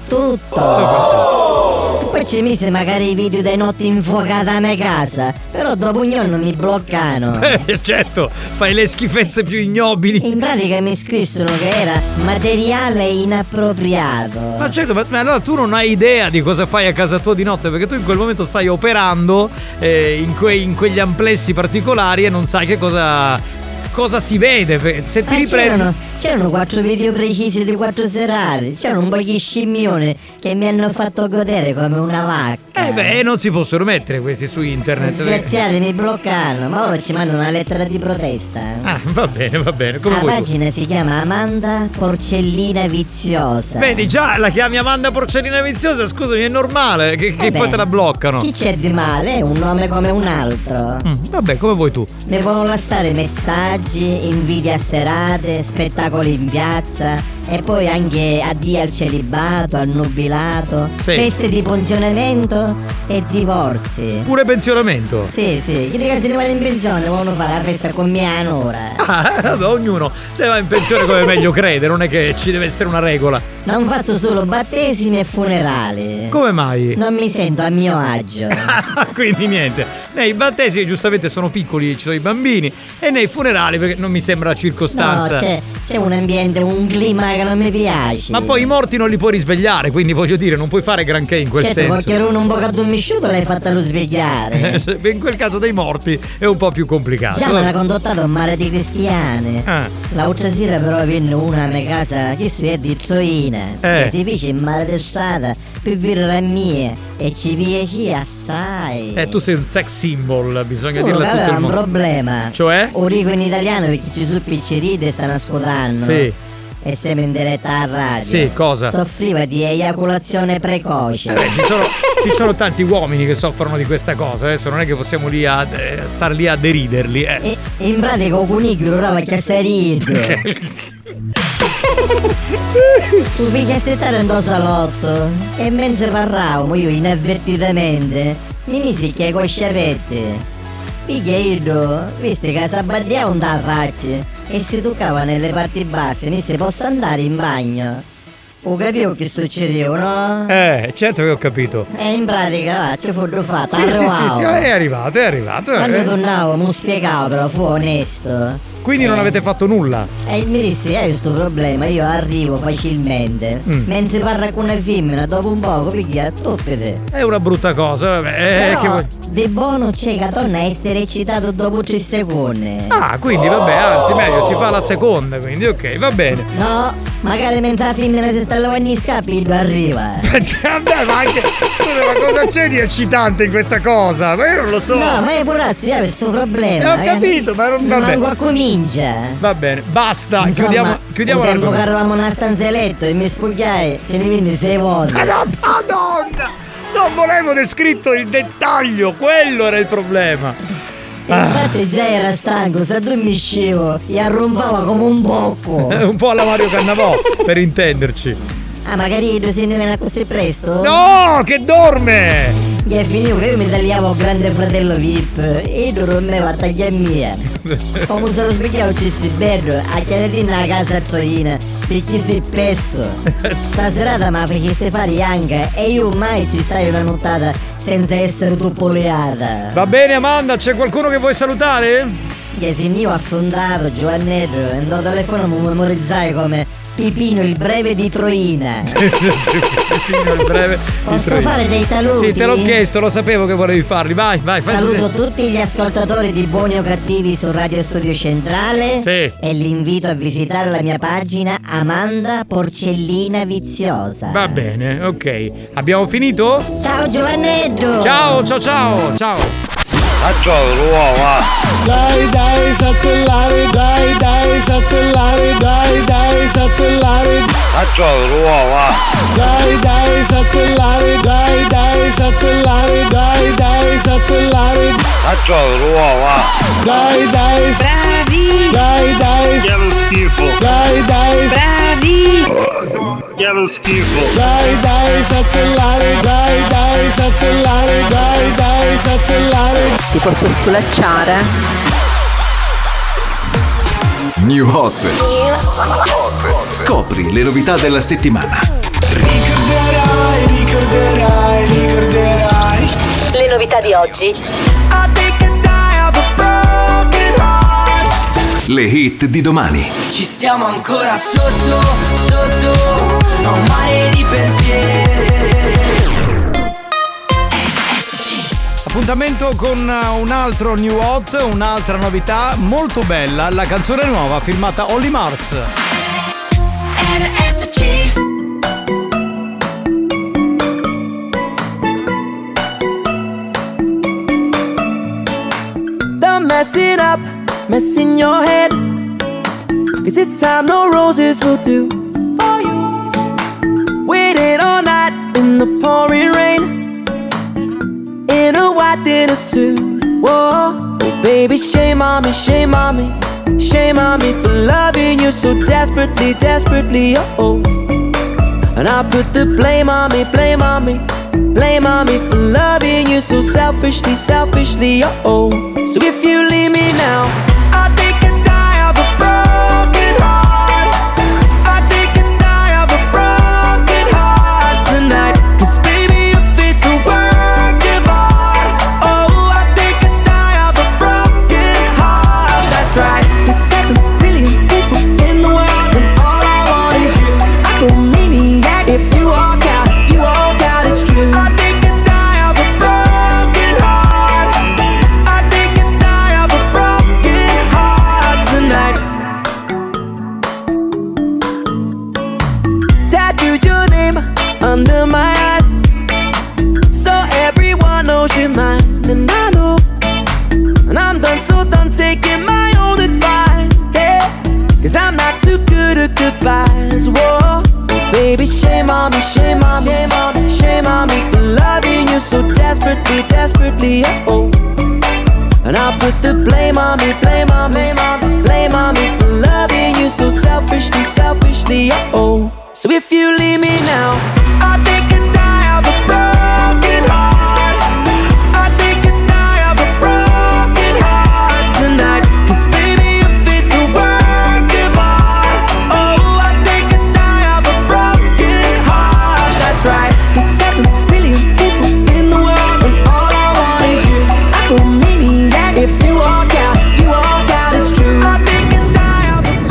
soprattutto. Poi ci mise magari i video dei notti infuocate a me casa. Però dopo un giorno mi bloccano. Eh, certo, fai le schifezze più ignobili. In pratica mi scrissero che era materiale inappropriato. Ma certo, ma, ma allora tu non hai idea di cosa fai a casa tua di notte, perché tu in quel momento stai operando eh, in, quei, in quegli amplessi particolari e non sai che cosa, cosa si vede. Se ti Ma riprendi. c'erano, c'erano quattro video precisi di quattro serate. C'erano un po' di scimmioni che mi hanno fatto godere come una vacca. Eh beh, non si possono mettere questi su internet. Sgraziati, mi bloccano, ma ora ci mandano una lettera di protesta. Ah, va bene, va bene. Come La vuoi tu. pagina si chiama Amanda Porcellina Viziosa. Vedi, già la chiami Amanda Porcellina Viziosa, scusami, è normale che, che Eh poi beh, te la bloccano. Chi c'è di male? È un nome come un altro. Mm, vabbè, come vuoi tu. Mi possono lasciare messaggi, inviti a serate, spettacoli in piazza e poi anche addio al celibato, al nubilato, Sì. feste di pensionamento e divorzi. Pure pensionamento. Sì, sì, chi che si rimane in pensione vogliono fare la festa con mia nora. Ah, vabbè, ognuno se va in pensione come meglio crede, non è che ci deve essere una regola. Non faccio solo battesimi e funerali. Come mai? Non mi sento a mio agio. Quindi niente. Nei battesimi giustamente sono piccoli, ci sono i bambini, e nei funerali perché non mi sembra la No, circostanza. c'è, c'è un ambiente, un clima che non mi piace. Ma poi i morti non li puoi risvegliare, quindi voglio dire, non puoi fare granché in quel certo, senso. perché uno un po' addormisciuto l'hai fatta lo svegliare. In quel caso dei morti è un po' più complicato. Già me l'ha condottato un mare di cristiane. Ah. L'altra sera però venne una a mia casa che si è di Zoina. Eh. Che si fece in mare d'estate per birra mia e ci piace assai. Eh, tu sei un sex symbol, bisogna Solo dirlo che a tutto aveva il un mondo. problema. Cioè? Lo dico in italiano perché ci sono piccerite e stanno ascoltando. Sì. E siamo in diretta a radio. Sì, cosa? Soffriva di eiaculazione precoce. Eh, ci, sono, ci sono tanti uomini che soffrono di questa cosa, adesso non è che possiamo lì a eh, star lì a deriderli. Eh. E in pratica il cunicolo era che sarito. Tu piglia settare in salotto e mentre parlavamo io inavvertitamente mi misi che con sciavette. Piglia io, visto che s'abbagliava un da faccia e si toccava nelle parti basse, mi si posso andare in bagno. O capivo che succedeva, no? Eh, certo che ho capito. E in pratica va, ci fu fatto, Sì, sì, sì, arrivavo. sì, è arrivato, è arrivato. Quando eh. tornavo mi spiegavo però, fu onesto. Quindi non Eh. avete fatto nulla. E mi disse, hai questo problema, io arrivo facilmente. Mm. Mentre parla con una femmina, dopo un poco piglia toppete. È una brutta cosa, vabbè. eh, Però che vuoi- di buono c'è che torna a essere eccitato dopo tre secondi. Ah, quindi vabbè, anzi meglio, si fa la seconda, quindi ok, va bene. No, magari mentre la femmina si sta lavando gli scappi, lui arriva. Cioè, vabbè, ma anche. Scusa, ma cosa c'è di eccitante in questa cosa? Ma io non lo so. No, ma è purazzo, io ho questo problema. Eh, ho capito, ma non- vabbè. Manco a comincia. Va bene, basta, Insomma, chiudiamo, chiudiamo un tempo che l'argomento. eravamo in una stanza letto e mi spugliai, se ne venne sei volte. Madonna! Non volevo descritto il dettaglio, quello era il problema. Ah. Infatti già era stanco, se addormiscevo e arrompava come un bocco. Un po' alla Mario Cannavò, per intenderci. Ah, magari tu si ne così presto? No, che dorme! Che è finito che io mi tagliavo Grande Fratello V I P e io non mi va a tagliare mia. Come se lo svegliavo ci si bello, a chiaretina a casa troina, perché sei pesso. Stasera mi faceste fare anche e io mai ci stai una nottata senza essere troppo leata. Va bene Amanda, c'è qualcuno che vuoi salutare? Che se io ho affrontato Giovannetto e andò al telefono mi memorizzai come Pipino il breve di Troina. Pipino il breve Posso di Troina. fare dei saluti? Sì, te l'ho chiesto, lo sapevo che volevi farli. Vai, vai, fai. Saluto tutti gli ascoltatori di Buoni o Cattivi su Radio Studio Centrale. Sì. E li invito a visitare la mia pagina Amanda Porcellina Viziosa. Va bene, ok. Abbiamo finito? Ciao Giovannetto. Ciao, ciao, ciao, ciao. Dai dai satellare, dai dai satellare, dai dai satellare. Dai dai satellare, dai dai satellare, dai dai satellare. Dai dai bravi. Dai dai Che lo schifo. Dai dai bravi. Che lo schifo. Dai dai satellare, dai dai satellare, dai dai satellare. Ti posso sculacciare? New Hot. Scopri le novità della settimana. Ricorderai, ricorderai, ricorderai le novità di oggi. Le hit di domani. Ci stiamo ancora sotto, sotto a un mare di pensieri. Appuntamento con un altro New Hot, un'altra novità molto bella, la canzone nuova firmata Olly Mars. R S C. Don't mess it up, mess in your head. Cause this time no roses will do for you. Waited all night in the pouring rain, in a white dinner suit. Whoa, oh, baby, shame on me, shame on me, shame on me for loving you so desperately, desperately. Oh, oh. And I put the blame on me, blame on me, blame on me for loving you so selfishly, selfishly. Oh, oh. So if you leave me now, I think I die of a broken heart. I think I die of a broken heart tonight. Cause baby, your face will work of art. Oh, I think I die of a broken heart. That's right. There's seven billion people in the world and all I want is you. I go maniac if you walk out, if you walk out, it's true. I think I die of a broken heart. I think I die of a broken heart tonight. Tattooed your name under my eyes, so everyone knows you're mine. And I know, and I'm done, so done taking my own advice. Yeah, cause I'm not too good at goodbyes. Whoa, baby, shame on me, shame on me, shame on me, shame on me for loving you so desperately, desperately. Oh, and I put the blame on me, blame on me, blame on me, blame on me for loving you so selfishly, selfishly. Oh, so if you leave me now, I think I die of a broken heart. I think I die of a broken heart tonight. Cause baby, your face will work of art. Oh, I think I die of a broken heart. That's right. There's seven billion people in the world and all I want is you. I go maniac if you walk out, if you walk out, it's true. I think I die of a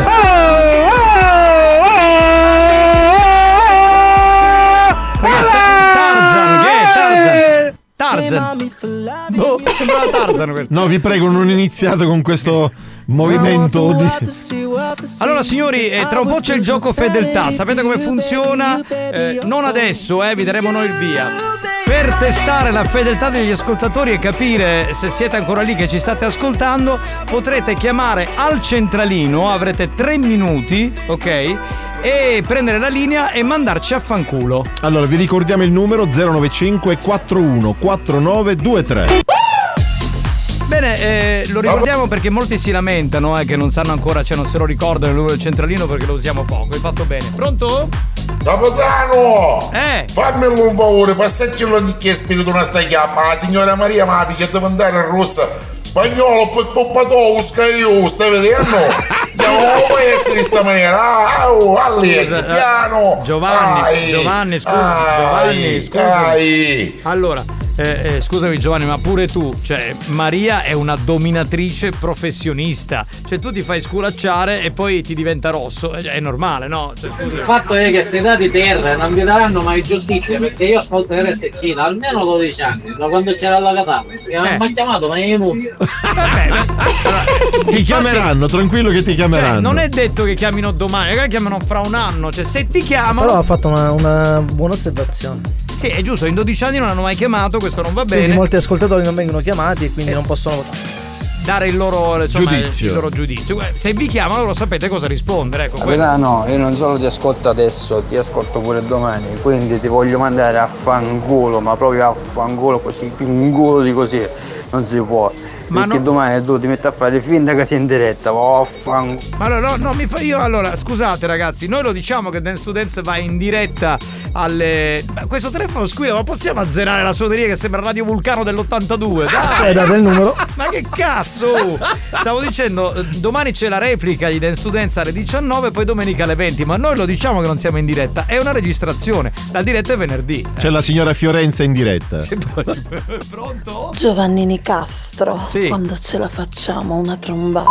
Tarzan, che è Tarzan? Tarzan. Oh, sembrava Tarzan questo. No, vi prego, non iniziate con questo movimento di... Allora signori, eh, tra un po' c'è il gioco fedeltà. Sapete come funziona? Eh, non adesso, eh, vi daremo noi il via. Per testare la fedeltà degli ascoltatori e capire se siete ancora lì che ci state ascoltando, potrete chiamare al centralino, avrete tre minuti, ok? E prendere la linea e mandarci a fanculo. Allora, vi ricordiamo il numero zero nove cinque quattro uno quattro nove due tre. Bene, eh, lo ricordiamo perché molti si lamentano eh, che non sanno ancora, cioè non se lo ricordano il numero del centralino perché lo usiamo poco. Hai fatto bene. Pronto? Capitano! Eh! Fammelo un favore, passaccelo di che spirito non sta chiamando. La signora Maria ma fece deve andare in rossa. Spagnolo, poi toppato, io, stai vedendo? Non può essere di sta maniera. Ah, oh, all'legge, Scusa, piano. Giovanni, Ai, Giovanni, scusa, ai, Giovanni, scusami. ai. Allora, eh, eh, scusami Giovanni, ma pure tu, cioè Maria è una dominatrice professionista, cioè tu ti fai sculacciare e poi ti diventa rosso, è normale, no? Cioè, Il fatto è che questi dati terra non vi daranno mai giustizia perché io ascolto R S C da almeno dodici anni, da quando c'era la Catania. Mi ha chiamato, ma è inutile. Ti chiameranno, tranquillo che ti chiameranno. Cioè, non è detto che chiamino domani, magari chiamano fra un anno, cioè se ti chiamano. Però ha fatto una, una buona osservazione. Sì, è giusto, in dodici anni non hanno mai chiamato, questo non va bene. Quindi molti ascoltatori non vengono chiamati e quindi eh. non possono votare. Dare il loro, insomma, giudizio. il loro giudizio. Se vi chiamano lo sapete cosa rispondere. Ecco, Capitano, io non solo ti ascolto adesso, ti ascolto pure domani, quindi ti voglio mandare a fanculo, ma proprio a fanculo così, un culo di così, non si può. Ma perché no, domani tu ti metti a fare finta che sei in diretta, oh, fan... Ma no, no, no, mi fa io allora, scusate ragazzi, noi lo diciamo che Dance to Dance va in diretta alle. Questo telefono squilla, ma possiamo azzerare la suoneria che sembra Radio Vulcano dell'ottantadue? Dai! Eh, date il numero. Ma che cazzo! Stavo dicendo, domani c'è la replica di Dance to Dance alle diciannove, poi domenica alle venti, ma noi lo diciamo che non siamo in diretta, è una registrazione, la diretta è venerdì. C'è la signora Fiorenza in diretta. Pronto? Giovannini Castro, sì. Quando ce la facciamo una trombata?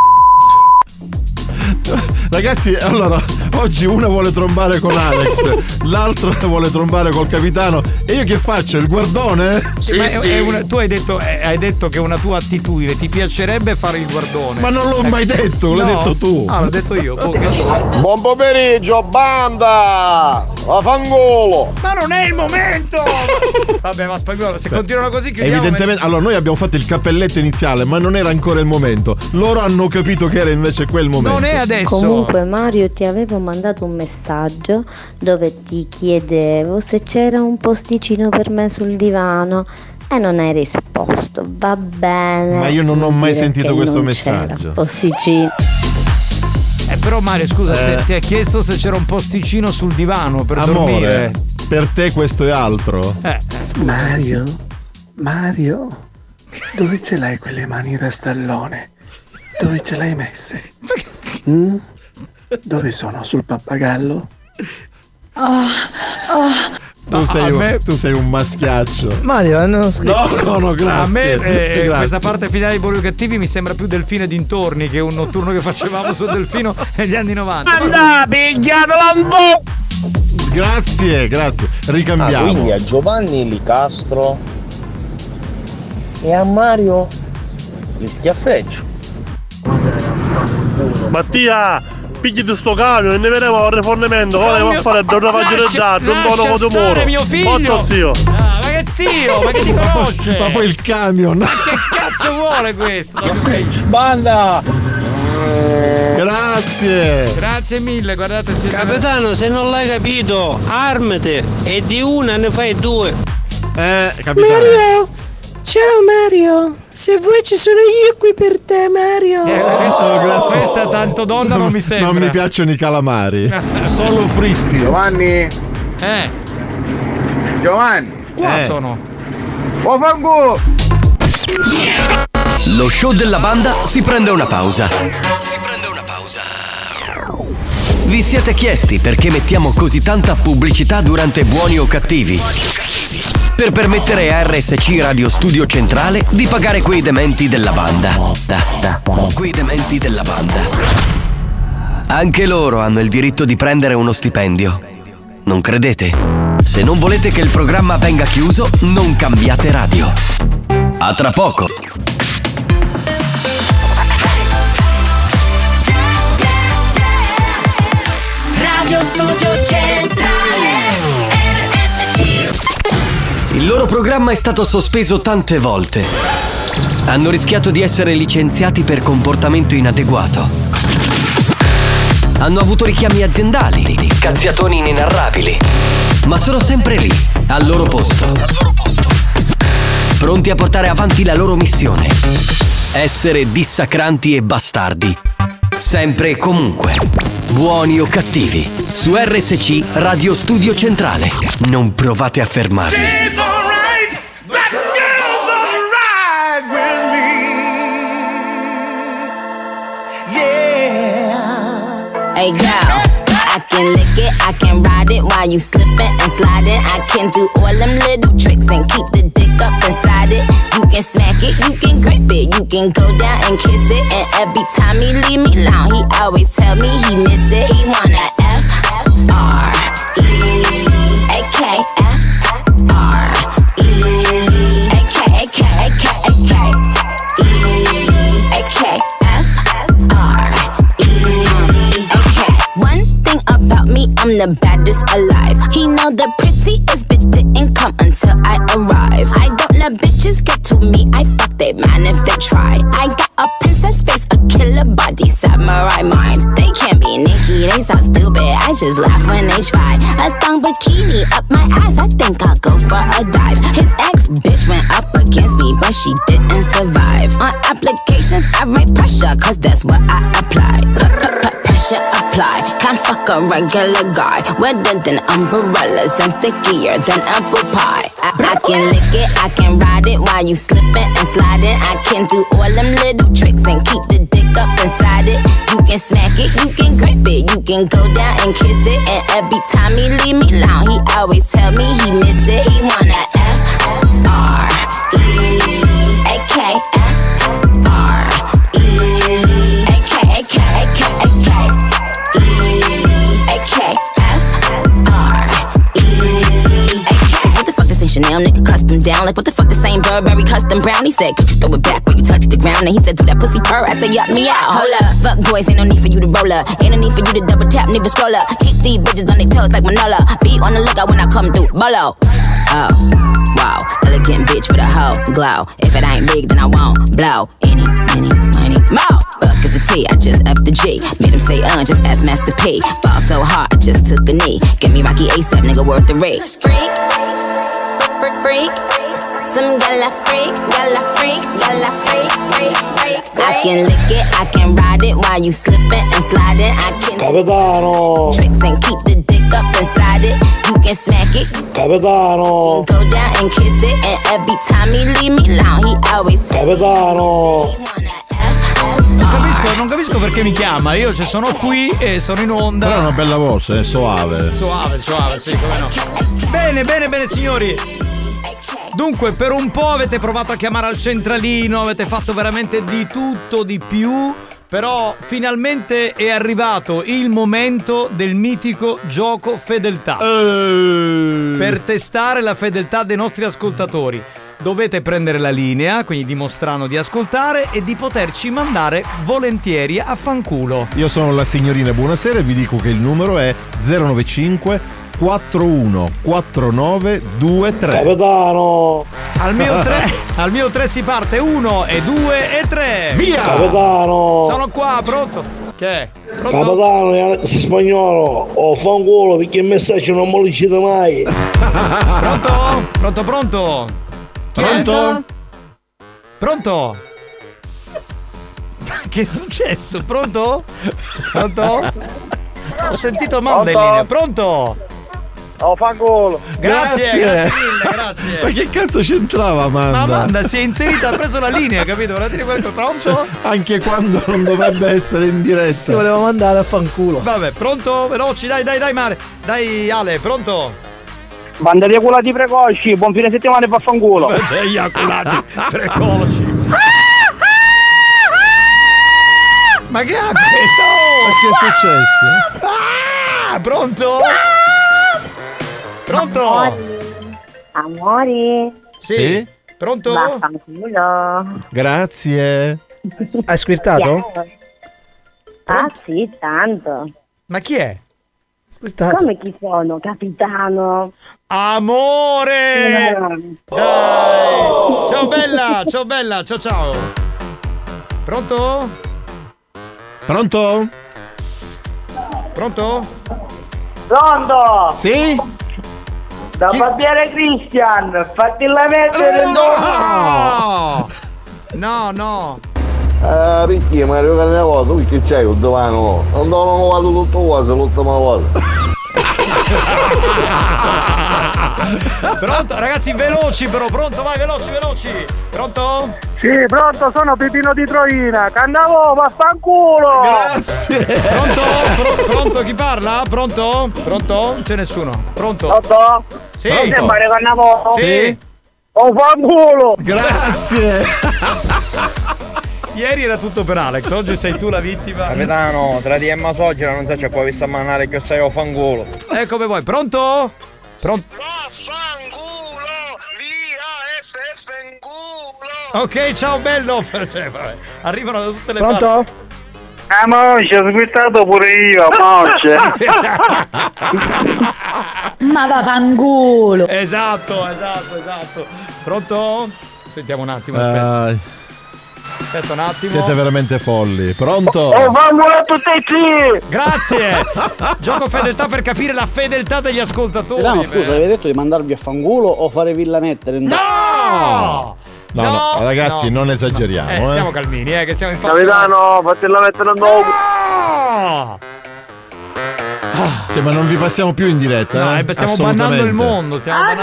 Ragazzi, allora, oggi una vuole trombare con Alex, l'altro vuole trombare col capitano. E io che faccio? Il guardone? Sì, ma è, sì. È una, tu hai detto, hai detto che è una tua attitudine, ti piacerebbe fare il guardone. Ma non l'ho mai detto, l'hai no. detto tu. Ah, l'ho detto io. Buon pomeriggio, banda! Vaffanculo! Ma non è il momento! Vabbè, ma Spagnolo, se Beh, continuano così chiudiamo. Evidentemente, allora noi abbiamo fatto il cappelletto iniziale, ma non era ancora il momento. Loro hanno capito che era invece quel momento. Non è adesso. Comunque Mario, ti avevo mandato un messaggio dove ti chiedevo se c'era un posticino per me sul divano e non hai risposto. Va bene. Ma io non ho mai sentito questo messaggio. Posticino. Eh però Mario, scusa, eh. ti ha chiesto se c'era un posticino sul divano per Amore, dormire. Per te questo è altro. Eh, eh Mario, Mario, dove ce l'hai quelle mani da stallone? Dove ce l'hai messe? Mm? Dove sono? Sul pappagallo? Oh, oh. Tu, sei un, me... tu sei un maschiaccio. Mario, non no, no, no, grazie. A me eh, grazie. Questa parte finale di Buoni o Cattivi mi sembra più Delfino dintorni che un notturno che facevamo su Delfino negli anni novanta. Anda, pigliatela un po'! Grazie, grazie. Ricambiamo. Ah, quindi a Giovanni Licastro e a Mario li schiaffeggio. Mattia, pigli di sto camion e ne vedremo al rifornimento. Ora va a fare da una pagina non tono con muro. Mio figlio. Zio. Ah, ma che zio, ma che ti conosce? Ma poi il camion. Ma che cazzo vuole questo? Banda! Grazie. Grazie mille, guardate se Capitano, se non l'hai capito, armate e di una ne fai due. Eh, capitano. Mario! Ciao Mario! Se vuoi ci sono io qui per te, Mario! Eh, questa, grazie. Questa tanto donna non mi sembra. Non mi piacciono i calamari. Solo fritti. Giovanni! Eh! Giovanni! Qua eh. sono! Oh fanculo! Lo show della banda si prende una pausa. Si prende una pausa. Vi siete chiesti perché mettiamo così tanta pubblicità durante Buoni o Cattivi? Per permettere a R S C Radio Studio Centrale di pagare quei dementi della banda. Da, da, quei dementi della banda. Anche loro hanno il diritto di prendere uno stipendio. Non credete? Se non volete che il programma venga chiuso, non cambiate radio. A tra poco. Radio Studio Centrale R S C. Il loro programma è stato sospeso tante volte. Hanno rischiato di essere licenziati per comportamento inadeguato. Hanno avuto richiami aziendali, cazziatoni inenarrabili. Ma sono sempre lì, al loro posto. pronti a portare avanti la loro missione. Essere dissacranti e bastardi. Sempre e comunque. Buoni o cattivi. Su R S C Radio Studio Centrale. Non provate a fermarli. Hey girl, I can lick it, I can ride it while you slipping and sliding. I can do all them little tricks and keep the dick up inside it. You can smack it, you can grip it, you can go down and kiss it. And every time he leave me alone, he always tell me he miss it. He wanna F R E A K F R E A K A K A K A K E A K F R E A K. One thing about me, I'm the baddest alive. He know the prettiest bitch didn't come until I arrive. I don't let bitches get to me, I fuck they man if they try. I got a princess face, a killer body, samurai mind. They can't be Nicki, they sound stupid, I just laugh when they try. A thong bikini up my ass, I think I'll go for a dive. His ex bitch went up against me, but she didn't survive. On applications, I write pressure, cause that's what I apply. Pressure apply, can't fuck a regular guy. Wetter than umbrellas and stickier than apple pie. I, I can lick it, I can ride it while you slipping and sliding. I can do all them little tricks and keep the dick up inside it. You can smack it, you can grip it, you can go down and kiss it. And every time he leave me alone, he always tell me he miss it. He wanna F R E A K F R E A K A K A K A K A K F R E A K. Cause what the fuck this ain't Chanel, nigga custom down. Like what the fuck this ain't Burberry custom brown. He said could you throw it back when you touch the ground. And he said do that pussy purr. I said yup me out. Hold up, fuck boys, ain't no need for you to roll up. Ain't no need for you to double tap, nigga scroll up. Keep these bitches on their toes like Manola. Be on the lookout when I come through, bolo. Oh, wow, elegant bitch with a hoe glow. If it ain't big, then I won't blow. Any, any, money, more. Fuck is the T, I just F the G. Made him say, uh, just ask Master P. Ball so hard, I just took a knee. Get me Rocky ASAP, nigga, worth the rate. Freak, freak, freak. Some gala freak, gala freak, gala freak, freak, freak, freak. I can lick it, I can ride it while you slipping and sliding. I can Capitano. do tricks and keep the dick up inside it. You can smack it, Capitano. you can go down and kiss it. And every time he leave me alone, he always tell me Capitano. Non capisco, non capisco perché mi chiama. Io cioè, sono qui e sono in onda. Però è una bella voce, è soave. Soave, soave, sì, come no. Bene, bene, bene, signori. Dunque, per un po' avete provato a chiamare al centralino, avete fatto veramente di tutto, di più. Però finalmente è arrivato il momento del mitico gioco fedeltà. Uh. Per testare la fedeltà dei nostri ascoltatori dovete prendere la linea, quindi dimostrando di ascoltare e di poterci mandare volentieri a fanculo. Io sono la signorina Buonasera e vi dico che il numero è zero nove cinque quattro uno quattro nove due tre. Capitano. Al mio tre, al mio tre si parte uno e due e tre. Via! Capitano. Sono qua, pronto? Che è? Pronto? Capitano, è Alex spagnolo. Oh, fanculo, perché il messaggio non me lo dicete mai. Pronto? Pronto, pronto? Chi è? Pronto? Pronto? Che è successo? Pronto? Pronto? Ho sentito male in linea. Pronto? Oh, fanculo. Grazie, grazie mille, grazie. Ma che cazzo c'entrava Amanda? Ma Amanda si è inserita, ha preso la linea, capito? Voleva dire quello. Pronto? Anche quando non dovrebbe essere in diretta. Ti volevo mandare a fanculo. Vabbè, pronto? Veloci, dai, dai, dai, Mare. Dai, Ale, pronto? Banda di ejaculati precoci, buon fine settimana e vaffanculo. C'è ejaculati precoci. Ma che ha questo? Ma che è successo? Ah, pronto? Pronto? Amori. Amori. Sì. Sì? Pronto? Vaffanculo. Grazie. Hai squirtato? Ah sì, tanto. Ma chi è? Squirtato. Come chi sono? Capitano. Amore! Dai! Ciao bella, ciao bella, ciao ciao. Pronto? Pronto? Pronto? Pronto? Sì? Da Barbiere Christian, fatela mettere no! No, no. Ah, perché Mario Carnevale, tu che c'hai un domani? Non devo vado tutto quasi l'ultima volta. Pronto? Ragazzi, veloci però, pronto? Vai, veloci, veloci. Pronto? Sì, pronto, sono Pipino di Troina. Cannavo, vaffanculo! Grazie. Pronto? Pro- pronto? Chi parla? Pronto? Pronto? Non c'è nessuno. Pronto? Pronto? Sì. Pronto? Mario Cannavo? Sì. Oh, fanculo! Grazie. Ieri era tutto per Alex, oggi sei tu la vittima. Capitano, tra di Emma Soggira non sai c'è qua visto a manare che sei o fanculo. E come vuoi, pronto? Pronto? Ok, ciao bello. Cioè, vabbè, arrivano da tutte le Pronto? parti. Ah, ma ci ho squittato pure io, moce. Ma va fanculo. Esatto, esatto, esatto. Pronto? Sentiamo un attimo, aspetta. Uh, Aspetta un attimo. siete veramente folli. Pronto? Oh, fanculo a tutti e tre. Grazie. Gioco fedeltà per capire la fedeltà degli ascoltatori. No, scusa, avevi detto di mandarvi a fanculo o fare villa mettere? No! No, no, No, ragazzi, no. non esageriamo. Eh, Eh, stiamo calmini, eh, che siamo in fase. Capitano, fatela mettere un nuovo. No! Cioè, ma non vi passiamo più in diretta. No, eh? eh, stiamo Assolutamente. bannando il mondo. Stiamo bannando...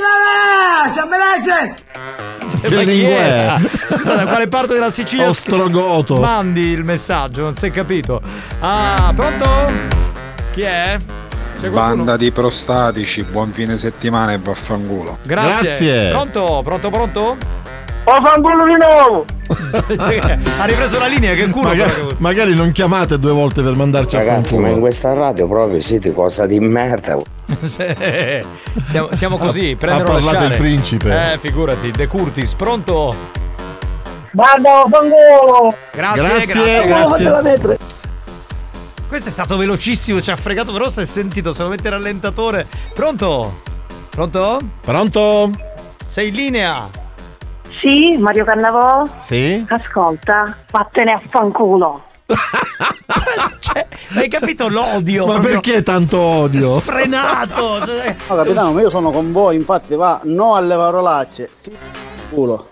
Che Ma chi lingua era? è? Scusa, da quale parte della Sicilia Ostrogoto. mandi il messaggio? Non si è capito. Ah, pronto? Chi è? C'è qualcuno? Banda di prostatici, buon fine settimana e vaffanculo. Grazie. Grazie. Pronto? Pronto, pronto? Oh, fanculo di nuovo. Cioè, ha ripreso la linea, che culo. Magari, magari non chiamate due volte per mandarci a Ragazzi, ma in fanculo. questa radio proprio siete cosa di merda. siamo, siamo così, Ha prendere o parlato lasciare. il principe. Eh, figurati, De Curtis, pronto? Guarda, fanculo. Grazie, Grazie, grazie, grazie. Fatela mettere. Questo è stato velocissimo, ci ha fregato, però si è sentito solamente rallentatore. Pronto? Pronto? Pronto? Sei in linea? Sì, Mario Cannavò? Sì? Ascolta, vattene a fanculo. Cioè, hai capito l'odio? Ma proprio perché tanto odio? Sfrenato. Cioè... No, capitano, ma io sono con voi, infatti va no alle parolacce. Sì, culo.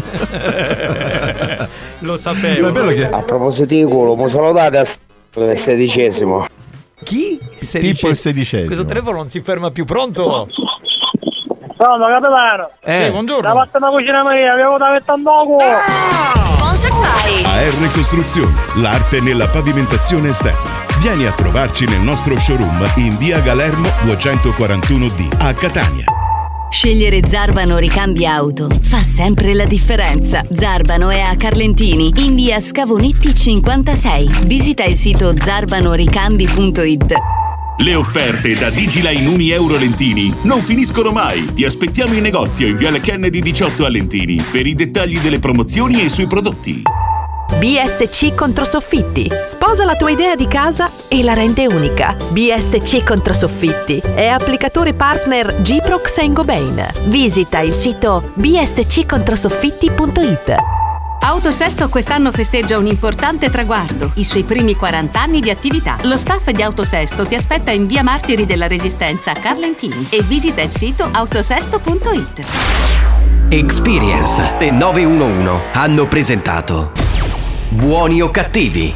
Lo sapevo. Ma è bello che A proposito di culo, mi saludate a s- del sedicesimo. Chi? Pippo il sedicesimo. Questo telefono non si ferma più. Pronto? Sono capitano. Eh. Sì, buongiorno. La fatta una cucina Maria, abbiamo da mettere un poco. Sponsor by A R Costruzioni, l'arte nella pavimentazione esterna. Vieni a trovarci nel nostro showroom in via Galermo duecentoquarantuno D a Catania. Scegliere Zarbano Ricambi Auto fa sempre la differenza. Zarbano è a Carlentini, in via Scavonetti cinquantasei. Visita il sito zarbanoricambi punto it. Le offerte da Digiline Uni Euro Lentini non finiscono mai. Ti aspettiamo in negozio in Viale Kennedy diciotto a Lentini per i dettagli delle promozioni e sui prodotti. B S C Controsoffitti. Sposa la tua idea di casa e la rende unica. B S C Controsoffitti è applicatore partner Gyprox e Gobain. Visita il sito b s c controsoffitti punto it. Autosesto quest'anno festeggia un importante traguardo, i suoi primi quaranta anni di attività. Lo staff di Autosesto ti aspetta in via Martiri della Resistenza a Carlentini e visita il sito autosesto punto it. Experience e nove uno uno hanno presentato Buoni o cattivi?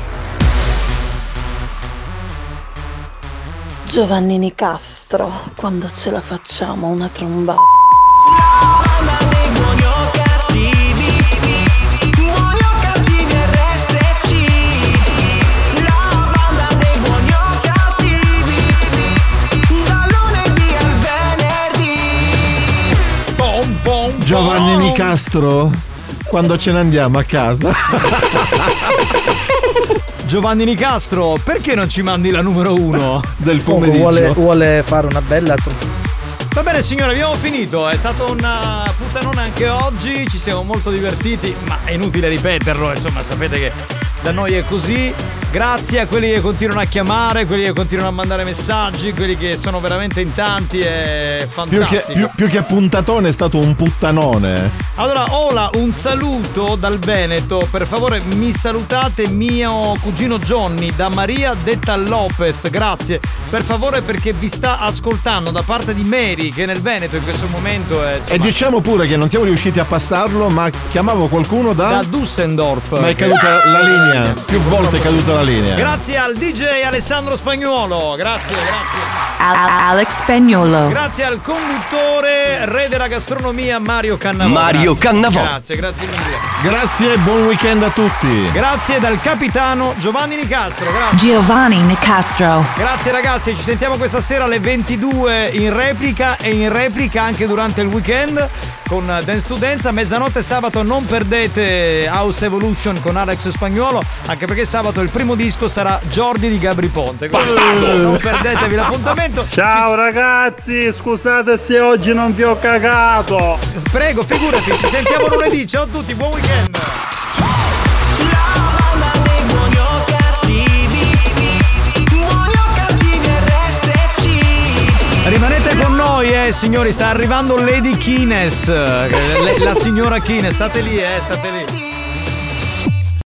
Giovanni Nicastro, quando ce la facciamo una tromba. Giovanni Nicastro, quando ce ne andiamo a casa. Giovanni Nicastro, perché non ci mandi la numero uno del Comunque pomeriggio? vuole, vuole fare una bella tr- Va bene signore, abbiamo finito, è stata una puttanona anche oggi, ci siamo molto divertiti, ma è inutile ripeterlo, insomma sapete che da noi è così. Grazie a quelli che continuano a chiamare, quelli che continuano a mandare messaggi, quelli che sono veramente in tanti, è fantastico. Più che, più, più che puntatone è stato un puttanone. Allora, Ola, un saluto dal Veneto. Per favore mi salutate mio cugino Johnny da Maria detta Lopez. Grazie. Per favore, perché vi sta ascoltando da parte di Mary, che nel Veneto in questo momento è... E diciamo pure che non siamo riusciti a passarlo, ma chiamavo qualcuno da... Da Düsseldorf. Ma è caduta la linea. Più volte è caduta la linea. Grazie al D J Alessandro Spagnuolo. Grazie, grazie. Alex Spagnuolo. Grazie al conduttore, re della gastronomia, Mario Cannavò. Mario grazie. Cannavò. Grazie, grazie mille. Grazie e buon weekend a tutti. Grazie dal capitano Giovanni Nicastro. Grazie. Giovanni Nicastro. Grazie ragazzi, ci sentiamo questa sera alle ventidue in replica e in replica anche durante il weekend con Dance to Dance. A mezzanotte sabato non perdete House Evolution con Alex Spagnuolo, anche perché sabato il primo disco sarà Jordi di Gabri Ponte. Bastardo. Non perdetevi l'appuntamento. Ciao ci... ragazzi, scusate se oggi non vi ho cagato. Prego, figurati, ci sentiamo lunedì. Ciao a tutti, buon weekend. Rimanete con noi, eh signori, sta arrivando Lady Kines, la signora Kines, state lì, eh, state lì.